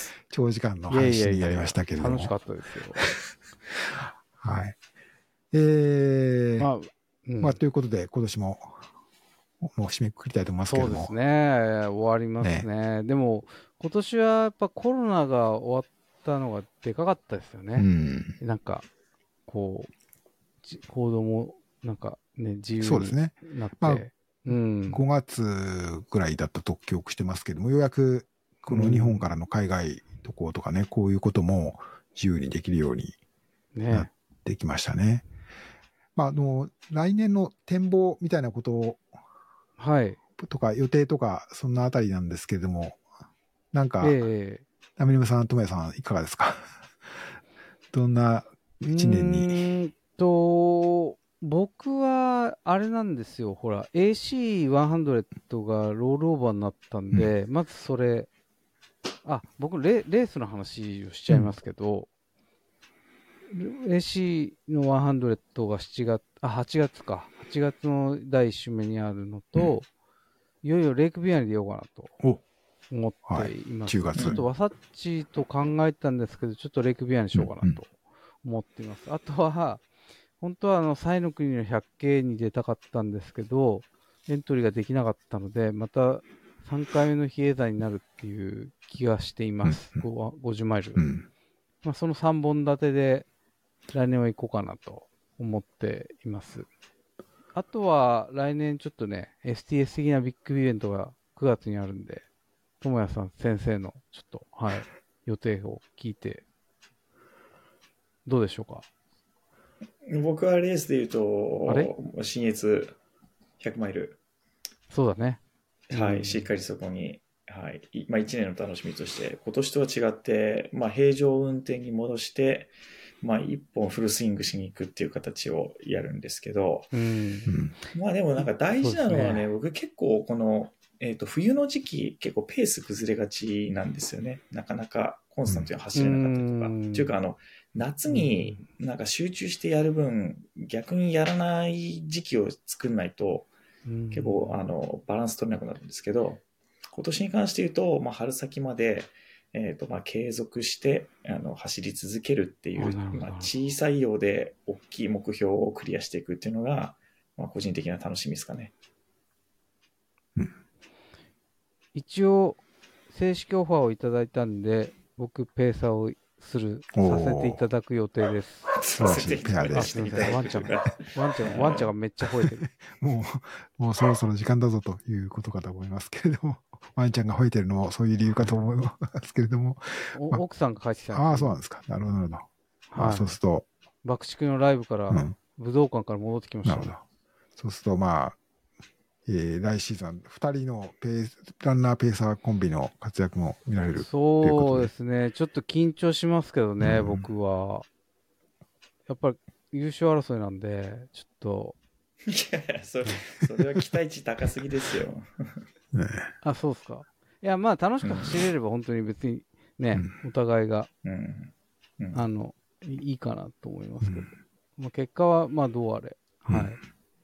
長時間の配信になりましたけれども。 いやいやいや楽しかったですよ。 はい。えー、まあ、うん、まあ、ということで、今年も、もう締めくくりたいと思いますけれども。 そうですね。終わりますね。ね、でも、今年はやっぱコロナが終わったのがでかかったですよね。うん、なんか、こう、行動も、なんかね、自由になって。そうですね。まあうん、ごがつぐらいだったと記憶してますけども、ようやくこの日本からの海外渡航とかね、うん、こういうことも自由にできるようになってきましたね。ねまあ、あの、来年の展望みたいなことを、 はい。 とか予定とか、そんなあたりなんですけれども、なんか、えー、アメリカさん、トモヤさん、いかがですかどんな一年に。うーんと、僕は、あれなんですよ。ほら、エーシーひゃく がロールオーバーになったんで、うん、まずそれ、あ、僕レ、レースの話をしちゃいますけど、うん、エーシー のひゃくがしちがつ、あ、はちがつか。はちがつのだいいっ週目にあるのと、うん、いよいよレイクビアに出ようかなと思っています。はい、ちょっとワサッチと考えたんですけど、ちょっとレイクビアにしようかなと思っています。うんうん、あとは、本当はあの、サイの国の ひゃくケー に出たかったんですけど、エントリーができなかったので、またさんかいめの比叡山になるっていう気がしています。うん、ごじゅうマイル。うん、まあ、そのさんぼん立てで来年は行こうかなと思っています。あとは来年ちょっとね、エスティーエス 的なビッグイベントがくがつにあるんで、ともやさん先生のちょっと、はい、予定を聞いて、どうでしょうか。 僕はレースで言うと、あれ新越ひゃくマイル。 そうだね。 はい、うん、しっかりそこに、はい、まあいちねんの楽しみとして、今年とは違って、まあ平常運転に戻して、まあ一本フルスイングしに行くっていう形をやるんですけど、うん、まあでもなんか大事なのはね、ね僕結構この、えっと、冬の時期結構ペース崩れがちなんですよね。なかなかコンスタントに走れなかったりとか。っていうかあの、夏になんか集中してやる分、逆にやらない時期を作んないと、結構あのバランス取れなくなるんですけど、今年に関して言うと、まあ、春先まで、えーとまあ、継続してあの走り続けるっていう、まあ、小さいようで大きい目標をクリアしていくっていうのが、まあ、個人的な楽しみですかね。 うん、一応正式オファーをいただいたんで、僕ペーサーをするさせていただく予定です。 素晴らしいペアで。 ワンちゃんワンちゃんワンちゃんワンちゃんがめっちゃ吠えてる。 もうもうそろそろ時間だぞということかと思いますけれども、ワンちゃんが吠えてるのもそういう理由かと思いますけれども、 まあ、奥さんが帰ってきたんです。 ああそうなんですか。なるほどなるほど。はい、そうすると爆竹のライブから、うん、武道館から戻ってきました。なるほど。 そうするとまあ、えー、来シーズンふたりのペーランナーペーサーコンビの活躍も見られるということで。 そうですね。ちょっと緊張しますけどね、うん、僕は。やっぱり優勝争いなんで、ちょっと。 いや、それ、それは期待値高すぎですよ。 ね、 あ、そうですか。いや、まあ楽しく走れれば本当に別にね、うん、お互いが、 うんうん、 あの、いいかなと思いますけど。うん、まあ、結果は、まあどうあれ。はい。うん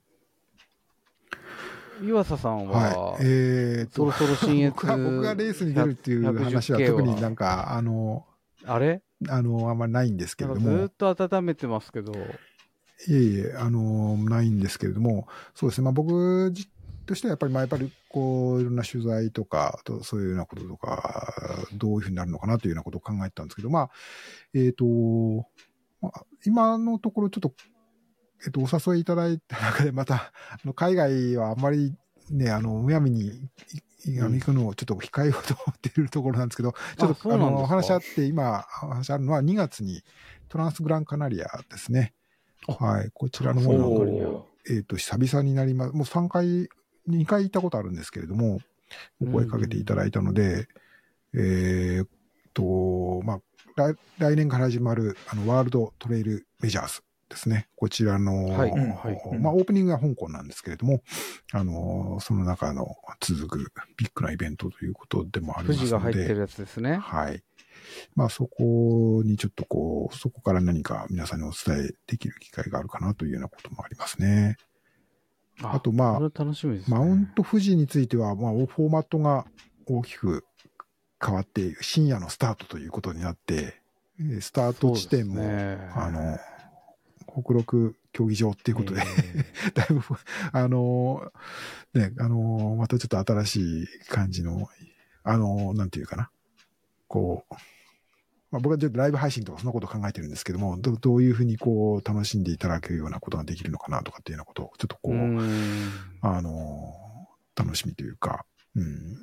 岩佐さんは、 はい、えー、 そろそろ新越僕が僕がレースに出るっていう話は特になんかあのあれあのあんまりないんですけれども、 ずっと温めてますけど、 いえいえあのないんですけれども、そうですね。まあ僕としてはやっぱりまあやっぱりこういろんな取材とかあとそういうようなこととかどういうふうになるのかなというようなことを考えてたんですけど、まあえっと、まあ、今のところちょっとえっと、お誘いいただいた中で、また、あの海外はあんまりね、あの、むやみに行くのをちょっと控えようと思っているところなんですけど、ちょっと、あの、お話あって、今、お話あるのはにがつにトランスグランカナリアですね。はい。こちらの方の、えっと、久々になります。もうさんかい、にかい行ったことあるんですけれども、お声かけていただいたので、えっと、まあ、来、来年から始まる、あの、ワールドトレイルメジャーズ。ですね。こちらの、はいはい、まあ、オープニングは香港なんですけれども、あの、その中の続くビッグなイベントということでもありますので。 富士が入ってるやつですね。 はい。まあ、そこにちょっとこう、そこから何か皆さんにお伝えできる機会があるかなというようなこともありますね。あ, あと、まあ、 楽しみですね、 マウント富士については、まあ、フォーマットが大きく変わって、深夜のスタートということになって、スタート地点も、ね、あの、北陸競技場っていうことで、えー、だいぶ、あの、ね、あの、またちょっと新しい感じの、あの、なんていうかな。こう、まあ、僕はちょっとライブ配信とかそのことを考えてるんですけども、ど, どういうふうにこう、楽しんでいただけるようなことができるのかなとかっていうようなことを、ちょっとこう、うあの、楽しみというか、うん、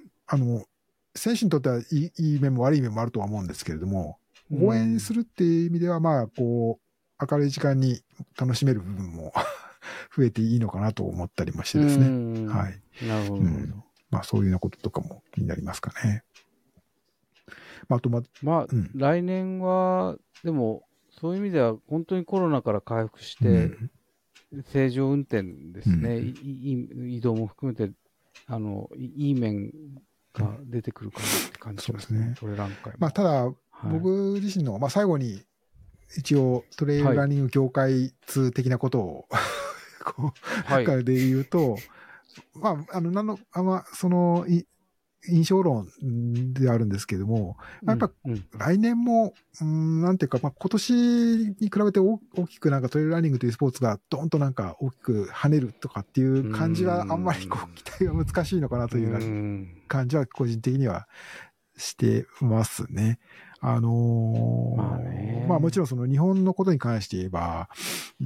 あの、選手にとってはいい、いい面も悪い面もあるとは思うんですけれども、応援するっていう意味では、まあ、こう、明るい時間に楽しめる部分も増えていいのかなと思ったりもしてですね。はい。 なるほど、うん。 まあそういうようなこととかも気になりますかね。まあ、あとま、 まあ、うん、来年は、でも、そういう意味では本当にコロナから回復して、正常運転ですね、うん、いい移動も含めて、あの、いい面が出てくるかなって感じしますね。うん、そうですね。トレラン会も。 まあただ、はい、僕自身の、まあ最後に、一応、トレイルランニング協会通的なことを、はい、こう、はい、からで言うと、まあ、あの、なんの、あんま、その、印象論であるんですけども、やっぱ、来年も、うん、なんていうか、まあ、今年に比べて大きくなんかトレイルランニングというスポーツがドーンとなんか大きく跳ねるとかっていう感じはあんまりこう、期待が難しいのかなというような感じは個人的にはしてますね。あのー、まあね。まあもちろんその日本のことに関して言えば、うん、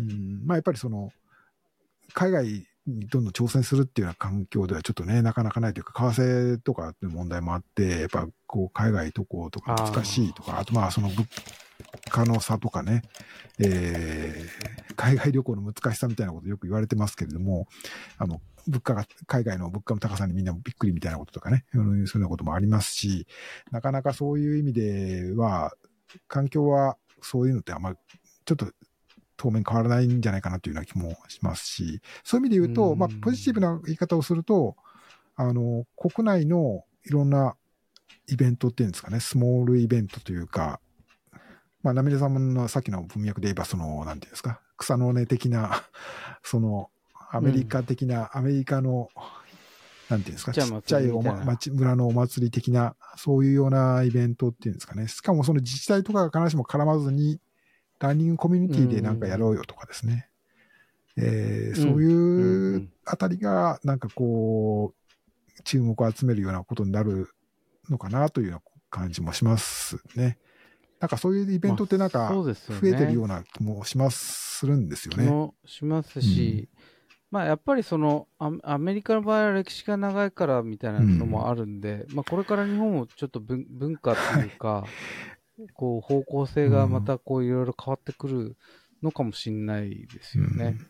まあやっぱりその、海外にどんどん挑戦するっていうような環境ではちょっとね、なかなかないというか、為替とかっていう問題もあって、やっぱこう海外渡航とか難しいとか、あ, あとまあその物価の差とかね、えー、海外旅行の難しさみたいなことよく言われてますけれども、あの、物価が、海外の物価の高さにみんなもびっくりみたいなこととかね、そういうようなこともありますし、なかなかそういう意味では、環境はそういうのってあんまりちょっと当面変わらないんじゃないかなというような気もしますし、そういう意味で言うと、まあ、ポジティブな言い方をすると、あの、国内のいろんなイベントっていうんですかね、スモールイベントというか、まあ、ナミレさんのさっきの文脈で言えば、その、なんていうんですか、草の根的な、その、アメリカ的な、うん、アメリカの、なんていうんですか、ちっちゃいお、ま、町、村のお祭り的な、そういうようなイベントっていうんですかね。しかもその自治体とかが必ずしも絡まずに、ランニングコミュニティでなんかやろうよとかですね。うんえー、そういうあたりが、なんかこう、注目を集めるようなことになるのかなというような感じもしますね。なんかそういうイベントってなんか増えてるような気もします、するんですよね。 気もしますし、うん、まあやっぱりそのアメリカの場合は歴史が長いからみたいなのもあるんで、うん、まあこれから日本もちょっと 文, 文化っていうか、はいこう方向性がまたこういろいろ変わってくるのかもしれないですよね。うん、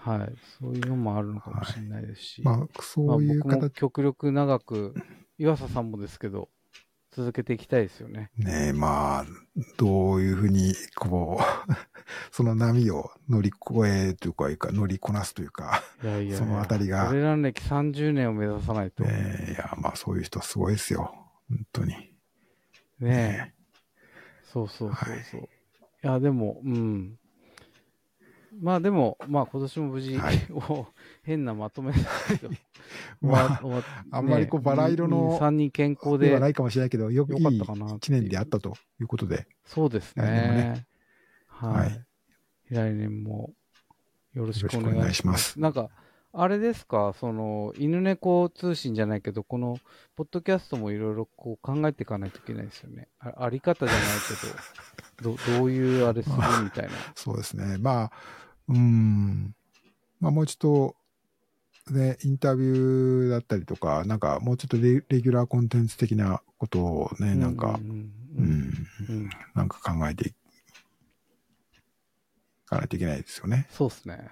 はい。そういうのもあるのかもしれないですし。 はい、まあ、そういう形、まあ、僕も極力長く、岩佐さんもですけど、続けていきたいですよね。 ねえ、まあ、どういうふうに、こう、その波を乗り越えというか、いうか乗りこなすというか、 いやいやいや、 そのあたりが。 トレラン歴さんじゅうねんを目指さないと。 ねえ、いや、まあそういう人すごいですよ。本当に。 ねえ。ねそうそうそうそう。はい、いや、でも、うん。まあでも、まあ今年も無事、はい、変なまとめですけど。 まあ、あんまりこうバラ色のさんにん健康ではないかもしれないけど、よくいいいちねんであったということで。 そうですね。来年もね。はい。来年もよろしくお願いします。なんか、あれですか、その、犬猫通信じゃないけど、この、ポッドキャストもいろいろこう考えていかないといけないですよね。あ, あり方じゃないけど、どどういうあれするみたいな。 そうですね。まあ、うん。まあもうちょっと、ね、インタビューだったりとか、なんかもうちょっと レ, レギュラーコンテンツ的なことをね、なんか、うん、なんか考えていかないといけないですよね。 そうですね。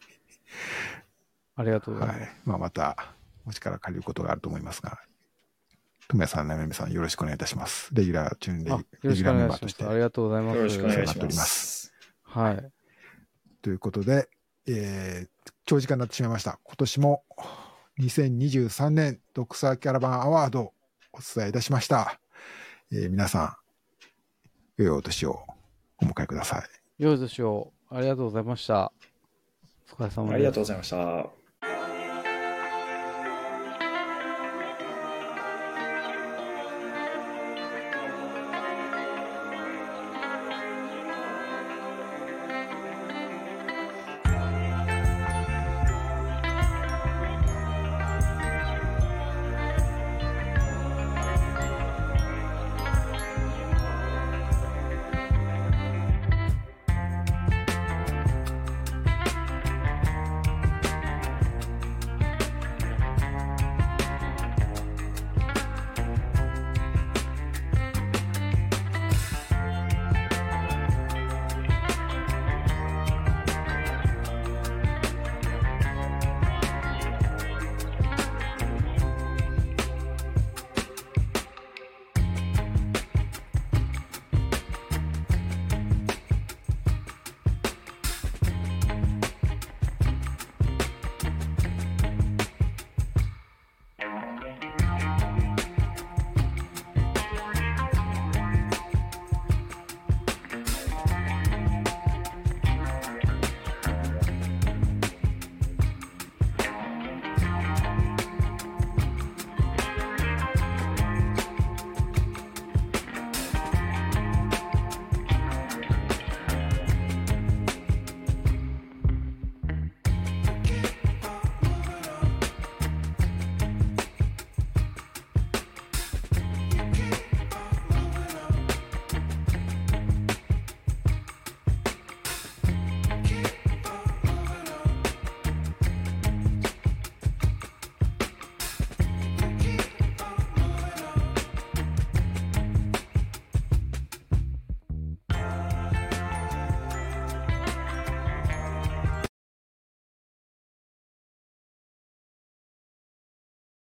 ありがとうございます。はい、 まあまた、お力借りることがあると思いますが、ともやさん、なめめさん、よろしくお願いいたします。レギュラー、チューンレレギュラーメンバーとして。 ありがとうございます。 よろしくお願いします。 はい。 ということで、えー、長時間になってしまいました。今年もにせんにじゅうさんねんドクサーキャラバンアワードをお伝えいたしました。えー、皆さん、良いお年をお迎えください。 良いお年を。ありがとうございました。お疲れ様です。 ありがとうございました。